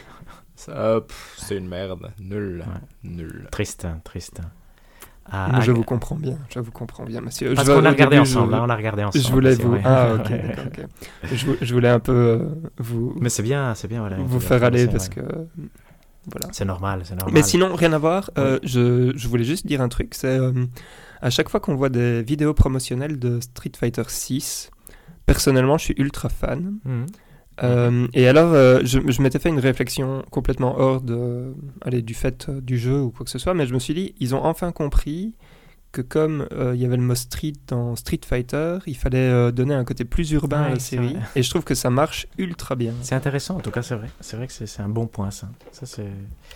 Ça, pff, c'est une merde. Nul. Ouais. Nul.
Triste, triste.
Ah, Moi, je vous comprends bien, je vous comprends bien, monsieur.
Parce
je
qu'on a regardé
début,
ensemble,
je...
là, on a regardé ensemble.
Je voulais vous... Ouais. Ah, ok, d'accord, ok. Je, je voulais un peu euh, vous...
Mais c'est bien, c'est bien, voilà.
Vous faire aller parce ouais. que...
Voilà. C'est normal, c'est normal.
Mais sinon, rien à voir. Oui. Euh, je, je voulais juste dire un truc, c'est... Euh, à chaque fois qu'on voit des vidéos promotionnelles de Street Fighter six, personnellement, je suis ultra fan. Mmh. Euh, mmh. Et alors, euh, je, je m'étais fait une réflexion complètement hors de, allez, du fait euh, du jeu ou quoi que ce soit, mais je me suis dit, ils ont enfin compris que comme il euh, y avait le mot street dans Street Fighter, il fallait euh, donner un côté plus urbain ouais, à la série. Vrai. Et je trouve que ça marche ultra bien.
C'est intéressant, en tout cas, c'est vrai. C'est vrai que c'est, c'est un bon point, ça. Ça, c'est...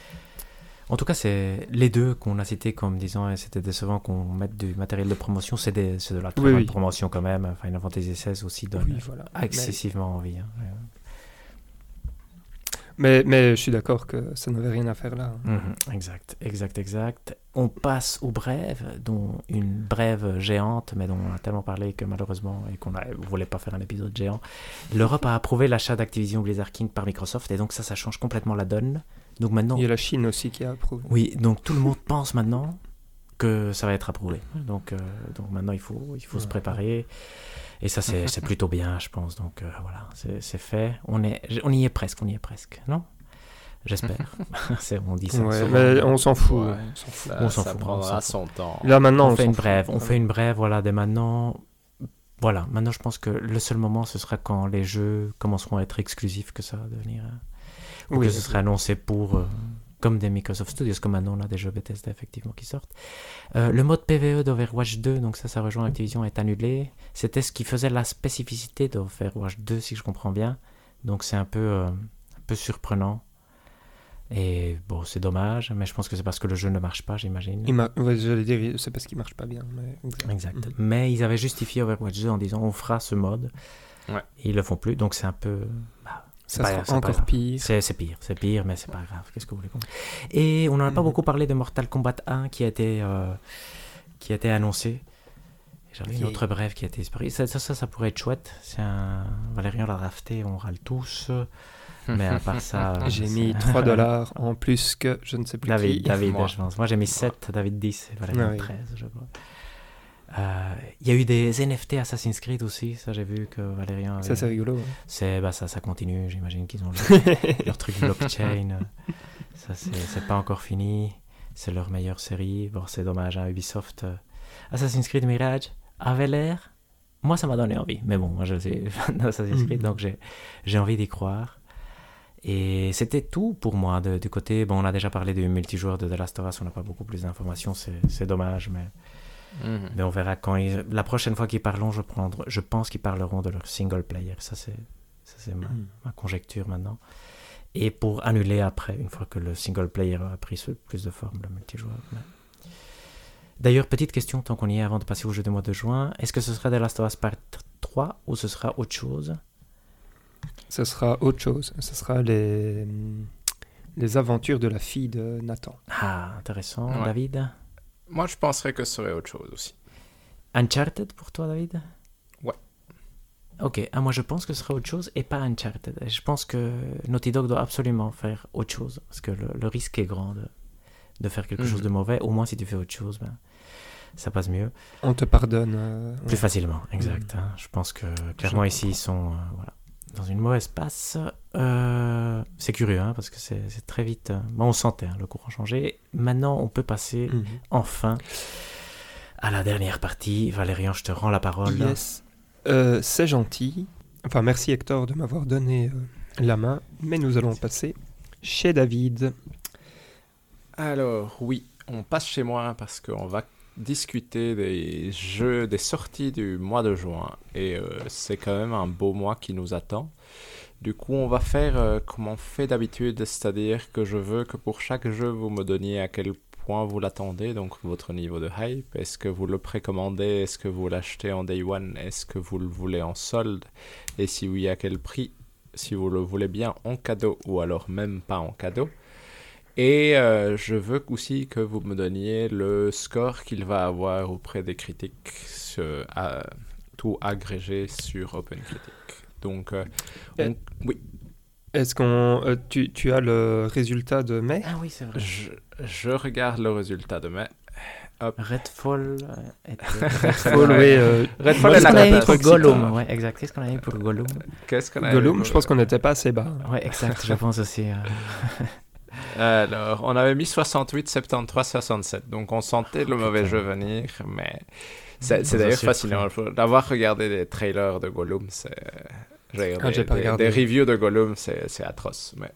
En tout cas, c'est les deux qu'on a cités comme disant c'était décevant qu'on mette du matériel de promotion. C'est, des, c'est de la très oui, bonne oui. promotion quand même. Final Fantasy seize aussi donne oui, voilà. excessivement mais... envie. Hein.
Mais, mais je suis d'accord que ça n'avait rien à faire là. Hein.
Mmh, exact, exact, exact. On passe aux brèves, dont une brève géante, mais dont on a tellement parlé que malheureusement, et qu'on ne voulait pas faire un épisode géant, l'Europe a approuvé l'achat d'Activision Blizzard King par Microsoft, et donc ça, ça change complètement la donne. Donc maintenant,
il y a la Chine aussi qui a approuvé.
Oui, donc tout le monde pense maintenant que ça va être approuvé. Donc, euh, donc maintenant, il faut, il faut ouais. se préparer. Et ça, c'est, c'est plutôt bien, je pense. Donc euh, voilà, c'est, c'est fait. On, est, on y est presque, on y est presque. Non ? J'espère. c'est, on dit ça.
Ouais, mais on s'en fout. Ouais,
on s'en fout.
Ça, on s'en
ça
fout,
prendra
on s'en
son temps.
Là, maintenant,
on,
on
fait une
fout.
brève. On fait une brève, voilà, dès maintenant. Voilà, maintenant, je pense que le seul moment, ce sera quand les jeux commenceront à être exclusifs que ça va devenir... Ou oui, que ce serait annoncé pour... Euh, comme des Microsoft Studios, comme maintenant on a des jeux Bethesda effectivement qui sortent. Euh, le mode P V E d'Overwatch deux, donc ça, ça rejoint Activision, est annulé. C'était ce qui faisait la spécificité d'Overwatch deux, si je comprends bien. Donc c'est un peu, euh, un peu surprenant. Et bon, c'est dommage, mais je pense que c'est parce que le jeu ne marche pas, j'imagine.
Il mar- ouais, j'allais dire, c'est parce qu'il marche pas bien. Mais... Exact.
Exact.
Mhm.
Mais ils avaient justifié Overwatch deux en disant on fera ce mode.
Ouais.
Et ils le font plus, donc c'est un peu. Bah, c'est
Ça
pas-
sera
c'est pas
encore
grave.
pire.
C'est, c'est pire, c'est pire, mais c'est pas grave. Qu'est-ce que vous voulez qu'on- Et on n'en a pas
Mhm.
beaucoup parlé de Mortal Kombat un qui a été, euh, qui a été annoncé. J'avais une
Oui.
autre brève qui a été disparue. Ça, ça, ça, ça pourrait être chouette. C'est un... Valérian l'a drafté, on râle tous. Mais à part ça.
J'ai
c'est-
mis trois dollars en plus que je ne sais plus
David,
qui.
David,
Moi.
je pense. Moi j'ai mis sept, David dix, et Valérian
Ah oui.
treize, je crois. Euh, Il y a eu des N F T Assassin's Creed aussi, ça j'ai vu que Valérian avait...
Ça, c'est rigolo. hein.
C'est, bah, ça, ça continue, j'imagine qu'ils ont leur, leur truc blockchain. Ça, c'est, c'est pas encore fini. C'est leur meilleure série. Bon, c'est dommage, hein, Ubisoft. euh, Assassin's Creed Mirage avait l'air... Moi, ça m'a donné envie. Mais bon, moi, je suis fan d'Assassin's Creed,
Mhm.
donc j'ai, j'ai envie d'y croire. Et c'était tout pour moi de- du côté... Bon, on a déjà parlé du multijoueur de The Last of Us, on n'a pas beaucoup plus d'informations, c'est, c'est dommage, mais...
Mhm.
Mais on verra quand ils... La prochaine fois qu'ils parleront, je, prendre... je pense qu'ils parleront de leur single player. Ça, c'est, ça, c'est ma...
Mhm.
ma conjecture maintenant. Et pour annuler après, une fois que le single player a pris ce- plus de forme, le multijoueur. Mais... D'ailleurs, petite question, tant qu'on y est, avant de passer au jeu du mois de juin. Est-ce que ce sera The Last of Us Part trois ou ce sera autre chose?
Ce sera autre chose. Ce sera les, les aventures de la fille de Nathan.
Ah, intéressant.
Ouais.
David?
Moi, je penserais que ce serait autre chose aussi.
Uncharted pour toi, David?
Ouais.
Ok, ah, moi je pense que ce sera autre chose et pas Uncharted. Et je pense que Naughty Dog doit absolument faire autre chose parce que le, le risque est grand de, de faire quelque
Mhm.
chose de mauvais. Au moins, si tu fais autre chose, ben, ça passe mieux.
On te pardonne. euh,
Plus
ouais.
facilement, exact. hein. Je pense que clairement ici, ils sont euh, voilà, dans une mauvaise passe. Euh, c'est curieux hein, parce que c'est, c'est très vite. euh, bon, on sentait hein, le courant changer. Maintenant, on peut passer
Mhm.
enfin à la dernière partie. Valérian, je te rends la parole.
Yes. Euh, c'est gentil. Enfin, merci Hector de m'avoir donné euh, la main. Mais nous allons passer chez David.
Alors, oui, on passe chez moi parce qu'on va discuter des jeux, des sorties du mois de juin. Et euh, c'est quand même un beau mois qui nous attend. Du coup, on va faire euh, comme on fait d'habitude, c'est-à-dire que je veux que pour chaque jeu, vous me donniez à quel point vous l'attendez, donc votre niveau de hype. Est-ce que vous le précommandez? Est-ce que vous l'achetez en day one? Est-ce que vous le voulez en solde? Et si oui, à quel prix? Si vous le voulez bien en cadeau ou alors même pas en cadeau. Et euh, je veux aussi que vous me donniez le score qu'il va avoir auprès des critiques, euh, à- tout agrégé sur OpenCritic. Donc, euh, on- oui,
Est-ce qu'on, euh, tu, tu as le résultat de mai?
Ah oui, c'est vrai.
je, je regarde le résultat de mai.
Redfall euh, était...
Redfall, oui. euh,
Redfall
moi,
est
Qu'est-ce
la
qu'on a mis
place.
pour
Excellent.
Gollum? Ouais, exact. Qu'est-ce qu'on a mis pour Gollum?
Qu'est-ce qu'on a
Gollum,
eu
je pense qu'on n'était pas assez bas.
Ouais, exact. Je pense aussi. euh,
Alors, on avait mis soixante-huit, soixante-treize, soixante-sept. Donc, on sentait le mauvais jeu venir, mais c'est, c'est
Dans un
d'ailleurs
surpris.
fascinant. D'avoir regardé des trailers de Gollum, c'est... j'ai
Ah,
des,
j'ai pas
des-
regardé.
des reviews de Gollum, c'est, c'est atroce. Mais...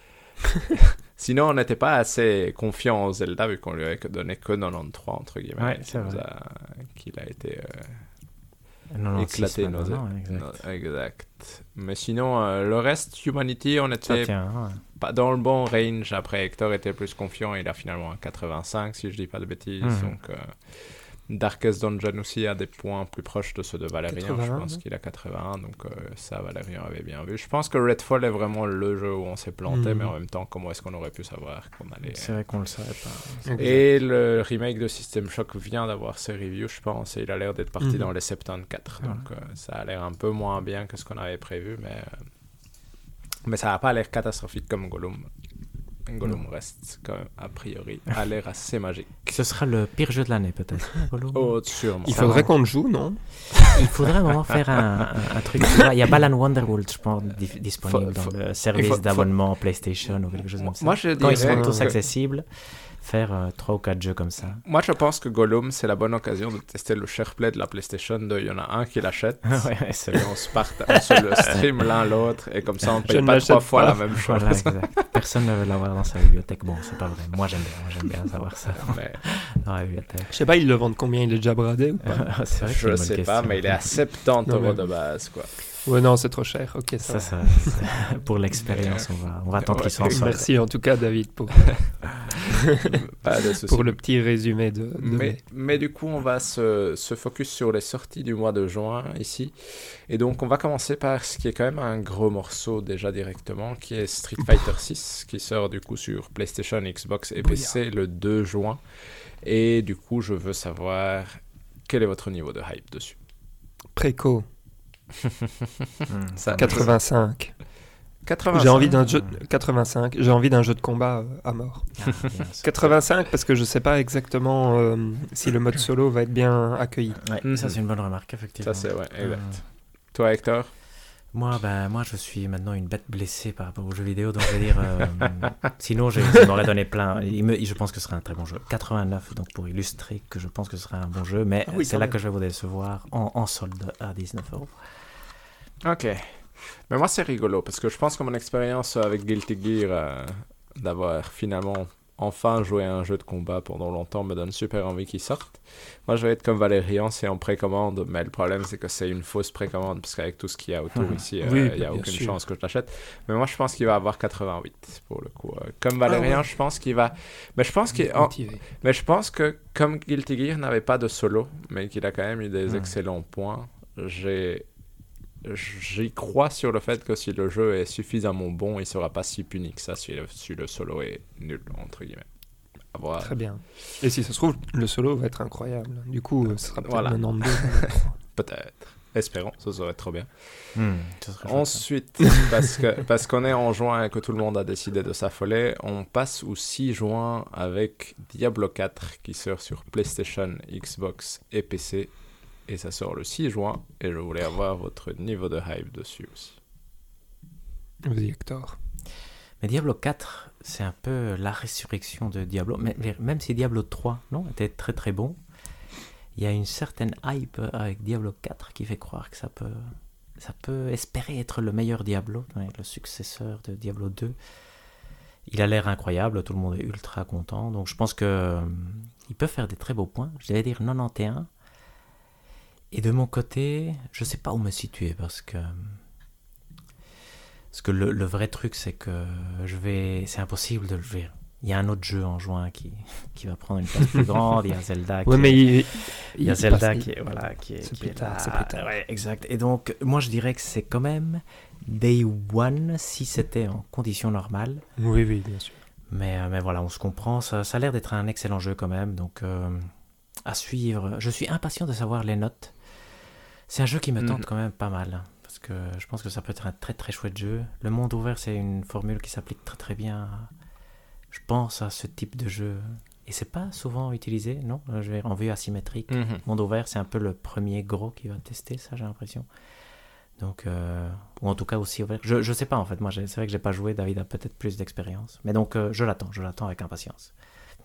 Sinon, on n'était pas assez confiant en Zelda, vu qu'on lui avait donné que quatre-vingt-treize, entre guillemets.
Ouais,
qui
c'est
nous
vrai.
a- Qu'il a été... euh,
quatre-vingt-seize
éclaté nos
maintenant, ouais, exact.
nos- exact. Mais sinon, euh, le reste, Humanity, on
Ça
était
tient. ouais.
pas dans le bon range. Après, Hector était plus confiant. Il a finalement un quatre-vingt-cinq, si je dis pas de bêtises.
Mhm.
Donc, euh, Darkest Dungeon aussi a des points plus proches de ceux de Valérian. Je
quatre-vingt-un,
pense
hein.
qu'il a quatre-vingt-un. Donc, euh, ça, Valérian avait bien vu. Je pense que Redfall est vraiment le jeu où on s'est planté.
Mhm.
Mais en même temps, comment est-ce qu'on aurait pu savoir qu'on allait...
C'est vrai qu'on le savait pas.
Exact.
Et le remake de System Shock vient d'avoir ses reviews, je pense, et il a l'air d'être parti
Mhm.
dans les soixante-quatorze. Donc euh, ça a l'air un peu moins bien que ce qu'on avait prévu, mais, euh, mais ça n'a pas l'air catastrophique comme Gollum. Gollum reste, quand même, a priori, a l'air assez magique.
Ce sera le pire jeu de l'année, peut-être. Gollum.
Oh, sûrement.
Il
Ça
faudrait
va.
qu'on le joue, non?
Il faudrait un moment faire un, un, un truc. Tu vois, il y a Balan Wonderworld, je pense, di- disponible
Faut-
dans
faut-
le service
faut- faut-
d'abonnement PlayStation ou quelque chose comme ça.
Moi, je
Quand ils
dirais
seront tous
que-
accessibles, faire euh, trois ou quatre jeux comme ça.
Moi, je pense que Gollum, c'est la bonne occasion de tester le SharePlay de la PlayStation deux. Il y en a un qui l'achète.
ouais, ouais, c'est
Et on se, part, on se le stream l'un l'autre. Et comme ça, on ne
Je
paye
ne
pas trois
l'achète
fois
pas.
la même chose.
Voilà, exact. Personne ne veut l'avoir dans sa bibliothèque. Bon, c'est pas vrai. Moi, j'aime bien. Moi, j'aime bien savoir ça
Mais
dans la bibliothèque.
Je sais pas, ils le vendent combien? Il est déjà bradé ou pas?
C'est vrai que c'est
je
une bonne
sais
question.
pas, mais il est à soixante-dix
Non,
euros
mais-
de base, quoi.
Ouais, non, c'est trop cher. Ok,
Ça,
ça, va.
ça, ça- pour l'expérience, on va, on va attendre
Ouais,
qu'il s'en sorte.
Merci en tout cas, David, pour,
Pas de souci.
pour le petit résumé de. de
Mais,
mai.
mais du coup, on va se, se focus sur les sorties du mois de juin ici. Et donc, on va commencer par ce qui est quand même un gros morceau déjà directement, qui est Street Fighter six, qui sort du coup sur PlayStation, Xbox et P C le deux juin. Et du coup, je veux savoir quel est votre niveau de hype dessus.
Préco,
Hmm.
Ça,
quatre-vingt-cinq.
quatre-vingt-cinq.
J'ai envie d'un jeu quatre-vingt-cinq. J'ai envie d'un jeu de combat euh, à mort.
Ah, bien, c'est-
quatre-vingt-cinq parce que je sais pas exactement euh, si le mode solo va être bien accueilli.
Ouais,
Mhm.
ça c'est une bonne remarque, effectivement.
Ça, c'est ouais, exact.
Euh,
Toi, Hector?
Moi, ben, moi, je suis maintenant une bête blessée par rapport aux jeux vidéo, donc je vais dire. euh, sinon, je, je m'aurais donné plein. Il me- je pense que ce sera un très bon jeu. quatre-vingt-neuf, donc pour illustrer que je pense que ce sera un bon jeu, mais
Ah oui,
c'est
quand
là
même.
que je vais vous décevoir en, en solde à dix-neuf euros.
Ok. Mais moi, c'est rigolo parce que je pense que mon expérience avec Guilty Gear, euh, d'avoir finalement enfin joué à un jeu de combat pendant longtemps, me donne super envie qu'il sorte. Moi, je vais être comme Valérian, c'est en précommande, mais le problème, c'est que c'est une fausse précommande parce qu'avec tout ce qu'il y a autour
Mhm.
ici, euh,
Oui,
il n'y a
bien
aucune
sûr.
chance que je l'achète. Mais moi, je pense qu'il va avoir quatre-vingt-huit pour le coup. Euh, Comme Valérian,
ouais.
je pense qu'il va. Mais je pense qu'il. en-
Motivé.
Mais je pense que comme Guilty Gear n'avait pas de solo, mais qu'il a quand même eu des
Hmm.
excellents points, j'ai j'y crois sur le fait que si le jeu est suffisamment bon, il sera pas si puni que ça si le, si le solo est nul, entre guillemets. À voir.
Très bien. Et si ça se trouve, le solo va être incroyable. Du coup, euh, ce sera peut-être
Voilà.
quatre-vingt-douze.
Peut-être. Espérons, ça serait trop bien.
Hmm, ça serait chouette, ça.
Ensuite, parce que parce qu'on est en juin et que tout le monde a décidé de s'affoler, on passe au six juin avec Diablo quatre qui sort sur PlayStation, Xbox et P C. Et ça sort le six juin. Et je voulais avoir votre niveau de hype dessus aussi.
Vas-y, Hector.
Mais Diablo quatre, c'est un peu la résurrection de Diablo. Mais, mais même si Diablo trois, non, était très très bon, il y a une certaine hype avec Diablo quatre qui fait croire que ça peut, ça peut espérer être le meilleur Diablo, avec le successeur de Diablo deux. Il a l'air incroyable, tout le monde est ultra content. Donc je pense que euh, il peut faire des très beaux points. Je vais dire quatre-vingt-onze. Et de mon côté, je sais pas où me situer parce que parce que le, le vrai truc, c'est que je vais, c'est impossible de le faire. Il y a un autre jeu en juin qui, qui va prendre une place plus grande. Il y a Zelda.
Ouais,
qui
mais
est-
il,
il y a
il
Zelda
passe-
qui est, voilà, qui est,
C'est
qui
plus
est
tard,
là.
c'est plus tard.
Ouais, exact. Et donc, moi, je dirais que c'est quand même Day One si c'était en conditions normales.
Oui, oui, bien sûr.
Mais, euh, mais voilà, on se comprend. Ça, ça a l'air d'être un excellent jeu quand même. Donc, euh, à suivre. Je suis impatient de savoir les notes. C'est un jeu qui me tente
Mhm.
quand même pas mal. Parce que je pense que ça peut être un très très chouette jeu. Le monde ouvert, c'est une formule qui s'applique très très bien, à- je pense, à ce type de jeu. Et c'est pas souvent utilisé, non? Je vais en vue asymétrique.
Mhm.
Monde ouvert, c'est un peu le premier gros qui va tester ça, j'ai l'impression. Donc, euh, ou en tout cas aussi ouvert. Je, je sais pas en fait, moi j'ai- c'est vrai que j'ai pas joué, David a peut-être plus d'expérience. Mais donc euh, je l'attends, je l'attends avec impatience.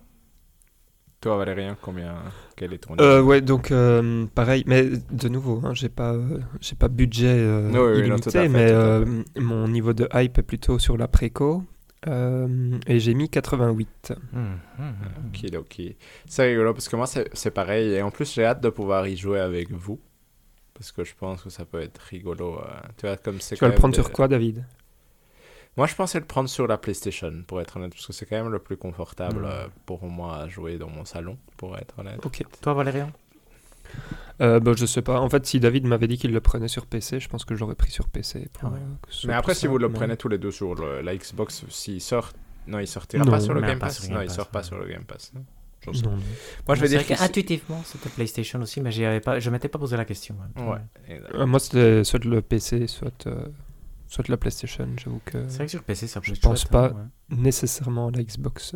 Toi, Valérien, combien, quel est ton niveau?
Euh, ouais, donc euh, pareil, mais de nouveau, hein, j'ai pas, euh, j'ai pas budget euh,
Oui, oui, non,
illimité,
tout à fait,
mais
tout à
euh, mon niveau de hype est plutôt sur la préco euh, et j'ai mis quatre-vingt-huit.
Hum, hum, hum.
Ok, ok. C'est rigolo parce que moi, c'est c'est pareil. Et en plus, j'ai hâte de pouvoir y jouer avec vous. Parce que je pense que ça peut être rigolo. euh, Tu vois, comme c'est
Tu vas
quand
le
même
prendre
des-
sur quoi, David?
Moi, je pensais le prendre sur la PlayStation, pour être honnête. Parce que c'est quand même le plus confortable
Mm.
euh, pour moi à jouer dans mon salon, pour être honnête.
Ok.
Toi, Valérian?
Euh, bah, je sais pas. En fait, si David m'avait dit qu'il le prenait sur P C, je pense que je l'aurais pris sur P C. pour,
Ah ouais.
euh, que ce soit
Mais
plus
après, si vous le
simple, mais-
prenez tous les deux sur le- la Xbox, s'il sort. Non, il sortira
Non,
pas sur le
non,
Game
pas
Pass.
sur le
non,
Game
il
Pass,
sort pas
ouais.
sur le Game Pass. non. Je sais.
Non, non.
Moi, je vais
C'est
dire
vrai
que.
qu'intuitivement, c'était PlayStation aussi, mais j'y avais pas, je m'étais pas posé la question. hein.
Ouais. exact.
Euh, moi, c'était soit le P C, soit, euh, soit la PlayStation. J'avoue que
C'est vrai que sur P C, ça peut
Je
être
pense
chouette,
pas.
hein,
nécessairement la Xbox.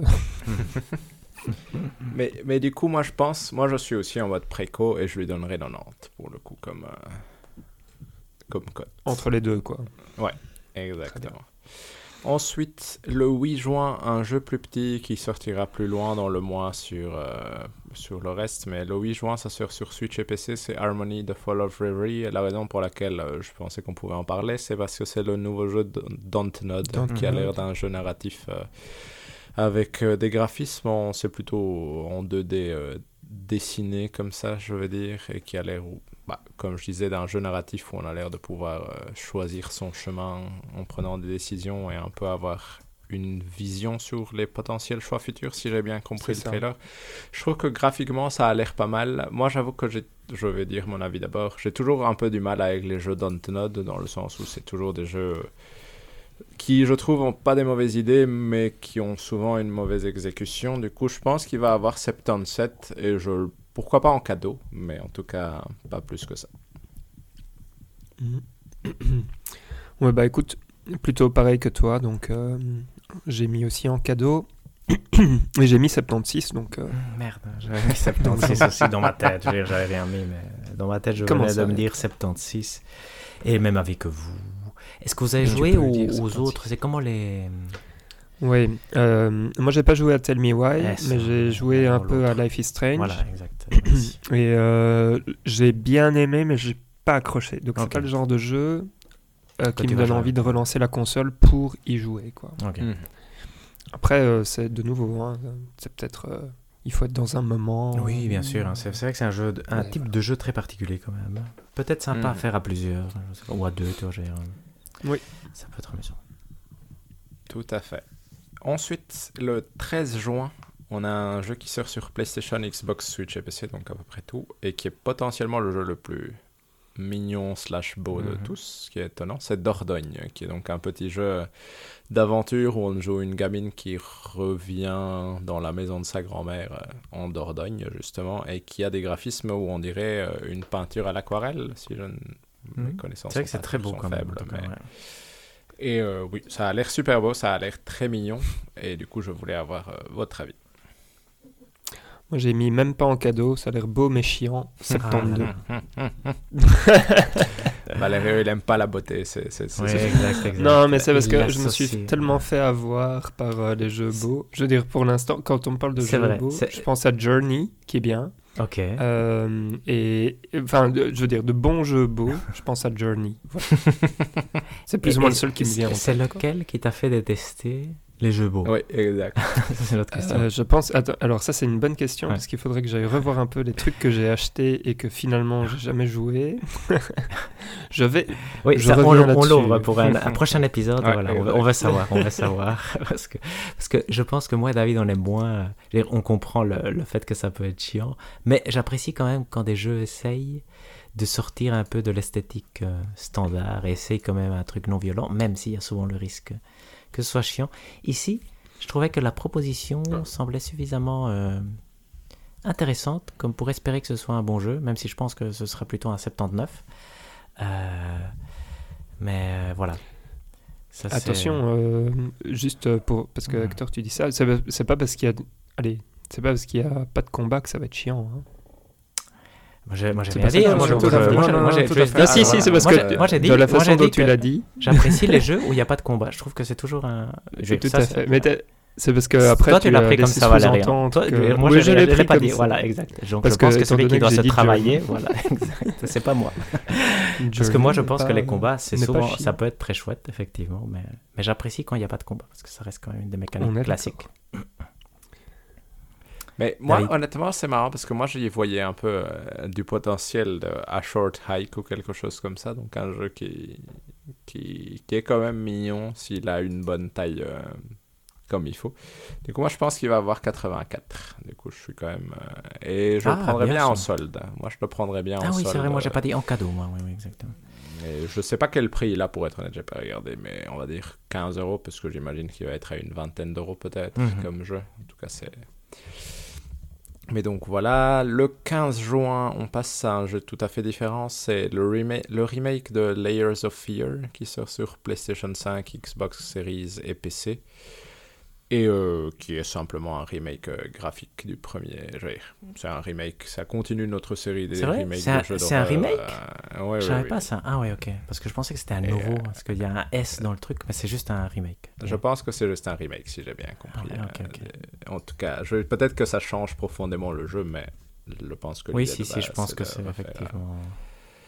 Mais, mais du coup, moi, je pense. Moi, je suis aussi en mode préco et je lui donnerai quatre-vingt-dix pour le coup, comme, euh, comme code.
Entre les deux, quoi.
Exactement. Ensuite, le huit juin, un jeu plus petit qui sortira plus loin dans le mois sur, euh, sur le reste. Mais le huit juin, ça sort sur Switch et P C, c'est Harmony The Fall of Reverie. Et la raison pour laquelle euh, je pensais qu'on pouvait en parler, c'est parce que c'est le nouveau jeu de Dontnod,
Dontnod.
qui a l'air d'un jeu narratif euh, avec euh, des graphismes, en- c'est plutôt en deux D euh, dessiné comme ça, je veux dire, et qui a l'air, bah, comme je disais, d'un jeu narratif où on a l'air de pouvoir euh, choisir son chemin en prenant des décisions et un peu avoir une vision sur les potentiels choix futurs, si j'ai bien compris
C'est
le
ça.
trailer. Je trouve que graphiquement, ça a l'air pas mal. Moi, j'avoue que j'ai, je vais dire mon avis d'abord, j'ai toujours un peu du mal avec les jeux Dontnod, dans le sens où c'est toujours des jeux qui, je trouve, n'ont pas des mauvaises idées, mais qui ont souvent une mauvaise exécution. Du coup, je pense qu'il va avoir soixante-dix-sept, et je, pourquoi pas en cadeau, mais en tout cas, pas plus que ça.
Ouais, bah écoute, plutôt pareil que toi, donc euh, j'ai mis aussi en cadeau. Et j'ai mis soixante-seize, donc... euh,
Merde, j'avais mis soixante-seize aussi dans ma tête. Je veux dire, j'avais rien mis, mais dans ma tête, je
Comment
venais
ça,
de me
ouais.
dire soixante-seize. Et même avec vous. Est-ce que vous avez
Tu
joué
peux
aux,
dire
aux
soixante-seize.
autres? C'est comment les...
Ouais, euh, moi j'ai pas joué à Tell Me Why,
Yes,
mais j'ai
euh,
joué un
l'autre.
peu à Life is Strange.
Voilà, exact. Merci.
Et euh, j'ai bien aimé, mais j'ai pas accroché. Donc c'est
Ok.
pas le genre de jeu euh,
Que
qui
tu
me
vas
donne
jouer.
envie de relancer la console pour y jouer, quoi.
Ok.
Mm.
Après, euh, c'est de nouveau, hein, c'est peut-être... euh, il faut être dans un moment...
Oui, bien sûr. hein. C'est, c'est vrai que c'est un, jeu de- un
Ouais,
type
voilà.
de jeu très particulier quand même. hein. Peut-être sympa à
Mhm.
faire à plusieurs, je sais pas, ou à deux, tu vois. j'ai, euh,
Oui.
Ça peut être amusant.
Tout à fait. Ensuite, le treize juin, on a un jeu qui sort sur PlayStation, Xbox, Switch et P C, donc à peu près tout, et qui est potentiellement le jeu le plus mignon slash beau de
Mhm.
tous, ce qui est étonnant. C'est Dordogne, qui est donc un petit jeu d'aventure où on joue une gamine qui revient dans la maison de sa grand-mère euh, en Dordogne, justement, et qui a des graphismes où on dirait euh, une peinture à l'aquarelle, si je ne... Mes
Mhm.
connaissances
C'est vrai que
sont
c'est
pas-
très beau
sont
quand même.
faibles,
en tout cas,
mais-
ouais.
Et euh, oui, ça a l'air super beau, ça a l'air très mignon, et du coup, je voulais avoir euh, votre avis.
Moi j'ai mis même pas en cadeau, ça a l'air beau mais chiant, soixante-douze.
Valérie, il aime pas la beauté, c'est... c'est, c'est,
Ouais,
c'est-
exact, exact.
Non, mais c'est parce
Il
que je me suis
l'associe.
tellement fait avoir par euh, les jeux beaux. Je veux dire, pour l'instant, quand on me parle de
C'est
jeux
vrai,
beaux,
c'est-
je pense à Journey, qui est bien.
Ok.
Euh, et, enfin, de- je veux dire, de bons jeux beaux, je pense à Journey. Voilà. C'est plus
Et-
ou moins
et
le seul qui me vient en
C'est
tête, quoi.
lequel qui t'a fait détester les jeux beaux?
Oui, exact.
Ça, c'est l'autre question.
Euh, je pense. Attends, alors ça c'est une bonne question
Ouais.
parce qu'il faudrait que j'aille revoir un peu les trucs que j'ai achetés et que finalement j'ai jamais joué. je vais.
oui,
je
ça, on,
reviens
on
là-dessus.
l'ouvre pour un, un prochain épisode.
Ouais,
voilà, on, va,
exact.
on va savoir, on va savoir parce que parce que je pense que moi et David on aime moins. euh, je veux dire, on comprend le, le fait que ça peut être chiant, mais j'apprécie quand même quand des jeux essayent de sortir un peu de l'esthétique euh, standard et essayent quand même un truc non violent, même s'il y a souvent le risque que ce soit chiant. Ici, je trouvais que la proposition semblait suffisamment euh, intéressante comme pour espérer que ce soit un bon jeu, même si je pense que ce sera plutôt un soixante-dix-neuf. Euh, mais euh, voilà. Ça, c'est-
Attention, euh, juste pour parce que
Ouais.
Hector, tu dis ça, c'est c'est pas parce qu'il y a, allez, c'est pas parce qu'il y a pas de combat que ça va être chiant. Hein.
Moi, j'ai, moi, j'ai
C'est
rien
pas ça,
dit.
non,
hein, moi,
c'est
je-
tout à
moi,
fait.
je- moi,
Non,
je-
non,
moi,
non,
j'ai
tout
juste-
à fait. Ah, si, si, c'est parce
moi,
que
j'ai- moi, j'ai dit,
de la
moi,
façon
j'ai
dont
dit
tu
que
l'as dit,
j'apprécie les jeux où il n'y a pas de combat. Je trouve que c'est toujours un. je-
tout
ça,
à
c'est-
fait. Mais t'as- c'est parce que après
toi,
tu
tu l'as
as
pris comme
laissé
ça, Valérian.
sous-entendre
Toi,
que-
moi,
Oui,
je
je
ne
l'ai
l'ai
pris
pas
comme
dit.
ça.
Voilà, exact. Donc,
Parce
je pense
que,
que
étant
celui
donné
qui
que
doit
j'ai
se
dit
travailler,
Journey-
voilà, exact. C'est pas moi. Parce que
Journey
moi, je
n'est
pense que
pas-
les combats, c'est
n'est pas
souvent,
chiant.
ça peut être très chouette, effectivement, mais, mais j'apprécie quand il n'y a pas de combat parce que ça reste quand même une des
On est
mécaniques
d'accord.
classiques.
Mais moi,
David.
honnêtement, c'est marrant parce que moi, j'y voyais un peu euh, du potentiel de A Short Hike ou quelque chose comme ça. Donc, un jeu qui, qui, qui est quand même mignon s'il a une bonne taille euh, comme il faut. Du coup, moi, je pense qu'il va avoir quatre-vingt-quatre. Du coup, je suis quand même... euh, et je
Ah,
le prendrais
bien,
bien, en
ça.
solde. Moi, je le prendrais bien en
Ah oui,
solde.
c'est vrai, moi, j'ai
euh,
pas dit en cadeau, moi. Oui, oui, exactement.
Et je sais pas quel prix il a, pour être honnête, j'ai pas regardé, mais on va dire quinze euros, parce que j'imagine qu'il va être à une vingtaine d'euros peut-être,
Mhm.
comme jeu. En tout cas, c'est... Mais donc voilà, le quinze juin, on passe à un jeu tout à fait différent, c'est le, rema- le remake de Layers of Fear, qui sort sur PlayStation cinq, Xbox Series et P C. Et euh, qui est simplement un remake euh, graphique du premier. Je veux dire, c'est un remake, ça continue notre série des
C'est vrai
remakes
C'est un-
de jeux
c'est un
d'horreur.
remake
euh, ouais,
Je
ouais,
savais
ouais.
pas ça. Ah ouais, ok. Parce que je pensais que c'était un
Et,
nouveau,
euh,
parce qu'il y a un S dans le truc, mais c'est juste un remake.
Je pense que c'est juste un remake, si j'ai bien compris.
Ah ouais, ok, ok.
Euh, En tout cas, je... peut-être que ça change profondément le jeu, mais je pense que
Oui,
l'idée
si,
de
si,
base,
je pense que
de
c'est
refaire,
effectivement...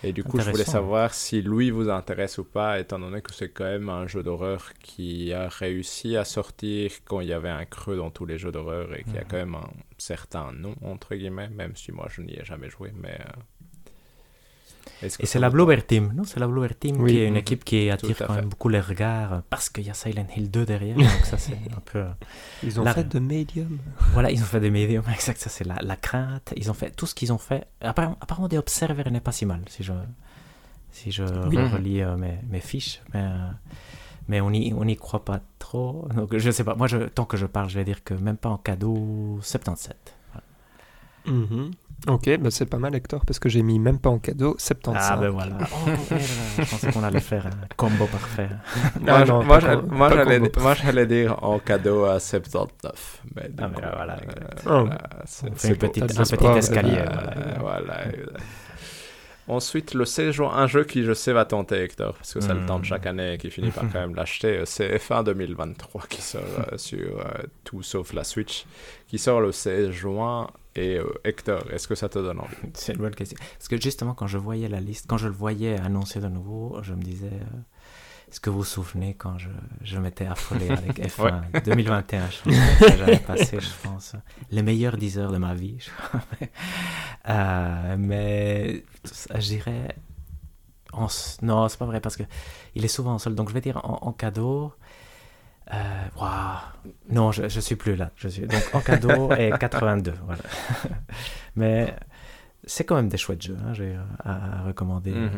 Et du coup, je voulais savoir si lui vous intéresse ou pas, étant donné que c'est quand même un jeu d'horreur qui a réussi à sortir quand il y avait un creux dans tous les jeux d'horreur et qui a quand même un certain nom, entre guillemets, même si moi je n'y ai jamais joué. Mais, euh...
Et c'est la Bloober Team, non? C'est la Bloober Team oui. qui est une équipe qui attire quand
fait.
même beaucoup les regards parce qu'il y a Silent Hill deux derrière. Donc ça, c'est un peu.
Ils ont la... fait de Medium.
Voilà, ils ont fait de Medium, exact. Ça, c'est la, la crainte. Ils ont fait tout ce qu'ils ont fait. Apparemment, apparemment The Observer n'est pas si mal, si je, si je oui. relis euh, mes, mes fiches. Mais, euh, mais on n'y on y croit pas trop. Donc je sais pas. Moi, je, tant que je parle, je vais dire que même pas en cadeau, soixante-dix-sept. Voilà.
Mm-hmm. Ok, bah c'est pas mal Hector, parce que j'ai mis même pas en cadeau soixante-quinze.
Ah ben voilà. Oh, je pensais qu'on allait faire un combo parfait.
Non, ouais, non, moi, j'allais, moi, j'allais, moi j'allais dire en cadeau à soixante-dix-neuf. Mais
ah mais là, voilà.
Euh,
oh.
voilà c'est,
on fait une petite, un petit escalier.
Euh, voilà. voilà. Ensuite, le seize juin, un jeu qui je sais va tenter Hector, parce que ça mmh. le tente chaque année et qui finit par quand même l'acheter, c'est F un deux mille vingt-trois qui sort euh, sur euh, tout sauf la Switch, qui sort le seize juin. Et euh, Hector, est-ce que ça te donne envie?
C'est une bonne question. Parce que justement, quand je voyais la liste, quand je le voyais annoncé de nouveau, je me disais, euh, est-ce que vous vous souvenez quand je, je m'étais affolé avec F un ouais. deux mille vingt et un, je pense que j'avais passé, je pense, les meilleures dix heures de ma vie. euh, mais je dirais... En, non, c'est pas vrai, parce qu'il est souvent en solde. Donc je vais dire en, en cadeau... Euh, wow. Non, je, je suis plus là. Je suis donc en cadeau et quatre-vingt-deux. Voilà. Mais c'est quand même des chouettes jeux hein, j'ai à, à recommander mm-hmm.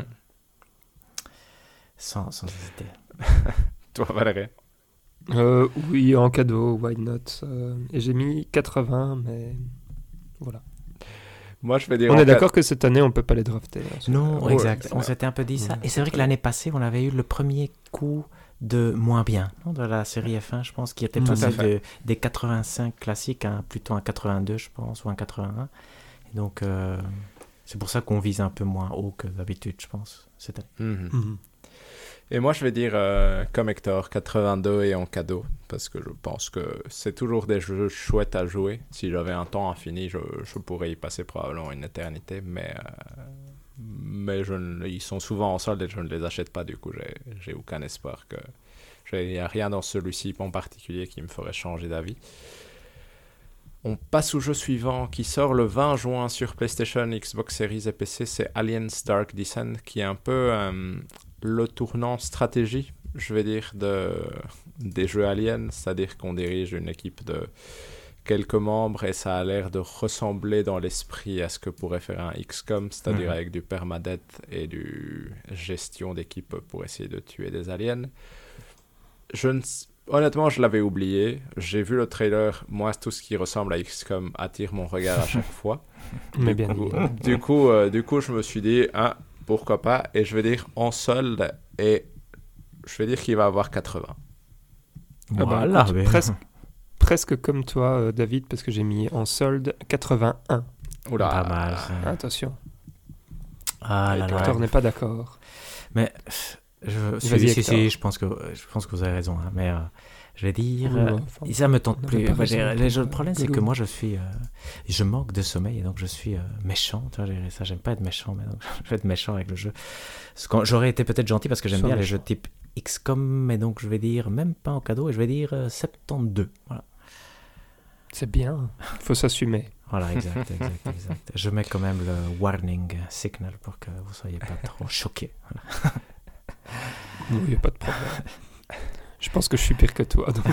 sans, sans hésiter.
Toi, Valérie?
euh, Oui, en cadeau, why not euh, et j'ai mis quatre-vingts, mais voilà.
Moi, je vais dire
on est d'accord ca... que cette année, on ne peut pas les drafter. Hein,
non, oh, exact. On s'était un peu dit ça. Et c'est vrai que l'année passée, on avait eu le premier coup de moins bien non, de la série F un, je pense, qui était passé de, des quatre-vingt-cinq classiques à plutôt un quatre-vingt-deux, je pense, ou un quatre-vingt-un. Et donc, euh, c'est pour ça qu'on vise un peu moins haut que d'habitude, je pense, cette année.
Mm-hmm. Mm-hmm. Et moi, je vais dire, euh, comme Hector, quatre-vingt-deux et en cadeau, parce que je pense que c'est toujours des jeux chouettes à jouer. Si j'avais un temps infini, je, je pourrais y passer probablement une éternité, mais... Euh... mais je ne, ils sont souvent en solde et je ne les achète pas, du coup j'ai, j'ai aucun espoir que il n'y a rien dans celui-ci en particulier qui me ferait changer d'avis. On passe au jeu suivant qui sort le vingt juin sur PlayStation, Xbox Series et P C, c'est Aliens Dark Descent, qui est un peu euh, le tournant stratégie, je vais dire, de, des jeux Aliens, c'est-à-dire qu'on dirige une équipe de quelques membres et ça a l'air de ressembler dans l'esprit à ce que pourrait faire un X COM, c'est-à-dire mmh. avec du permadeath et du gestion d'équipe pour essayer de tuer des aliens. Je ne... Honnêtement, je l'avais oublié. J'ai vu le trailer. Moi, tout ce qui ressemble à X COM attire mon regard à chaque fois.
Mais
du,
bien
coup, du, coup, euh, du coup, je me suis dit, ah, pourquoi pas. Et je vais dire en solde et je vais dire qu'il va avoir quatre-vingts.
Voilà, ah bah, écoute, presque. Presque comme toi, euh, David, parce que j'ai mis en solde quatre-vingt-un.
Oula,
pas mal.
Ah, attention.
Ah là là.
Hector n'est pas d'accord.
Mais je, si, si, si, je pense que je pense que vous avez raison. Hein, mais euh, je vais dire,
oui,
euh,
enfin,
ça me tente plus.
Bah,
dire, le, le problème, c'est que moi, je suis, euh, je manque de sommeil et donc je suis euh, méchant. Tu vois, ça, j'aime pas être méchant, mais donc je vais être méchant avec le jeu. Quand, j'aurais été peut-être gentil parce que j'aime Sois bien méchant. Les jeux type X COM, mais donc je vais dire même pas en cadeau et je vais dire euh, soixante-douze. Voilà.
C'est bien, il faut s'assumer.
Voilà, exact, exact, exact. Je mets quand même le warning signal pour que vous ne soyez pas trop choqués. Voilà.
Non, il n'y a pas de problème. Je pense que je suis pire que toi. Donc.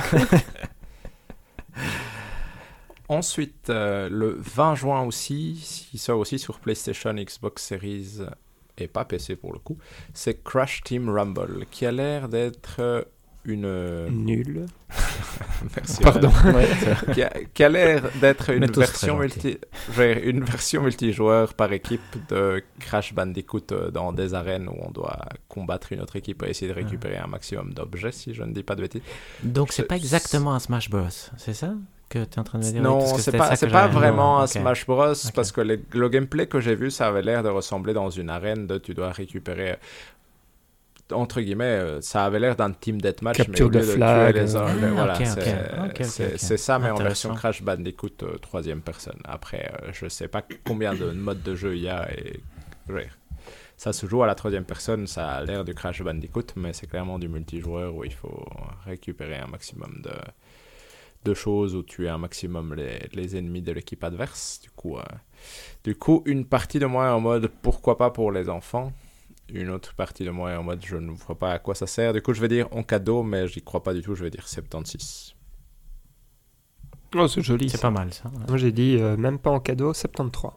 Ensuite, euh, le vingt juin aussi, il sort aussi sur PlayStation, Xbox Series et pas P C pour le coup, c'est Crash Team Rumble, qui a l'air d'être... une...
Nulle.
Merci.
Pardon.
Ouais, qui, a, qui a l'air d'être une version, multi... une version multijoueur par équipe de Crash Bandicoot dans des arènes où on doit combattre une autre équipe et essayer de récupérer un maximum d'objets, si je ne dis pas de bêtises.
Donc c'est, c'est pas exactement un Smash Bros, c'est ça que tu es en train de me dire?
Non,
oui,
c'est pas, c'est pas vraiment
non,
un
okay.
Smash Bros, okay. Parce que les, le gameplay que j'ai vu, ça avait l'air de ressembler dans une arène de tu dois récupérer... entre guillemets, ça avait l'air d'un team deathmatch,
Capture
mais au lieu
de,
de
flag.
tuer les uns,
Ah,
voilà,
okay,
c'est,
okay. Okay,
c'est,
okay,
c'est ça, mais en version
Intéressant.
Crash Bandicoot euh, troisième personne. Après, euh, je sais pas combien de modes de jeu il y a et ouais. ça se joue à la troisième personne, ça a l'air du Crash Bandicoot, mais c'est clairement du multijoueur où il faut récupérer un maximum de, de choses, où tuer un maximum les, les ennemis de l'équipe adverse. Du coup, euh, du coup, une partie de moi est en mode pourquoi pas pour les enfants, une autre partie de moi est en mode je ne vois pas à quoi ça sert. Du coup, je vais dire en cadeau, mais j'y crois pas du tout, je vais dire soixante-seize.
Oh, c'est joli.
C'est
ça.
pas mal ça. Ouais.
Moi j'ai dit euh, même pas en cadeau, soixante-treize.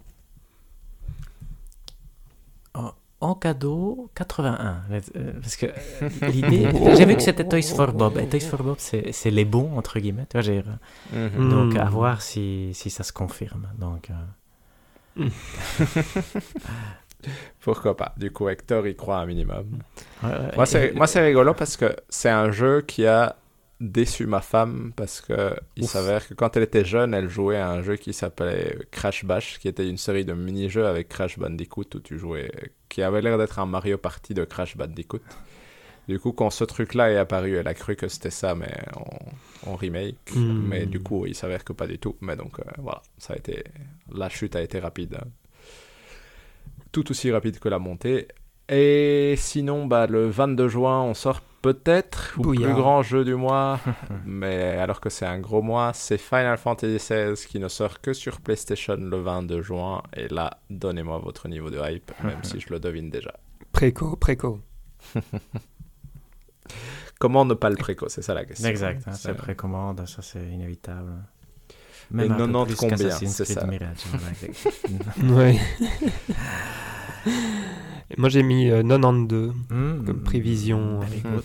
En cadeau, quatre-vingt-un. Euh, parce que euh, l'idée. J'ai vu que c'était Toys for Bob. Et Toys for Bob, c'est, c'est les bons, entre guillemets. Tu vois, j'ai,
Mm-hmm.
donc, à voir si, si ça se confirme. Donc, euh...
Pourquoi pas. Du coup, Hector y croit un minimum.
ouais, ouais,
Moi, c'est,
et-
moi, c'est rigolo parce que c'est un jeu qui a déçu ma femme parce que il
Ouf.
s'avère que quand elle était jeune, elle jouait à un jeu qui s'appelait Crash Bash, qui était une série de mini-jeux avec Crash Bandicoot où tu jouais, qui avait l'air d'être un Mario Party de Crash Bandicoot. Du coup, quand ce truc-là est apparu, elle a cru que c'était ça, mais en, en remake.
Mm.
Mais du coup, il s'avère que pas du tout. Mais donc, euh, voilà, ça a été, la chute a été rapide, hein. Tout aussi rapide que la montée. Et sinon, bah, le vingt-deux juin, on sort peut-être au
Bouillard.
plus grand jeu du mois, mais alors que c'est un gros mois, c'est Final Fantasy seize qui ne sort que sur PlayStation le vingt-deux juin. Et là, donnez-moi votre niveau de hype, même si je le devine déjà.
Préco, préco.
Comment ne pas le préco, c'est ça la question.
Exact, hein,
C'est-
c'est précommande, ça c'est inévitable.
Et
un peu
quatre-vingt-dix
plus
combien,
qu'Assassin's
c'est
Creed
ça.
Mirage, voilà.
Ouais. Et moi j'ai mis euh, quatre-vingt-douze.
Mm,
Comme prévision.
very good.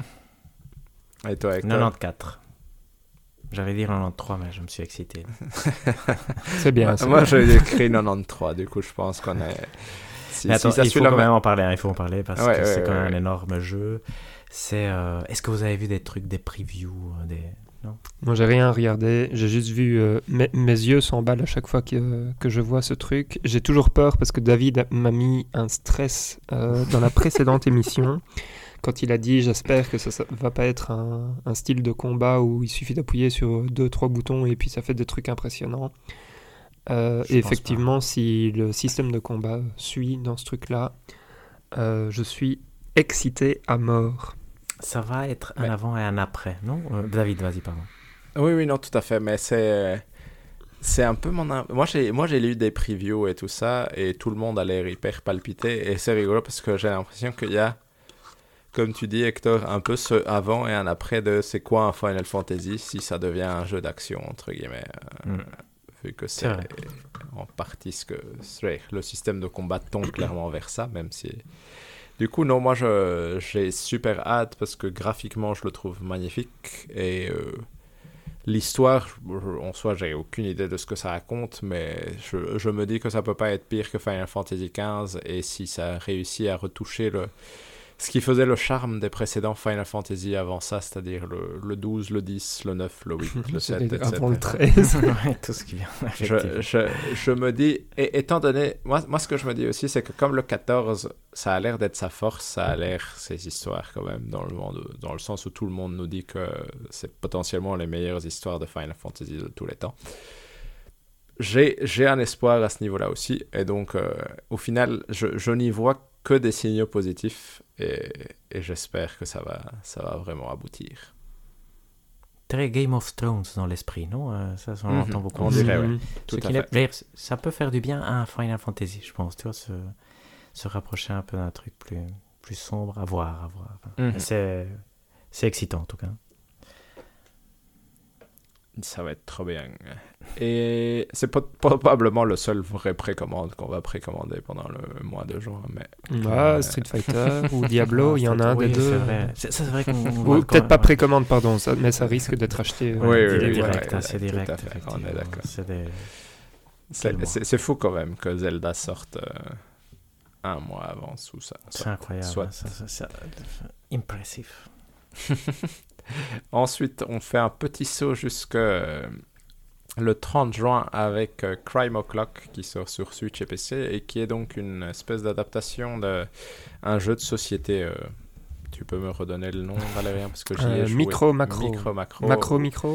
Et toi, Hector?
quatre-vingt-quatorze. J'allais dire quatre-vingt-treize, mais je me suis excité.
C'est bien.
Moi,
c'est
moi
bien.
j'ai écrit quatre-vingt-treize, du coup, je pense qu'on est. Si,
Mais attends,
si ça
il
suit
faut
la
quand
même-
même en parler, hein, il faut en parler parce
Ouais,
que
ouais,
c'est quand
ouais,
même
ouais.
un énorme jeu. C'est, euh, est-ce que vous avez vu des trucs, des previews, euh, des... Non.
Moi j'ai rien regardé, j'ai juste vu. euh, mes, mes yeux s'emballent à chaque fois que, que je vois ce truc. J'ai toujours peur parce que David m'a mis un stress euh, dans la précédente émission. Quand il a dit j'espère que ça, ça va pas être un, un style de combat où il suffit d'appuyer sur deux trois boutons et puis ça fait des trucs impressionnants. Euh,
Je
et
pense
effectivement, si le système de combat suit dans ce truc-là, euh, je suis excité à mort.
Ça va être un
Mais-
avant et un après, non Euh, David, vas-y, pardon.
Oui, oui, non, tout à fait. Mais c'est, c'est un peu mon. im- Moi, j'ai, moi, j'ai lu des previews et tout ça, et tout le monde a l'air hyper palpité. Et c'est rigolo parce que j'ai l'impression qu'il y a, comme tu dis, Hector, un peu ce avant et un après de c'est quoi un Final Fantasy si ça devient un jeu d'action, entre guillemets. euh,
Mm.
Vu que
C'est
c'est
vrai.
en partie ce que. c'est- Le système de combat tend clairement vers ça, même si. Du coup, non, moi, je, j'ai super hâte parce que graphiquement, je le trouve magnifique. Et euh, l'histoire, je- en soi, j'ai aucune idée de ce que ça raconte, mais je, je me dis que ça peut pas être pire que Final Fantasy quinze. Et si ça réussit à retoucher le, ce qui faisait le charme des précédents Final Fantasy avant ça, c'est-à-dire le, le douze, le dix, le neuf, le huit, le sept,
C'était
et cetera.
avant le treize.
Ouais, tout ce qui vient.
Je,
effectivement.
je, je me dis, et étant donné, moi, moi ce que je me dis aussi, c'est que comme le quatorze, ça a l'air d'être sa force, ça a l'air ces histoires quand même, dans le, monde, dans le sens où tout le monde nous dit que c'est potentiellement les meilleures histoires de Final Fantasy de tous les temps. J'ai, j'ai un espoir à ce niveau-là aussi, et donc euh, au final, je, je n'y vois que des signaux positifs, et, et j'espère que ça va, ça va vraiment aboutir.
Très Game of Thrones dans l'esprit, non Euh, Ça, on
Mhm.
entend beaucoup.
On dirait, ouais.
Mhm.
Tout
Ce
à
qui
fait.
n'est- d'ailleurs, ça peut faire du bien à un Final Fantasy, je pense, tu vois, se, se rapprocher un peu d'un truc plus, plus sombre, à voir, à voir. Enfin,
Mhm.
c'est, c'est excitant, en tout cas.
Ça va être trop bien. Et c'est po- probablement le seul vrai précommande qu'on va précommander pendant le mois de juin. Mais
Ah, Street Fighter ou Diablo, il y en a un
oui,
des deux.
C'est vrai, c'est, ça, c'est vrai qu'on...
Ou peut-être pas précommande, pardon, ça, mais ça risque d'être acheté.
Ouais,
Oui,
di-
oui, oui,
direct,
ouais,
hein, c'est
tout à
direct,
fait, on est
effectivement.
d'accord.
C'est des...
c'est,
Quel mois.
c'est, c'est fou quand même que Zelda sorte euh, un mois avant sous ça.
C'est incroyable.
Soit.
hein, ça, ça, ça- impressif.
Ensuite, on fait un petit saut jusque euh, le trente juin avec euh, Crime O'Clock qui sort sur Switch et P C et qui est donc une espèce d'adaptation d'un jeu de société. euh, Tu peux me redonner le nom, Valérien, parce que j'y ai
Euh,
joué.
micro, macro.
Micro, macro.
Macro, micro.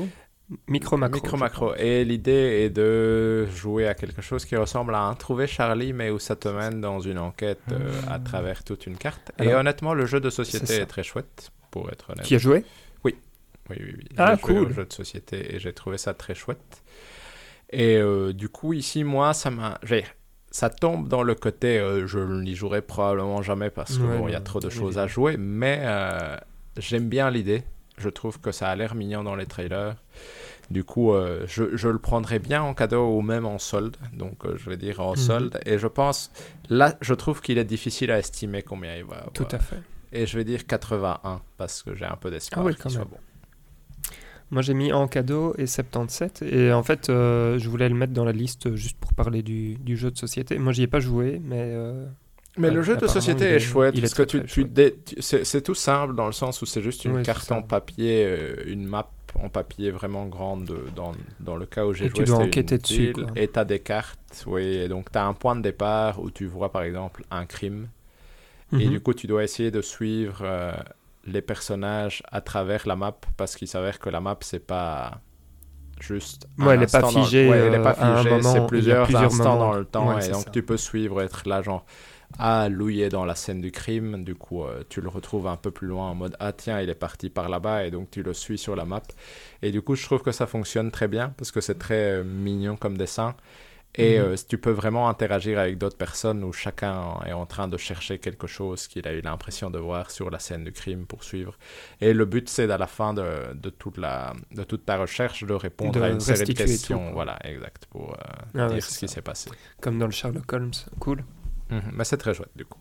Micro-macro.
Micro-macro. Et l'idée est de jouer à quelque chose qui ressemble à un Trouver Charlie, mais où ça te mène dans une enquête euh, à travers toute une carte. Alors, et honnêtement, le jeu de société est, est très chouette, pour être honnête.
Tu as joué ?
Oui. Oui, oui, oui.
Ah,
j'ai
cool.
joué au jeu de société et j'ai trouvé ça très chouette. Et euh, du coup, ici, moi, ça m'a... J'ai... Ça tombe dans le côté, euh, je n'y jouerai probablement jamais parce qu'il ouais, bon, y a trop de choses oui. à jouer, mais euh, j'aime bien l'idée. Je trouve que ça a l'air mignon dans les trailers. Du coup, euh, je, je le prendrais bien en cadeau ou même en solde. Donc, euh, je vais dire en mmh. solde. Et je pense, là, je trouve qu'il est difficile à estimer combien il va avoir.
Tout à fait.
Et je vais dire quatre-vingt-un parce que j'ai un peu d'espoir
ah oui,
qu'il soit bon.
Moi, j'ai mis en cadeau et soixante-dix-sept. Et en fait, euh, je voulais le mettre dans la liste juste pour parler du, du jeu de société. Moi, j'y ai pas joué, mais... Euh,
mais le jeu de société est, est chouette.
Il
parce
est très,
que tu,
très
tu dé... c'est, c'est tout simple dans le sens où c'est juste une
oui,
carte en papier, euh, une map en papier vraiment grande de, dans, dans le cas où j'ai
et
joué.
Tu dois enquêter dessus.
Ville, et tu as des cartes. Oui, et donc tu as un point de départ où tu vois par exemple un crime. Mm-hmm. Et du coup, tu dois essayer de suivre... Euh, les personnages à travers la map parce qu'il s'avère que la map c'est pas juste
ouais, elle n'est pas figée
dans... ouais, elle est pas figée
moment,
c'est plusieurs, plusieurs instants moments. Dans le temps
ouais,
et donc
ça.
Tu peux suivre être là genre ah Louis est dans la scène du crime du coup euh, tu le retrouves un peu plus loin en mode ah tiens il est parti par là-bas et donc tu le suis sur la map et du coup je trouve que ça fonctionne très bien parce que c'est très euh, mignon comme dessin. Et mmh. euh, tu peux vraiment interagir avec d'autres personnes où chacun est en train de chercher quelque chose qu'il a eu l'impression de voir sur la scène du crime pour suivre. Et le but, c'est à la fin de, de, toute, la, de toute ta recherche de répondre
de
à une série de questions.
Tout,
voilà, exact, pour euh,
ah
dire
ouais,
ce qui s'est passé.
Comme dans le Sherlock Holmes, cool.
Mmh, mais c'est très chouette, du coup.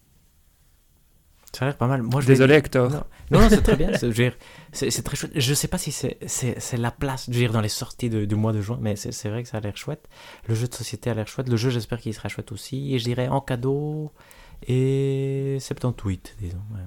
Ça a l'air pas mal. Moi, je
Désolé,
vais...
Hector.
Non, non, non c'est très bien. C'est, dire, c'est, c'est très chouette. Je sais pas si c'est, c'est, c'est la place je veux dire, dans les sorties de, du mois de juin, mais c'est, c'est vrai que ça a l'air chouette. Le jeu de société a l'air chouette. Le jeu, j'espère qu'il sera chouette aussi. Et je dirais en cadeau et soixante-dix-huit, disons. Ouais.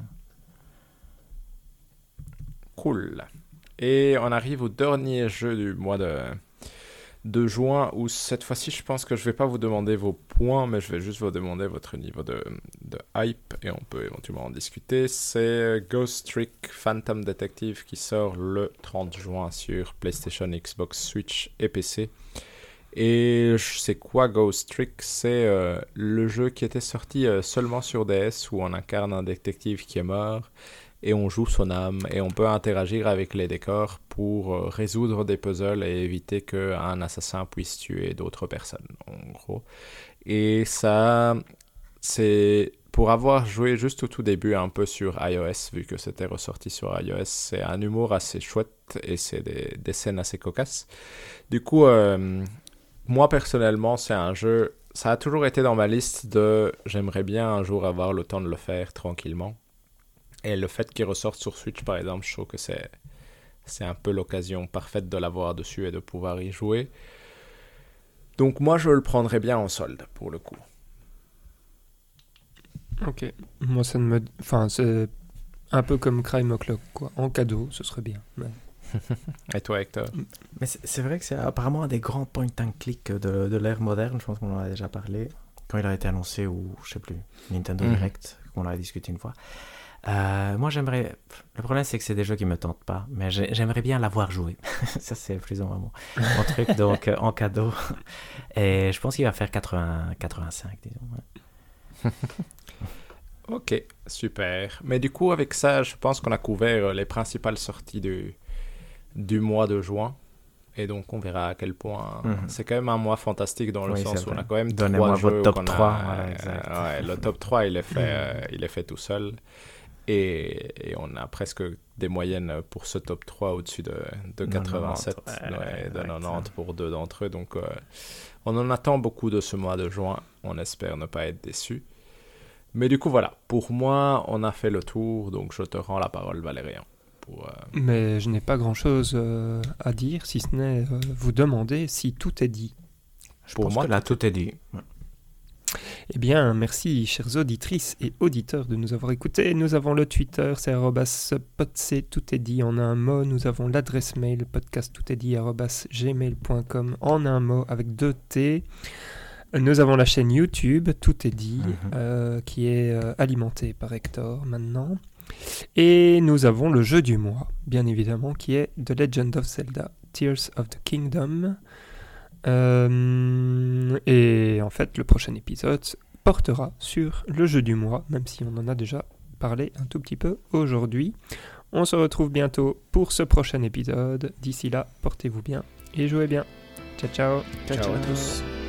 Cool. Et on arrive au dernier jeu du mois de... de juin, où cette fois-ci, je pense que je vais pas vous demander vos points, mais je vais juste vous demander votre niveau de, de hype, et on peut éventuellement en discuter. C'est Ghost Trick Phantom Detective qui sort le trente juin sur PlayStation, Xbox, Switch et P C. Et c'est quoi Ghost Trick ? C'est euh, le jeu qui était sorti euh, seulement sur D S, où on incarne un détective qui est mort, et on joue son âme, et on peut interagir avec les décors pour euh, résoudre des puzzles et éviter qu'un assassin puisse tuer d'autres personnes, en gros. Et ça, c'est... Pour avoir joué juste au tout début un peu sur iOS, vu que c'était ressorti sur iOS, c'est un humour assez chouette, et c'est des, des scènes assez cocasses. Du coup, euh, moi personnellement, c'est un jeu... Ça a toujours été dans ma liste de... J'aimerais bien un jour avoir le temps de le faire tranquillement. Et le fait qu'il ressorte sur Switch, par exemple, je trouve que c'est, c'est un peu l'occasion parfaite de l'avoir dessus et de pouvoir y jouer. Donc moi, je le prendrais bien en solde, pour le coup.
Ok. Moi, ça ne me... Enfin, c'est un peu comme Crime O'Clock, quoi. En cadeau, ce serait bien. Ouais.
Et toi, Hector ?
Mais c'est, c'est vrai que c'est apparemment un des grands point and click de, de l'ère moderne. Je pense qu'on en a déjà parlé. Quand il a été annoncé, ou je sais plus, Nintendo mmh. Direct, qu'on en a discuté une fois. Euh, moi j'aimerais, le problème c'est que c'est des jeux qui me tentent pas, mais j'aimerais bien l'avoir joué. Ça c'est plus ou moins mon, mon truc, donc euh, en cadeau. Et je pense qu'il va faire quatre-vingts, quatre-vingt-cinq, disons. Ouais.
Ok, super. Mais du coup avec ça, je pense qu'on a couvert les principales sorties du, du mois de juin. Et donc on verra à quel point mm-hmm. c'est quand même un mois fantastique dans le oui, sens où on a quand même
Donnez-moi
trois
jeux
top
qu'on trois.
A,
ouais, exact.
Euh, ouais, le top trois il est fait, euh, il est fait tout seul. Et, et on a presque des moyennes pour ce top trois au-dessus de, de quatre-vingt-sept,
quatre-vingt-sept, ouais,
ouais, de
ouais,
quatre-vingt-dix pour deux d'entre eux. Donc euh, on en attend beaucoup de ce mois de juin. On espère ne pas être déçus. Mais du coup voilà, pour moi on a fait le tour, donc je te rends la parole Valérien. Pour, euh...
Mais je n'ai pas grand-chose euh, à dire, si ce n'est euh, vous demander si tout est dit.
Je pour pense moi, que là, tout est dit. Ouais.
Eh bien, merci, chères auditrices et auditeurs, de nous avoir écoutés. Nous avons le Twitter, c'est arobase podc, tout est dit en un mot. Nous avons l'adresse mail, podcast tout est dit, arobase gmail point com, en un mot, avec deux T. Nous avons la chaîne YouTube, tout est dit, mm-hmm. euh, qui est euh, alimentée par Hector maintenant. Et nous avons le jeu du mois, bien évidemment, qui est The Legend of Zelda Tears of the Kingdom. Euh, et en fait, le prochain épisode portera sur le jeu du mois, même si on en a déjà parlé un tout petit peu aujourd'hui. On se retrouve bientôt pour ce prochain épisode. D'ici là, portez-vous bien et jouez bien. Ciao, ciao.
Ciao, ciao à tous.